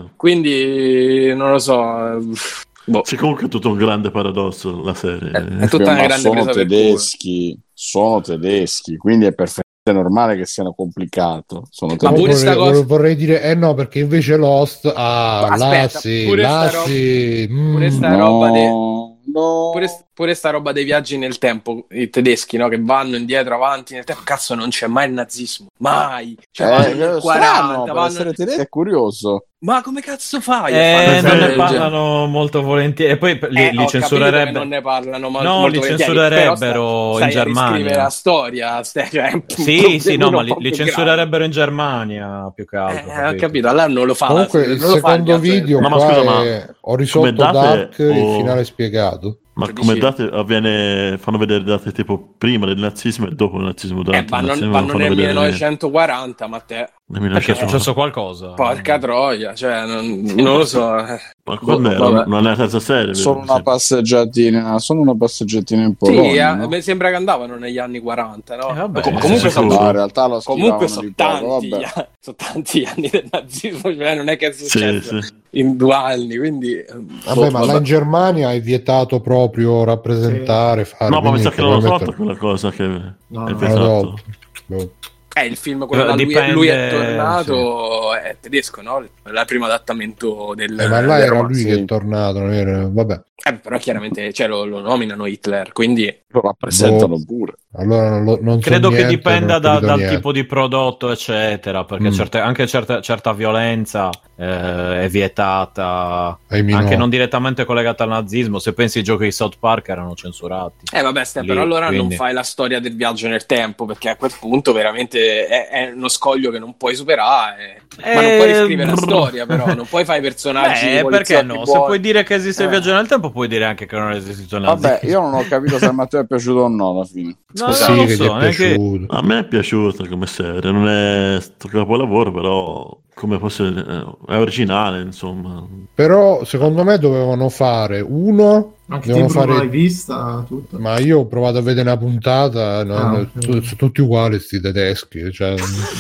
Quindi non lo so, boh. sì, comunque è tutto un grande paradosso la serie. È- è tutta una Ma grande sono presa per culo. tedeschi, sono tedeschi, quindi è perfettamente normale che siano complicato. Sono Ma tedeschi. pure sta vorrei, cosa- vorrei dire, eh no, perché invece Lost, ah, Ma là aspetta, sì, pure là sta roba- sì, mm. pure sta No, roba de- no. Pure, pure sta roba dei viaggi nel tempo, i tedeschi, no? Che vanno indietro, avanti nel tempo. Cazzo, non c'è mai il nazismo. Mai. Cioè, vanno Eh, nel strano, quaranta, per vanno essere nel- tedesco è curioso. Ma come cazzo fai? a Eh, fare una non serie ne del genere? parlano molto volentieri. E poi li, Eh, li ho capito che censurerebbe. non ne parlano ma- No, molto li volentieri, censurerebbero però in stai a Germania. riscrivere la storia, stai, cioè, è un Sì, sì, problemino no, ma un li, po' li più censurerebbero in Germania più che grave. altro. Eh, ho capito, allora non lo fa. Comunque non il lo fa il secondo viaggio nel video No, ma qua scusa, ma è- ho risolto come date Dark, il o- finale spiegato. Ma Che come dici? date avviene, fanno vedere date tipo prima del nazismo e dopo il nazismo. Durante Eh, il vanno, nazismo vanno fanno nel vedere millenovecentoquaranta, ma te, nel Perché è millenovecento. successo qualcosa? porca troia, cioè, non, non lo so. eh. Ma quando era? Vabbè. Non è la terza serie? Solo vero? una passeggiatina, solo una passeggiatina in Sì, Polonia. eh, no? mi sembra che andavano negli anni quaranta, no? Eh, vabbè, Com- eh, comunque sicuro. sono No, in realtà lo comunque scrivevano sono di poco, tanti, vabbè. eh, sono tanti gli anni del nazismo, cioè non è che è Sì, successo sì. in due anni, quindi eh, Vabbè, boh, ma là vabbè. in Germania è vietato proprio rappresentare, fare. No, ma mi quindi sa che l'hanno probabilmente- tolta quella cosa che No, è no, Ah, vietato. no. Boh. Eh, il film quello Eh, da lui, dipende, lui è tornato è tedesco, no? È il primo adattamento del, Eh, ma là del era romanzo. lui sì. che è tornato, non era- vabbè. Eh, però chiaramente cioè, lo, lo nominano Hitler, quindi Lo rappresentano Boh. pure. Allora non, lo- non so Credo che niente, dipenda non ho da- capito dal niente. tipo di prodotto, eccetera, perché Mm. certe- anche certa, certa violenza eh, è vietata, Ai minori. anche non direttamente collegata al nazismo. Se pensi ai giochi di South Park erano censurati. Eh vabbè, Ste, Lì, però allora non quindi. fai la storia del viaggio nel tempo, perché a quel punto veramente è, è uno scoglio che non puoi superare. Ma non puoi riscrivere la Eh, storia, però, non puoi fare i personaggi. Beh, perché poliziotti no? Se buoni. puoi dire che esiste il Eh. viaggio nel tempo, puoi dire anche che non è esistito il nazismo. Vabbè, io non ho capito se a Matteo è piaciuto o no alla fine. No, Sì, non lo che so, gli è neanche- piaciuto. A me è piaciuta come serie, non è sto capolavoro, però come fosse è originale, insomma. Però secondo me dovevano fare uno, Anche te devono Bruno fare l'hai vista tutta? ma io ho provato a vedere una puntata, no, Ah, no, ok. tu- sono tutti uguali sti tedeschi, cioè,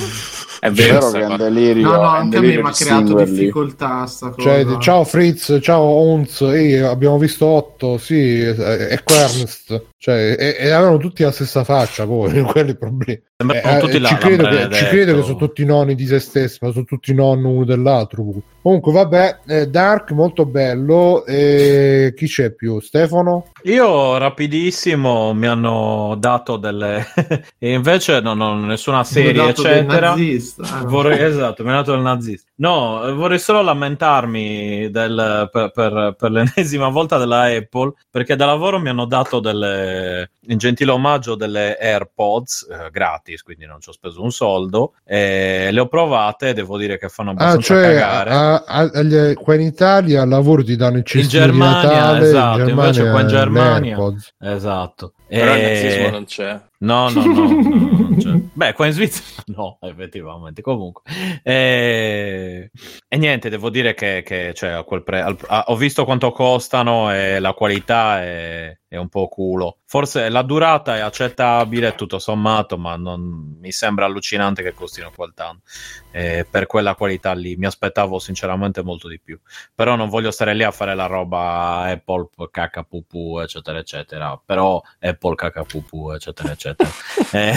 È È vero, vero sta che è un cosa. delirio. No, no, è un anche a me delirio mi ha creato distinguerli. difficoltà sta cosa. cioè, ciao Fritz, ciao Ons, ehi, abbiamo visto Otto, sì, e e Ernst, cioè, e, e avevano tutti la stessa faccia poi, quelli i problemi. Sembrano Eh, tutti eh, là, ci, credo che, Lambrenedetto. ci credo che sono tutti nonni di se stessi, ma sono tutti nonni uno dell'altro. Comunque, vabbè, eh, Dark molto bello. E chi c'è più? Stefano? Io rapidissimo mi hanno dato delle e invece no, no, nessuna serie dato del eccetera. nazista, eh, no. Vorrei, esatto, mi ha dato il nazista. No, vorrei solo lamentarmi del, per, per, per l'ennesima volta della Apple, perché da lavoro mi hanno dato delle, in gentile omaggio, delle AirPods eh, gratis, quindi non ci ho speso un soldo, e le ho provate e devo dire che fanno Ah, abbastanza cioè, cagare. a- a- agli- qua in Italia al lavoro ti danno il In cestino di Germania, Natale, esatto, in invece qua in le Germania, AirPods. esatto. Però il E- nazismo non c'è. No, no, no, no, non c'è. Beh, qua in Svizzera no, effettivamente. Comunque, e, e niente, devo dire che, che cioè, a quel pre... al- a- ho visto quanto costano e la qualità è, è è un po' culo. Forse la durata è accettabile tutto sommato, ma non mi sembra allucinante che costino quel tanto. Eh, per quella qualità lì mi aspettavo sinceramente molto di più, però non voglio stare lì a fare la roba Apple cacapupu eccetera eccetera, però Apple cacapupu eccetera eccetera. eh,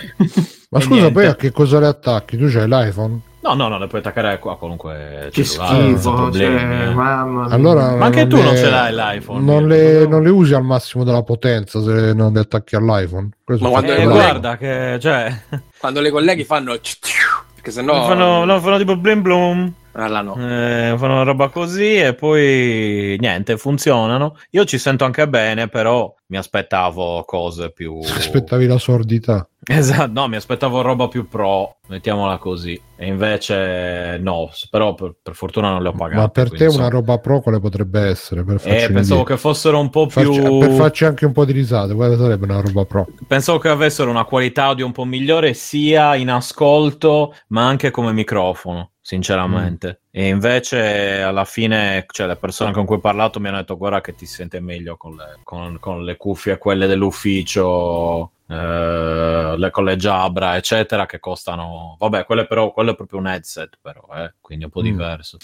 Ma scusa, poi a che cosa le attacchi? Tu c'hai l'iPhone? No, no, no, le puoi attaccare a qualunque che cellulare, senza schifo, problemi, cioè, eh. mamma mia. Allora, Ma anche tu le- non ce l'hai l'iPhone. Non Mirko, le, no? non le usi al massimo della potenza se non le attacchi all'iPhone. Questo Ma è quando fatto Eh, le da- guarda che, cioè, Quando le colleghi fanno perché sennò no, fanno, no, fanno tipo blim blum. Ah, là no. Eh, fanno una roba così e poi niente, funzionano. Io ci sento anche bene, però mi aspettavo cose più. Aspettavi la sordità. Esatto, no, mi aspettavo roba più pro, mettiamola così. E invece no, però per, per fortuna non le ho pagate. Ma per te quindi, una insomma. roba pro quale potrebbe essere? Per farci Eh, pensavo un'idea? che fossero un po' più. Farci- per farci anche un po' di risate, quale sarebbe una roba pro? Pensavo che avessero una qualità audio un po' migliore sia in ascolto ma anche come microfono, sinceramente. Mm. E invece alla fine, cioè, le persone con cui ho parlato mi hanno detto guarda che ti si sente meglio con le, con, con le cuffie quelle dell'ufficio, eh, le, con le Jabra eccetera, che costano, vabbè, quelle però, quello è proprio un headset però, eh, quindi è un po' Mm. diverso.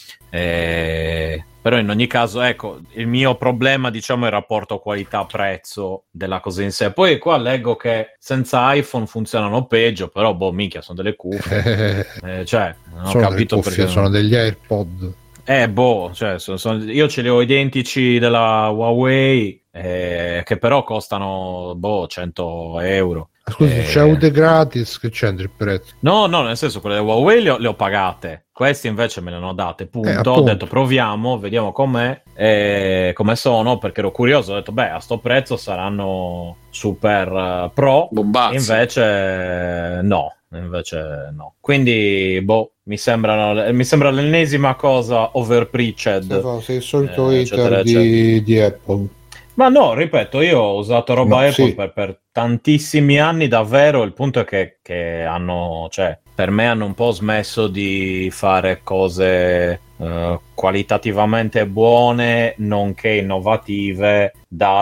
E... però in ogni caso, ecco, il mio problema diciamo è il rapporto qualità-prezzo della cosa in sé. Poi qua leggo che senza iPhone funzionano peggio, però boh, minchia, sono delle cuffie. Eh, cioè, non ho sono delle capito cuffie, perché. sono degli AirPod. Eh, boh, cioè, sono- sono- io ce li ho identici della Huawei, eh, che però costano, boh, cento euro. Scusi, Eh, c'è Ude gratis, che c'entra il prezzo? No, no, nel senso, quelle Huawei le ho, le ho pagate. Questi invece me le hanno date, punto. Eh, Ho appunto. detto proviamo, vediamo com'è, eh, come sono, perché ero curioso. Ho detto, beh, a sto prezzo saranno super eh, pro. Bombazzi. Invece no, invece no. Quindi, boh, mi sembrano, mi sembra l'ennesima cosa overpreached. Stefano, sei il solito Eh, hater eccetera, di, di Apple. Ma no, ripeto, io ho usato roba No, Apple sì. per, per tantissimi anni, davvero. Il punto è che, che hanno, cioè, per me hanno un po' smesso di fare cose eh, qualitativamente buone, nonché innovative,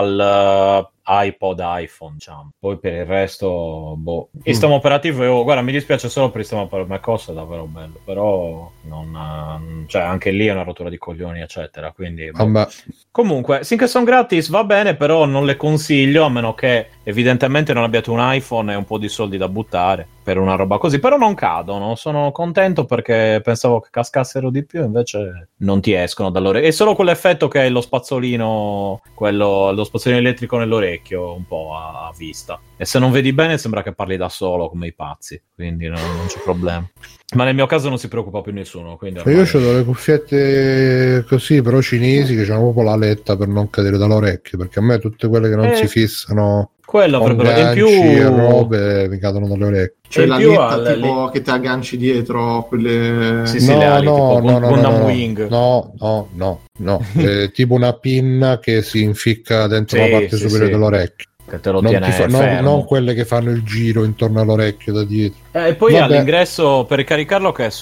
dal eh, iPod iPhone, diciamo. Poi per il resto, boh. Il sistema operativo, io, guarda, mi dispiace solo per il sistema per macOS, è davvero bello, però non, eh, cioè, anche lì è una rottura di coglioni, eccetera. Quindi, boh. Vabbè. Comunque, finché sono gratis va bene, però non le consiglio, a meno che evidentemente non abbiate un iPhone e un po' di soldi da buttare per una roba così. Però non cadono, sono contento perché pensavo che cascassero di più, invece non ti escono dall'orecchio. È solo quell'effetto che è lo spazzolino, quello, lo spazzolino elettrico nell'orecchio, un po' a, a vista. E se non vedi bene sembra che parli da solo, come i pazzi, quindi no, non c'è problema. Ma nel mio caso non si preoccupa più nessuno. Quindi Cioè, io ormai- ho delle cuffiette così, però cinesi, che hanno proprio la letta per non cadere dall'orecchio, perché a me tutte quelle che non Eh, si fissano quello con avrebbero in ganci più e robe mi cadono dalle orecchie. C'è in la più letta al- tipo che ti agganci dietro quelle... Sì, sì, le ali, tipo Gun- Gundam no, Wing. no, no, no, no. È tipo una pinna che si inficca dentro Sì, la parte sì, superiore sì. dell'orecchio. Che te lo Non, tiene ti fa- non- fermo. non quelle che fanno il giro intorno all'orecchio da dietro. Eh, e poi Vabbè. all'ingresso per ricaricarlo che è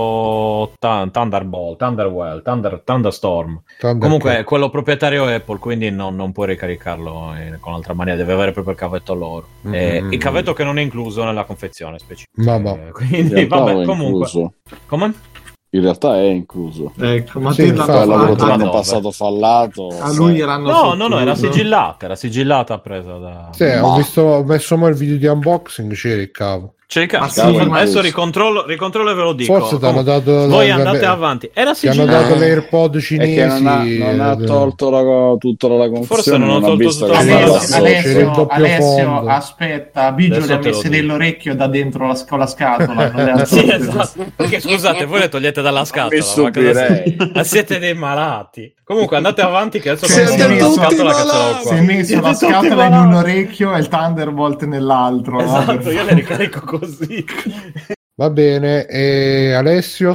solo Thun- Thunderbolt, Thunderwell, Thunder, Thunderstorm. Thunder Comunque Cat. è quello proprietario Apple, quindi non, non puoi ricaricarlo in- con altra maniera, deve avere proprio il cavetto loro. Eh, Mm. il cavetto che non è incluso nella confezione specifica. Vabbè. Eh, In quindi realtà vabbè, è comunque. incluso. Come? In realtà è incluso. Ecco, ma Sì, te infatti, l'hanno Poi l'hanno fatto- l'anno dove? passato fallato. a lui gliel'hanno No, no, no, era sottoso. sigillata, era sigillata presa da... Sì, ho Ma- visto, ho messo mo il video di unboxing, c'era il cavo. C'è il Ma cazzo. sì, Adesso ma- incluso. ricontrollo, ricontrollo e ve lo dico. Forse ti hanno Comunque, dato voi la- andate vabbè, avanti. Era ti hanno sigillata. dato l'AirPod È cinesi. che non ha, non ha eh, tolto la, tutta la confezione. Forse non ho ha tolto visto tutta che la stava Alessio, Allora, sotto. c'era il Alessio, doppio Alessio, fondo. aspetta, Biggio Adesso le ha te lo messe dico. nell'orecchio da dentro la, con la scatola. non le ha Sì, tolte. esatto. Perché scusate, voi le togliete dalla scatola. Mi ma cosa stupirei. siete? Ma siete dei malati. Comunque andate avanti che adesso Cioè, controllo la siete scatola che ce l'ho malati. Si è qua. messo Siete la tutti scatola in malati. un orecchio e il Thunderbolt nell'altro. no? Esatto, io le ricarico così. Va bene, e Alessio?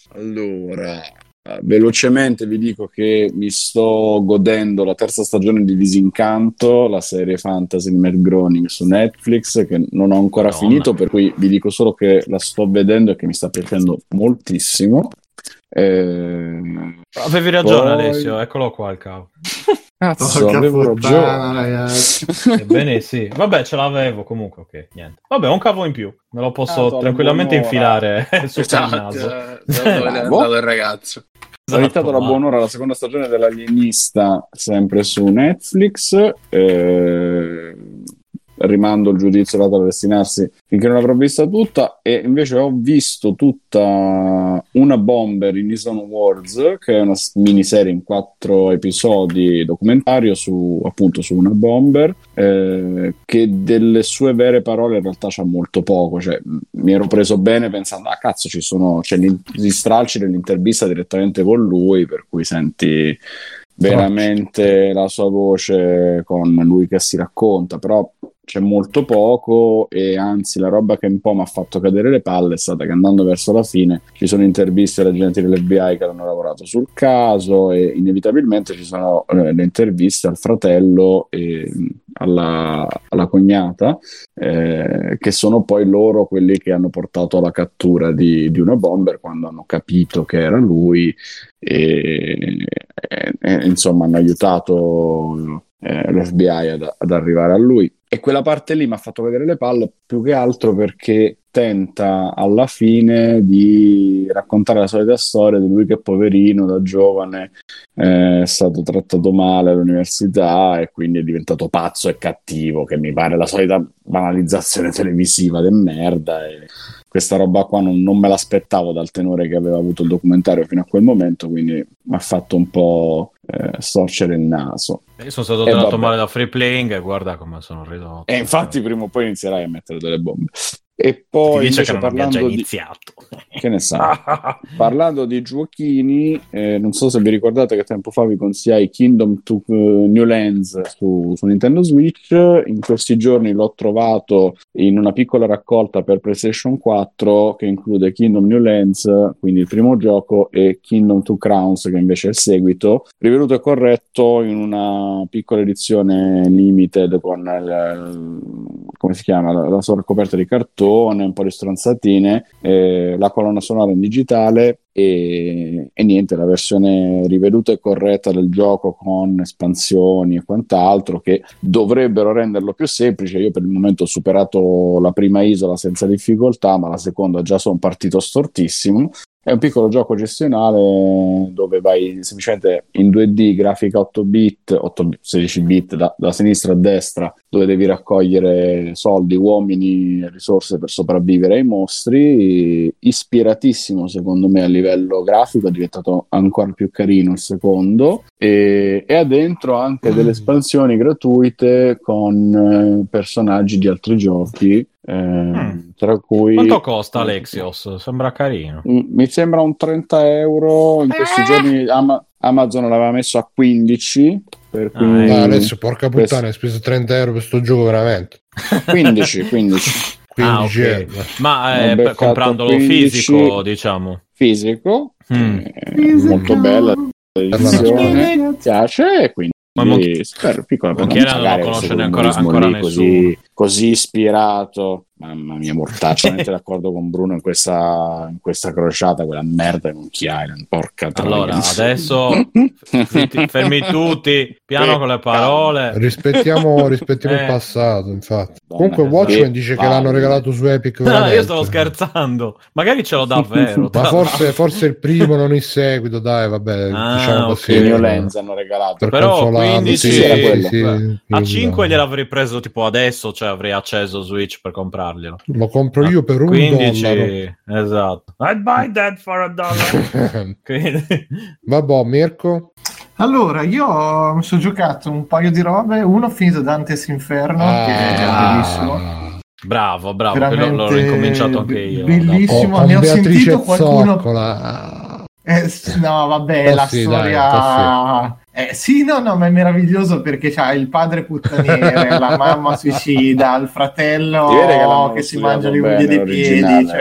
Allora, eh, velocemente vi dico che mi sto godendo la terza stagione di Disincanto, la serie fantasy di Matt Groening su Netflix, che non ho ancora Madonna. finito, per cui vi dico solo che la sto vedendo e che mi sta piacendo moltissimo. Eh, Avevi ragione, Poi- Alessio, eccolo qua il cavo. Cazzo, Porca avevo puttana, ragione. ragazzi. Ebbene sì, vabbè, ce l'avevo comunque, ok, niente. Vabbè, un cavo in più, me lo posso Ah, tranquillamente buon'ora. infilare sul Esatto, naso. eh, dove è Bravo. andato il ragazzo. Ho iniziato la buon'ora la seconda stagione dell'Alienista sempre su Netflix. Eh, rimando il giudizio dato da destinarsi finché non l'avrò vista tutta, e invece ho visto tutta Una Bomber in Island Wars, che è una s- miniserie in quattro episodi documentario su appunto su Una Bomber, eh, che delle sue vere parole in realtà c'ha molto poco. Cioè, m- mi ero preso bene pensando, ah cazzo, ci sono, c'è l'in- gli stralci dell'intervista direttamente con lui, per cui senti veramente la sua voce con lui che si racconta, però c'è molto poco, e anzi la roba che un po' mi ha fatto cadere le palle è stata che andando verso la fine ci sono interviste agli agenti dell'F B I che hanno lavorato sul caso, e inevitabilmente ci sono eh, le interviste al fratello e alla, alla cognata, eh, che sono poi loro quelli che hanno portato alla cattura di, di Una Bomber quando hanno capito che era lui, e, e, e insomma hanno aiutato eh, l'F B I ad, ad arrivare a lui. E quella parte lì mi ha fatto vedere le palle più che altro perché tenta alla fine di raccontare la solita storia di lui che poverino da giovane eh, è stato trattato male all'università e quindi è diventato pazzo e cattivo, che mi pare la solita banalizzazione televisiva de merda, e questa roba qua non, non me l'aspettavo dal tenore che aveva avuto il documentario fino a quel momento, quindi mi ha fatto un po' eh, storcere il naso. Io sono stato E tratto vabbè. male da Free Playing e guarda come sono ridotto. E infatti prima o poi inizierai a mettere delle bombe. E poi Ti dice invece che non abbia già parlando di... iniziato. Che ne sai? Parlando di giochini, eh, non so se vi ricordate che tempo fa vi consigliai Kingdom to uh, New Lands su, su Nintendo Switch. In questi giorni l'ho trovato in una piccola raccolta per PlayStation quattro che include Kingdom New Lands, quindi il primo gioco, e Kingdom Two Crowns, che invece è il seguito, riveduto e corretto in una piccola edizione limited con il, come si chiama, la, la sovracoperta di cartone, un po' di stronzatine, eh, la colonna sonora in digitale e, e niente, la versione riveduta e corretta del gioco con espansioni e quant'altro che dovrebbero renderlo più semplice. Io per il momento ho superato la prima isola senza difficoltà, ma la seconda già sono partito stortissimo. È un piccolo gioco gestionale dove vai semplicemente in due D, grafica otto bit, otto, sedici bit da, da sinistra a destra, dove devi raccogliere soldi, uomini e risorse per sopravvivere ai mostri. Ispiratissimo secondo me a livello grafico, è diventato ancora più carino il secondo, e, e ha dentro anche delle espansioni gratuite con eh, personaggi di altri giochi. Eh, Mm. tra cui Quanto costa Alexios? Sembra carino. Mm, mi sembra un trenta euro. In questi giorni Ama- Amazon l'aveva messo a quindici, per cui Ah, Ah, adesso porca questo- puttana, hai speso trenta euro per sto gioco veramente. quindici, quindici Ah, quindici ok. euro. Ma Ho eh, beccato comprandolo quindici fisico, diciamo. fisico, Mm. eh, molto bella l'edizione, mi piace, e quindi Ma Mon- spero, piccola, però Monchiera non lo magari conosce questo neanche ancora- comunismo ancora lì così, così ispirato. Mamma mia, mortacciamente d'accordo con Bruno in questa, in questa crociata, quella merda di Monkey Island, porca troia. Allora, adesso zitti, fermi tutti, piano con le parole. Rispettiamo, rispettiamo Eh. il passato, infatti. Madonna, Comunque che Watchmen dice che l'hanno palle. regalato su Epic No, veramente. io stavo scherzando. Magari ce l'ho davvero. Ma tra forse, l'altro. forse il primo, non il seguito, dai, vabbè, Ah, diciamo ok. così. Che New per- Lens hanno regalato. per Però consolarlo. quindici Sì, era sì, quello. sì, a quindi, cinque dai. gliel'avrei preso tipo adesso, cioè avrei acceso Switch per comprarglielo. Lo compro io per un quindici, dollaro. esatto. I'd buy that for a dollar. Quindi- Vabbè, Mirko. Allora, io mi sono giocato un paio di robe. Uno ho finito Dante's Inferno, che è Ah. bellissimo. Bravo, bravo, quello l'ho Veramente ricominciato anche io. bellissimo. Oh, con ne ho Beatrice sentito qualcuno. Zoccola. Eh, s- no, vabbè, Oh, la sì, storia. Eh, sì, no, no, ma è meraviglioso perché c'ha il padre puttaniere, la mamma suicida, il fratello Si vede che l'hanno che si studiato mangia le bene unghie dei piedi. l'originale. Cioè,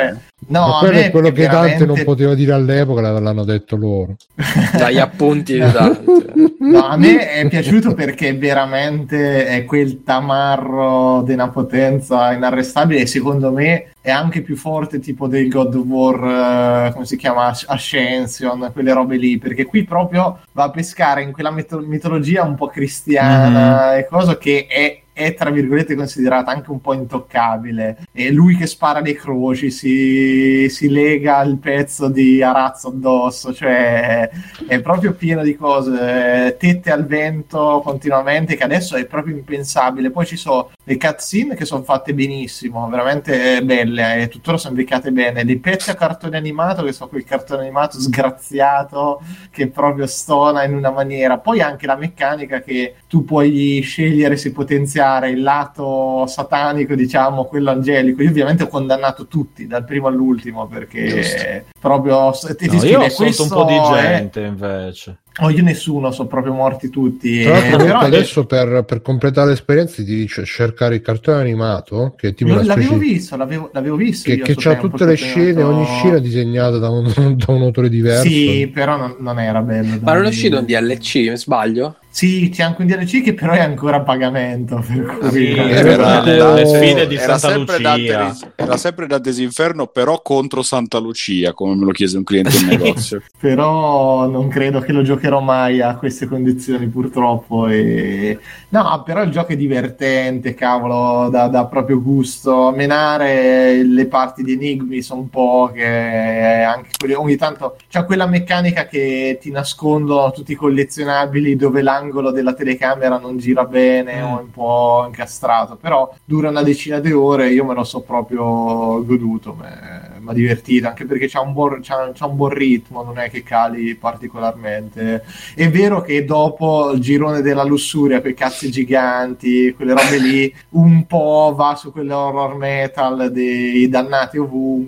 No, Ma a quello me è quello è che Dante veramente- non poteva dire all'epoca, l'hanno detto loro. Dagli appunti di Dante. No, a me è piaciuto perché veramente è quel tamarro di una potenza inarrestabile e secondo me è anche più forte tipo del God of War, eh, come si chiama, Ascension, quelle robe lì, perché qui proprio va a pescare in quella mito- mitologia un po' cristiana Mhm. e cosa che è è tra virgolette considerata anche un po' intoccabile. E lui che spara le croci, si, si lega il pezzo di arazzo addosso, cioè è proprio pieno di cose, tette al vento continuamente, che adesso è proprio impensabile. Poi ci sono le cutscene che sono fatte benissimo, veramente belle, e tuttora sono invecchiate bene. Dei pezzi a cartone animato, che sono quel cartone animato sgraziato che proprio stona in una maniera. Poi anche la meccanica che tu puoi scegliere se potenziare il lato satanico, diciamo, quello angelico. Io ovviamente ho condannato tutti, dal primo all'ultimo, perché proprio ti, ti No, scrive, io ho assolto un questo po' di è- gente invece. Oh, io nessuno, sono proprio morti tutti. Tra l'altro, Eh, comunque però adesso per, per completare l'esperienza ti dice cercare il cartone animato, che è tipo Lo- una l'avevo specie visto, l'avevo, l'avevo visto che, io a che suo c'ha tempo, tutte il le cartone scene, animato. ogni scena disegnata da un, da un autore diverso. Sì, però non, non era bello. Ma non è dai. uscito un D L C, mi sbaglio? Sì, c'è anche un D L C che però è ancora a pagamento. Per cui Sì, era era tipo- le, le sfide di era Santa sempre, Lucia. Dante, era sempre Dante's Inferno, però contro Santa Lucia, come me lo chiese un cliente in negozio. Però non credo che lo giocherò mai a queste condizioni, purtroppo. E... No, però il gioco è divertente, cavolo, dà, dà proprio gusto. Menare le parti di enigmi sono poche, anche quelli, ogni tanto c'è quella meccanica che ti nascondono tutti i collezionabili dove l'angolo della telecamera non gira bene Mm. o è un po' incastrato, però dura una decina di ore, io me lo so proprio goduto, mi ha divertito, anche perché c'ha un, buon, c'ha, c'ha un buon ritmo, non è che cali particolarmente. È vero che dopo il girone della lussuria, quei cazzi giganti, quelle robe lì, un po' va su quell'horror metal dei dannati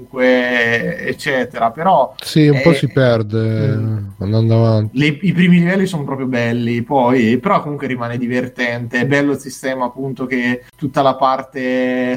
ovunque, eccetera, però Sì, un po' eh, si perde mm. andando avanti. le- i primi livelli sono proprio belli, poi però comunque rimane divertente. È bello il sistema, appunto, che tutta la parte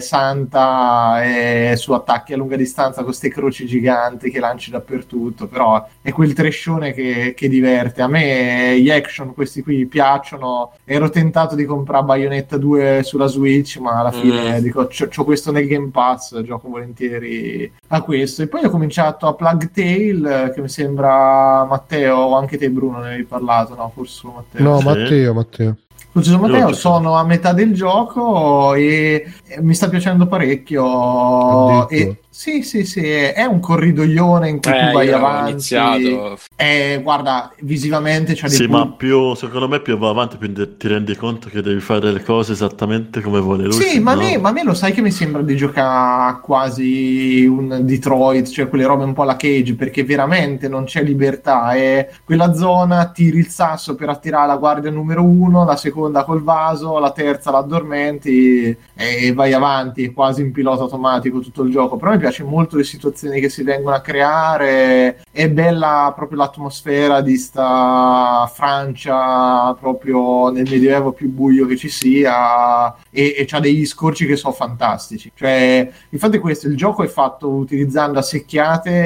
santa è su attacchi a lunga distanza con queste croci giganti che lanci dappertutto, però è quel trashone che, che diverte. A me gli action, questi qui, piacciono. Ero tentato di comprare Bayonetta due sulla Switch, ma alla fine Mm. dico c'ho, c'ho questo nel Game Pass, gioco volentieri a questo. E poi ho cominciato a Plague Tale, che mi sembra Matteo, o anche te Bruno ne avevi parlato, no? Forse solo Matteo. No, Sì. Matteo, Matteo. Scusa, Matteo, Io ho sono a metà del gioco e e mi sta piacendo parecchio. Addirittura. E, sì, sì, sì, è un corridoione in cui tu Eh, vai io l'avevo avanti. iniziato. Eh, guarda, visivamente c'ha dei Sì, ma punti. più, secondo me più va avanti, più te- ti rendi conto che devi fare le cose esattamente come vuole lui. Sì, se ma a no- me, ma a me lo sai che mi sembra di giocare quasi un Detroit, cioè quelle robe un po' alla Cage, perché veramente non c'è libertà. È quella zona, tiri il sasso per attirare la guardia numero uno, la seconda col vaso, la terza la addormenti e vai avanti, è quasi in pilota automatico tutto il gioco. Però mi piace molto le situazioni che si vengono a creare, è bella proprio l'atmosfera di sta Francia, proprio nel medioevo più buio che ci sia, e, e c'ha degli scorci che sono fantastici. Cioè, infatti questo, il gioco è fatto utilizzando a secchiate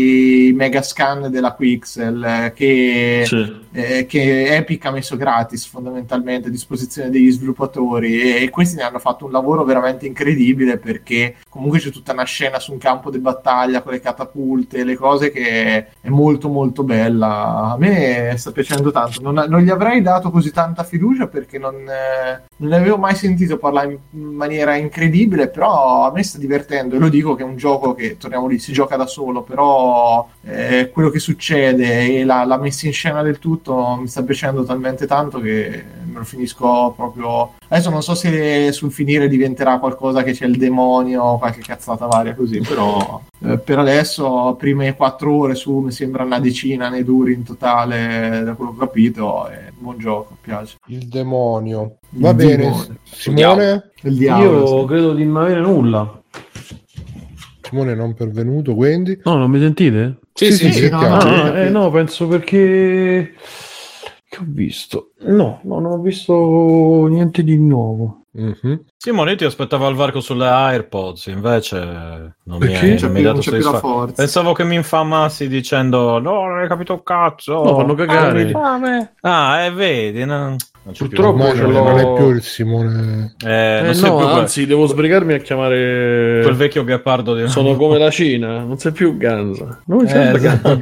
i mega scan della Quixel, eh, che, Sì. eh, che Epic ha messo gratis fondamentalmente a disposizione degli sviluppatori, e, e questi ne hanno fatto un lavoro veramente incredibile, perché comunque c'è tutta una scena su un campo di battaglia con le catapulte, le cose, che è molto molto bella. A me sta piacendo tanto, non, non gli avrei dato così tanta fiducia perché non, eh, non ne avevo mai sentito parlare in maniera incredibile, però a me sta divertendo, e lo dico che è un gioco che, torniamo lì, si gioca da solo, però eh, quello che succede e la, la messa in scena del tutto mi sta piacendo talmente tanto che me lo finisco proprio. Adesso non so se sul finire diventerà qualcosa che c'è il demonio o qualche cazzata varia così, però eh, per adesso prime quattro ore su mi sembra una decina ne duri in totale, da quello che ho capito. È un buon gioco, mi piace. Il demonio. Va Il bene, demonio. Simone? Il diavolo, Io sì. credo di non avere nulla. Simone non pervenuto, quindi. No, non mi sentite? Sì, sì, sì, sentiamo. no, Ah, no, no, eh, no, penso perché che ho visto? No, no, non ho visto niente di nuovo. Mm-hmm. Simone, io ti aspettavo al varco sulle AirPods, invece non mi Perché? hai, C'è non mi hai più- dato non c'è più la soddisfa- forza. Pensavo che mi infamassi dicendo no, non hai capito un cazzo. No, fanno cagare. Ah, mi fame. Ah, e vedi, no, non c'è Purtroppo più Ormai ce non, l'ho- non è più il Simone. eh, Eh, non sei no, più quel- anzi, devo sbrigarmi a chiamare. quel vecchio ghepardo di Sono come la Cina, non sei più Ganza. Non Eh, c'è esatto.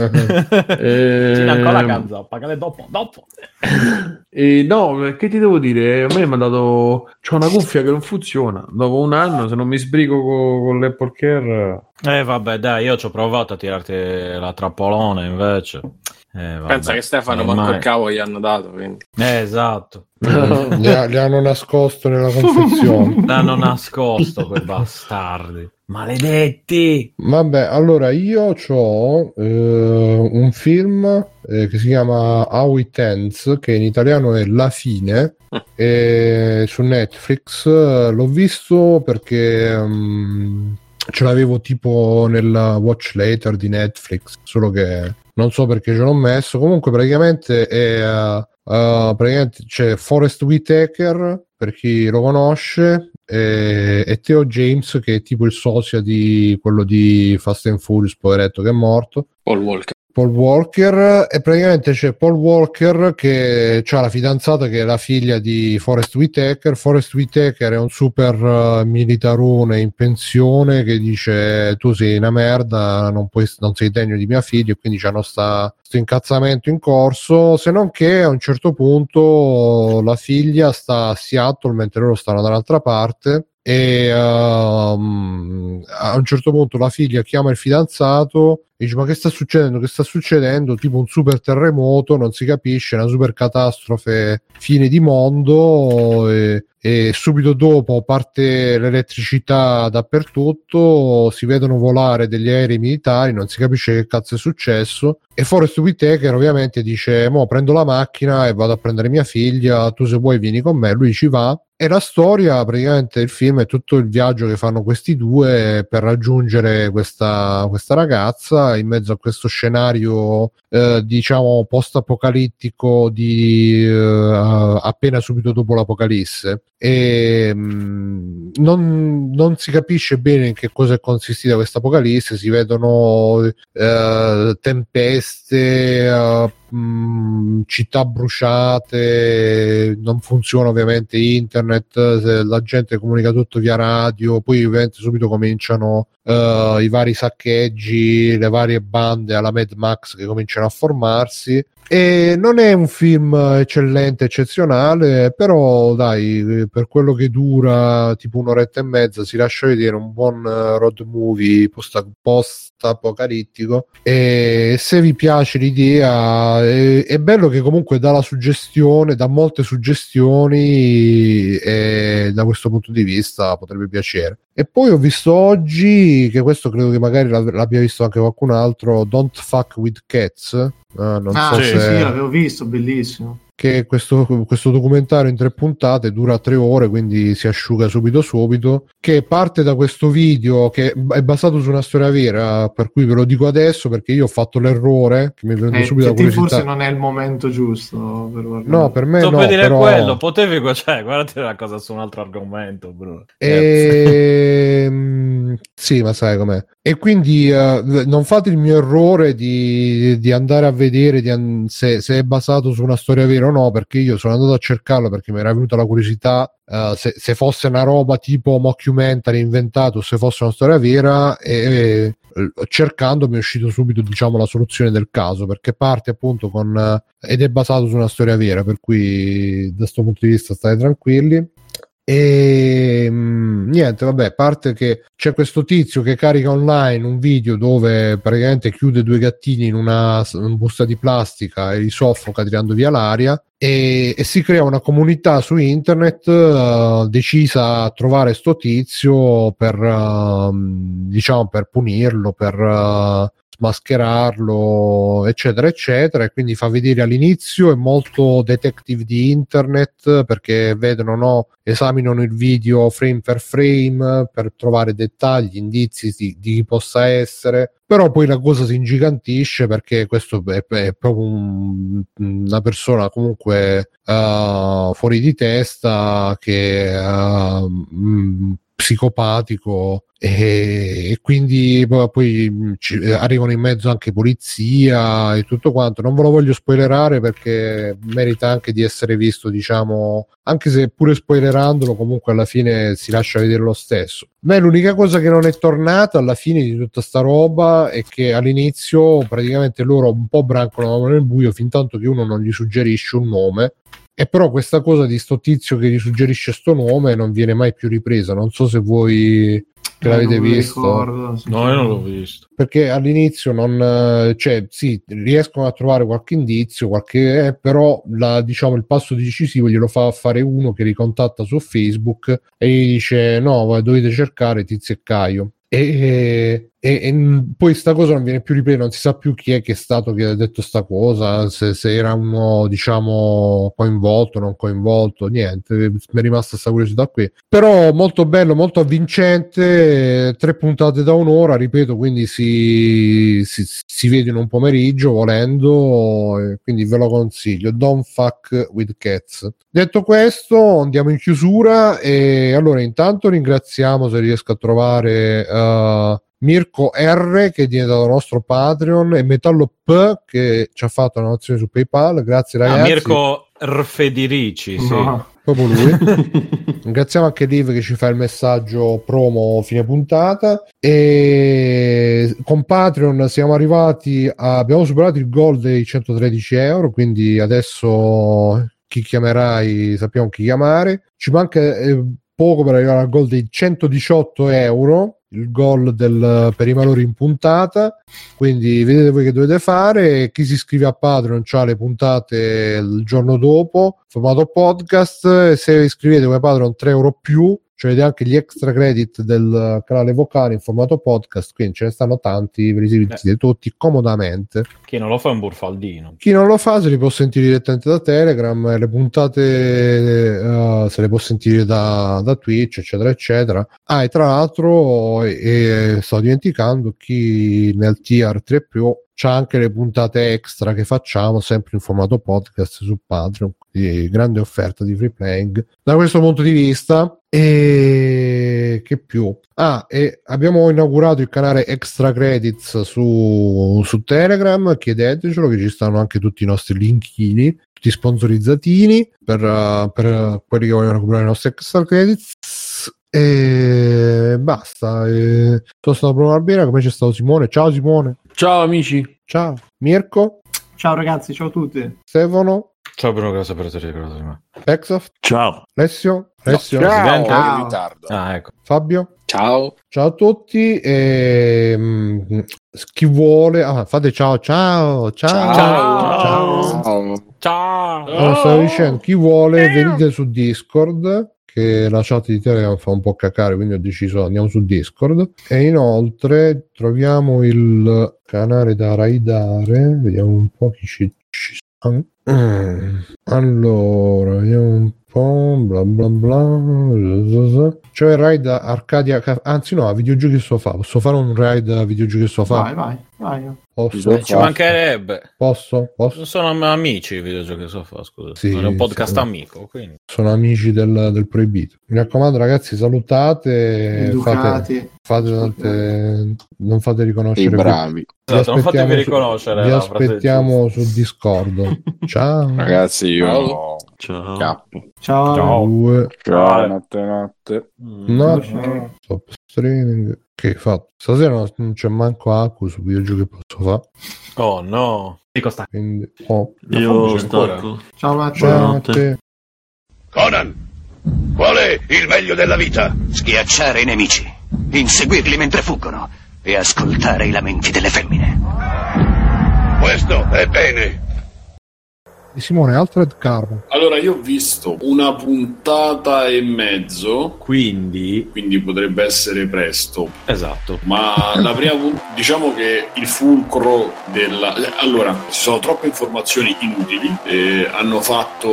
Eh, Cina ancora Ganza, pagale dopo, dopo. Eh, no, che ti devo dire? A me mi ha dato. C'ho una cuffia che non funziona. Dopo un anno, se non mi sbrigo co- con l'Apple Care. Eh vabbè, dai, io ci ho provato a tirarti la trappolona invece. Eh, vabbè, Pensa che Stefano ormai- manco il cavo gli hanno dato, quindi. Eh, esatto. li, ha- li hanno nascosto nella confezione. L'hanno nascosto quei bastardi. Maledetti! Vabbè, allora io ho un film eh, che si chiama How It Ends, che in italiano è La Fine, e su Netflix. L'ho visto perché um, ce l'avevo tipo nella watch later di Netflix, solo che non so perché ce l'ho messo. Comunque praticamente è uh, uh, praticamente c'è Forest Whitaker, per chi lo conosce, e, e Theo James, che è tipo il sosia di quello di Fast and Furious, poveretto, che è morto, Paul Walker. Paul Walker. E praticamente c'è Paul Walker che ha la fidanzata che è la figlia di Forest Whitaker. Forest Whitaker è un super uh, militarone in pensione che dice tu sei una merda, non, puoi, non sei degno di mia figlia, e quindi c'hanno sta, sto incazzamento in corso, se non che a un certo punto la figlia sta a Seattle mentre loro stanno dall'altra parte, e um, a un certo punto la figlia chiama il fidanzato e dice ma che sta succedendo, che sta succedendo, tipo un super terremoto, non si capisce, una super catastrofe, fine di mondo, e, e subito dopo parte l'elettricità dappertutto, si vedono volare degli aerei militari, non si capisce che cazzo è successo, e Forest Whitaker ovviamente dice mo prendo la macchina e vado a prendere mia figlia, tu se vuoi vieni con me, lui ci va. E la storia, praticamente il film è tutto il viaggio che fanno questi due per raggiungere questa, questa ragazza in mezzo a questo scenario eh, diciamo post-apocalittico di eh, appena subito dopo l'apocalisse, e mh, non, non si capisce bene in che cosa è consistita questa apocalisse. Si vedono eh, tempeste, eh, mh, città bruciate, non funziona ovviamente internet, se la gente comunica tutto via radio, poi ovviamente subito cominciano uh, i vari saccheggi, le varie bande alla Mad Max che cominciano a formarsi. E non è un film eccellente, eccezionale, però dai, per quello che dura tipo un'oretta e mezza si lascia vedere un buon road movie post apocalittico, e se vi piace l'idea è, è bello che comunque dà la suggestione, dà molte suggestioni, e da questo punto di vista potrebbe piacere. E poi ho visto oggi, che questo credo che magari l'abbia visto anche qualcun altro, Don't Fuck With Cats. Ah, non ah, so sì, se... sì, l'avevo visto, bellissimo. Che questo, questo documentario in tre puntate dura tre ore, quindi si asciuga subito subito, che parte da questo video che è basato su una storia vera, per cui ve lo dico adesso perché io ho fatto l'errore che mi è venuto Eh, subito la te curiosità. forse non è il momento giusto per guardare. No, per me Tu no, puoi dire però... quello, potevi, cioè, guardate una cosa su un altro argomento, bro. E... sì, ma sai com'è. E quindi uh, non fate il mio errore di, di andare a vedere di an- se, se è basato su una storia vera o no, perché io sono andato a cercarlo perché mi era venuta la curiosità uh, se, se fosse una roba tipo mockumentary inventato o se fosse una storia vera, e, e cercando mi è uscito subito diciamo la soluzione del caso, perché parte appunto con uh, ed è basato su una storia vera, per cui da questo punto di vista state tranquilli. E mh, niente, vabbè, parte che c'è questo tizio che carica online un video dove praticamente chiude due gattini in una, una busta di plastica e li soffoca tirando via l'aria, e, e si crea una comunità su internet uh, decisa a trovare sto tizio per uh, diciamo per punirlo, per uh, smascherarlo, eccetera eccetera, e quindi fa vedere all'inizio è molto detective di internet, perché vedono, no, esaminano il video frame per frame per trovare dettagli, indizi di, di chi possa essere, però poi la cosa si ingigantisce perché questo è, è proprio un, una persona comunque uh, fuori di testa, che uh, mh, psicopatico, e, e quindi poi ci, arrivano in mezzo anche polizia e tutto quanto. Non ve lo voglio spoilerare perché merita anche di essere visto, diciamo, anche se pure spoilerandolo comunque alla fine si lascia vedere lo stesso. Ma l'unica cosa che non è tornata alla fine di tutta sta roba è che all'inizio praticamente loro un po' brancolano nel buio fin tanto che uno non gli suggerisce un nome. E però questa cosa di sto tizio che gli suggerisce sto nome non viene mai più ripresa. Non so se voi che eh, l'avete visto. Ricordo, sì, no, io non l'ho visto. Perché all'inizio non, cioè, sì, riescono a trovare qualche indizio, qualche, eh, però la, diciamo, il passo decisivo glielo fa fare uno che ricontatta su Facebook e gli dice: no, dovete cercare Tizio e Caio. E, e, e poi sta cosa non viene più ripresa, non si sa più chi è che è stato che ha detto sta cosa, se, se era uno, diciamo, coinvolto, non coinvolto, niente, mi è rimasta questa curiosità qui. Però molto bello, molto avvincente, tre puntate da un'ora, ripeto, quindi si, si, si vede in un pomeriggio volendo, quindi ve lo consiglio. Don't fuck with cats. Detto questo, andiamo in chiusura, e allora intanto ringraziamo, se riesco a trovare, uh, Mirko R, che è diventato nostro Patreon, e Metallo P, che ci ha fatto una donazione su PayPal. Grazie ragazzi. Ah, Mirko R. Federici, sì. No, proprio lui. Ringraziamo anche Liv che ci fa il messaggio promo fine puntata. E con Patreon siamo arrivati a, abbiamo superato il goal dei centotredici euro, quindi adesso chi chiamerai sappiamo chi chiamare. Ci manca eh, poco per arrivare al goal dei centodiciotto euro, il goal del, per i valori in puntata, quindi vedete voi che dovete fare. Chi si iscrive a Patreon c'ha le puntate il giorno dopo, formato podcast. Se iscrivete come Patreon tre euro più, cioè avete anche gli extra credit del canale vocale in formato podcast, quindi ce ne stanno tanti, ve li sentite tutti comodamente. Chi non lo fa è un burfaldino. Chi non lo fa se li può sentire direttamente da Telegram, le puntate uh, se le può sentire da, da Twitch, eccetera eccetera. Ah, e tra l'altro, e, e sto dimenticando, chi nel tier tre più c'ha anche le puntate extra che facciamo sempre in formato podcast su Patreon, quindi grande offerta di free playing da questo punto di vista. E che più? Ah, e abbiamo inaugurato il canale Extra Credits su, su Telegram, chiedetecelo, che ci stanno anche tutti i nostri linkini, tutti sponsorizzatini per, uh, per quelli che vogliono recuperare i nostri Extra Credits. E basta. E... sono stato a provare bene, come c'è stato Simone. Ciao Simone. Ciao amici. Ciao Mirko. Ciao ragazzi, ciao a tutti. Stefano. Ciao Bruno, grazie per essere ricordato di me. Exoft. Ciao. Alessio. Alessio. No, ciao. ciao. In ritardo. Ah, ecco. Fabio. Ciao. Ciao a tutti. E, mh, chi vuole, ah, fate ciao ciao ciao Ciao. Ciao. Ciao. Allora, stavo dicendo, chi vuole venite su Discord, che la chat di Telegram fa un po' cacare, quindi ho deciso andiamo su Discord. E inoltre troviamo il canale da raidare, vediamo un po' chi ci, ci sta. Mm. Allora vediamo un po', bla bla bla, cioè il raid Arcadia, anzi no, a videogiochi sofà. Posso fare un raid a videogiochi sofà? Vai vai vai. Posso? Ci mancherebbe. Posso? Posso? Sono amici i videogiochi sofà, scusa. Sì, non è un podcast sì. amico, quindi. Sono amici del, del proibito. Mi raccomando ragazzi, salutate, Educati. fate, fate tante, non fate riconoscere. I bravi. Vi Esatto, non fatevi aspettiamo riconoscere. su, vi la frase aspettiamo su Discord. Ciao. Ragazzi, io Ciao. Cappo. Ciao. Ciao. Due. Ciao, notte notte. No, Ciao. stop streaming. Che fatto? Stasera non, non c'è manco acqua su videogiochi che posso fare. Oh no. Dico sta. Quindi, oh. Io c'è stacco. Ciao Matteo. Ciao a Buonanotte. te. Conan, qual è il meglio della vita? Schiacciare i nemici, inseguirli mentre fuggono e ascoltare i lamenti delle femmine. Questo è bene. Di Simone, Altered Carbon. Allora, io ho visto una puntata e mezzo, quindi quindi potrebbe essere presto. Esatto. Ma la prima puntata, diciamo che il fulcro della... Allora, ci sono troppe informazioni inutili, eh, hanno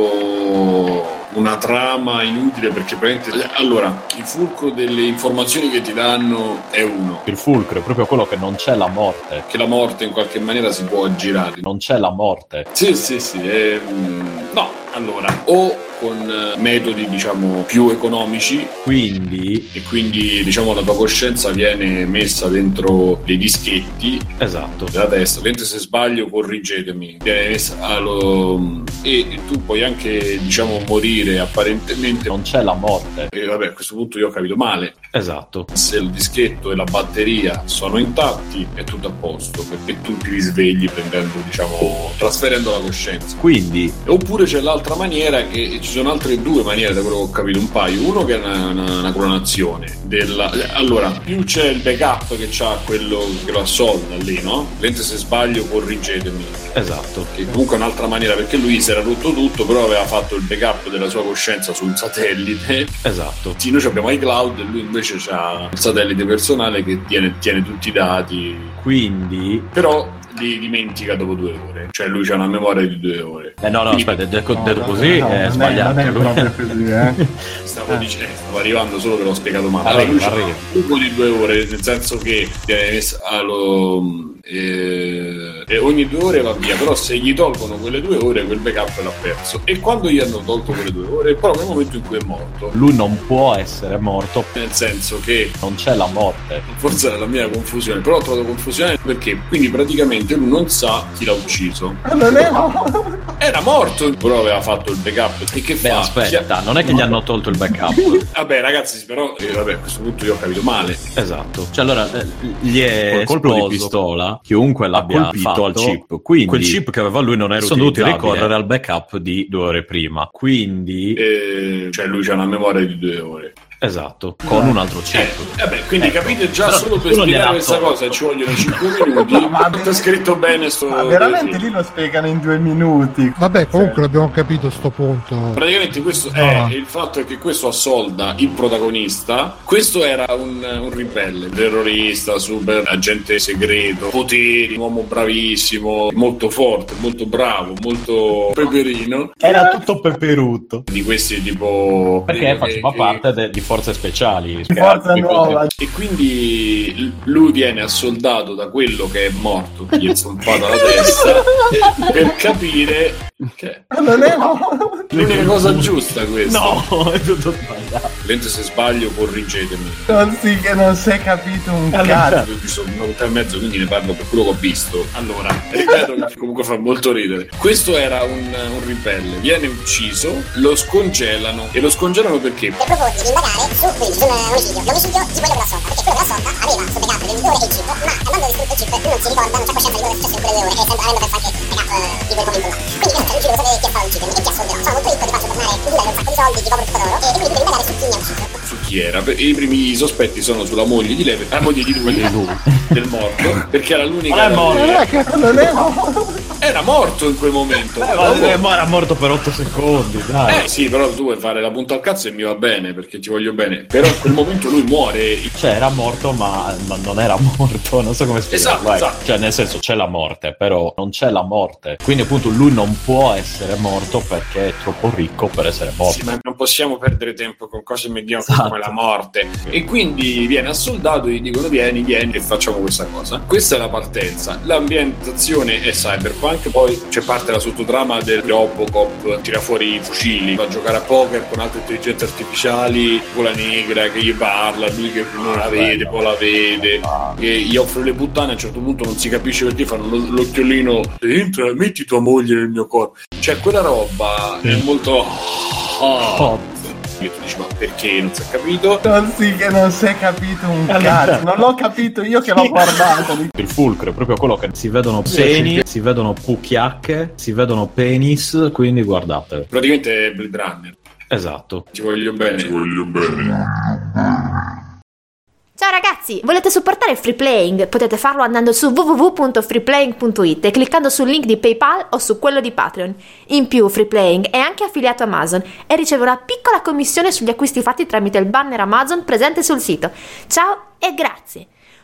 fatto una trama inutile perché praticamente... Allora, il fulcro delle informazioni che ti danno è uno. Il fulcro è proprio quello che non c'è la morte. Che la morte in qualche maniera si può aggirare. Non c'è la morte. Sì, sì, sì. Eh, no, allora, o con metodi diciamo più economici, quindi e quindi diciamo la tua coscienza viene messa dentro dei dischetti, esatto, della testa, mentre se sbaglio corrigetemi, viene messa allo... e tu puoi anche diciamo morire apparentemente, non c'è la morte, e vabbè, a questo punto io ho capito male, esatto, se il dischetto e la batteria sono intatti è tutto a posto perché tu ti risvegli prendendo diciamo trasferendo la coscienza, quindi oppure c'è l'altra maniera che ci sono altre due maniere da quello che ho capito, un paio. Uno che è una, una, una clonazione della... Allora, più c'è il backup che c'ha quello che lo assolda lì, no? Mentre se sbaglio corrigetemi. Esatto. Che comunque è un'altra maniera, perché lui si era rotto tutto, però aveva fatto il backup della sua coscienza su un satellite. Esatto. Sì, noi abbiamo iCloud e lui invece c'ha il satellite personale che tiene, tiene tutti i dati. Quindi... Però... li dimentica dopo due ore, cioè lui c'ha una memoria di due ore. Eh no, no, quindi, aspetta, detto de- de- così no, no, è sbagliato. Non è proprio così, eh. Stavo dicendo, stavo arrivando solo che l'ho spiegato male. Arriva, allora, arriva. Un po' di due ore, nel senso che viene messo allo, eh, e ogni due ore va via, però se gli tolgono quelle due ore, quel backup l'ha perso. E quando gli hanno tolto quelle due ore, è proprio nel momento in cui è morto. Lui non può essere morto, nel senso che non c'è la morte. Forse è la mia confusione, però ho trovato confusione perché quindi praticamente lui non sa chi l'ha ucciso. Non è morto. Era morto, però aveva fatto il backup. E che Beh, fa? aspetta, non è che gli hanno tolto il backup. Vabbè, ragazzi, però eh, vabbè, a questo punto io ho capito male. Esatto. Cioè, allora eh, gli è Col colpo esploso di pistola, chiunque l'abbia colpito fatto al chip. Quindi Quel chip che aveva lui non era sono dovuti utilizzabile. ricorrere al backup di due ore prima. Quindi Eh, cioè lui c'ha una memoria di due ore. Esatto, con un altro chip. Eh, vabbè, quindi ecco. capite già Però solo per solo spiegare gliel'ha questa tolto. cosa ci vogliono cinque minuti. Ma è scritto bene sto. Ma veramente lì lo spiegano in due minuti. Vabbè, comunque l'abbiamo capito sto punto. Praticamente questo è No. il fatto è che questo assolda il protagonista. Questo era un, un ribelle, terrorista, super agente segreto, poteri, un uomo bravissimo, molto forte, molto bravo, molto peperino. Era tutto peperuto. Di questi tipo Perché eh, faceva eh, parte de- di forze speciali. Forza nuova. E quindi lui viene assoldato da quello che è morto, che gli è zompato la testa, per capire che Non è morto. l'unica cosa giusta questa. No, è tutto sbagliato. Mentre se sbaglio corrigetemi. Non sì che non si è capito un cazzo. Io sono un'ora e mezzo, quindi ne parlo per quello che ho visto. Allora, ripeto che comunque fa molto ridere. Questo era un, un ribelle, viene ucciso, lo scongelano. E lo scongelano perché? Per proporti di indagare su qui, su un omicidio. L'omicidio di quello della sorta, perché quello della sorta aveva sto backup delle due ore e il chip, ma andando a distruggere il chip lui non si ricorda, non c'ha coscienza di quello che è successo in quelle due ore, e sempre avendo perso anche il backup eh, di quel momento là. Quindi io non riuscivo a sapere chi è stato a uccidermi e chi ha soldato. Sono molto ricco, ti faccio tornare in Italia un sacco di soldi, ti copro tutto d'oro, e quindi devi indagare su chi mi ha ucciso. Su chi era? Per- I primi sospetti sono sulla moglie di lei, la moglie di lui, del morto, perché era l'unica. Non è morto. Non è che non è morto. Era morto in quel momento. Eh, ma, ma era morto per otto secondi, dai. Eh sì, però tu vuoi fare la punta al cazzo e mi va bene perché ti voglio bene. Però in quel momento lui muore. Cioè era morto ma, ma non era morto, non so come spiegarlo. Esatto, esatto. Cioè nel senso c'è la morte, però non c'è la morte. Quindi appunto lui non può essere morto perché è troppo ricco per essere morto. Sì, ma non possiamo perdere tempo con cose mediocri Esatto. come la morte. E quindi viene assoldato e gli dicono vieni, vieni e facciamo questa cosa. Questa è la partenza. L'ambientazione è cyberpunk, poi c'è parte la sottotrama del Robocop, tira fuori i fucili, va a giocare a poker con altre intelligenze artificiali, con la negra che gli parla, lui che non la vede, poi la vede, che gli offre le puttane, a un certo punto non si capisce perché fanno lo- l'occhiolino, entra, metti tua moglie nel mio corpo. Cioè quella roba è molto hot. Io tu dici ma perché non si è capito? Non sì che non si è capito un cazzo. Non l'ho capito io che l'ho guardato. Il fulcro è proprio quello che si vedono seni, si vedono pucchiacche, si vedono penis, quindi guardate. Praticamente è Blade Runner. Esatto. Ti voglio bene. Ti voglio bene. Ciao Ciao ragazzi, volete supportare il Free Playing? Potete farlo andando su w w w punto freeplaying punto i t e cliccando sul link di PayPal o su quello di Patreon. In più, Free Playing è anche affiliato a Amazon e riceve una piccola commissione sugli acquisti fatti tramite il banner Amazon presente sul sito. Ciao e grazie!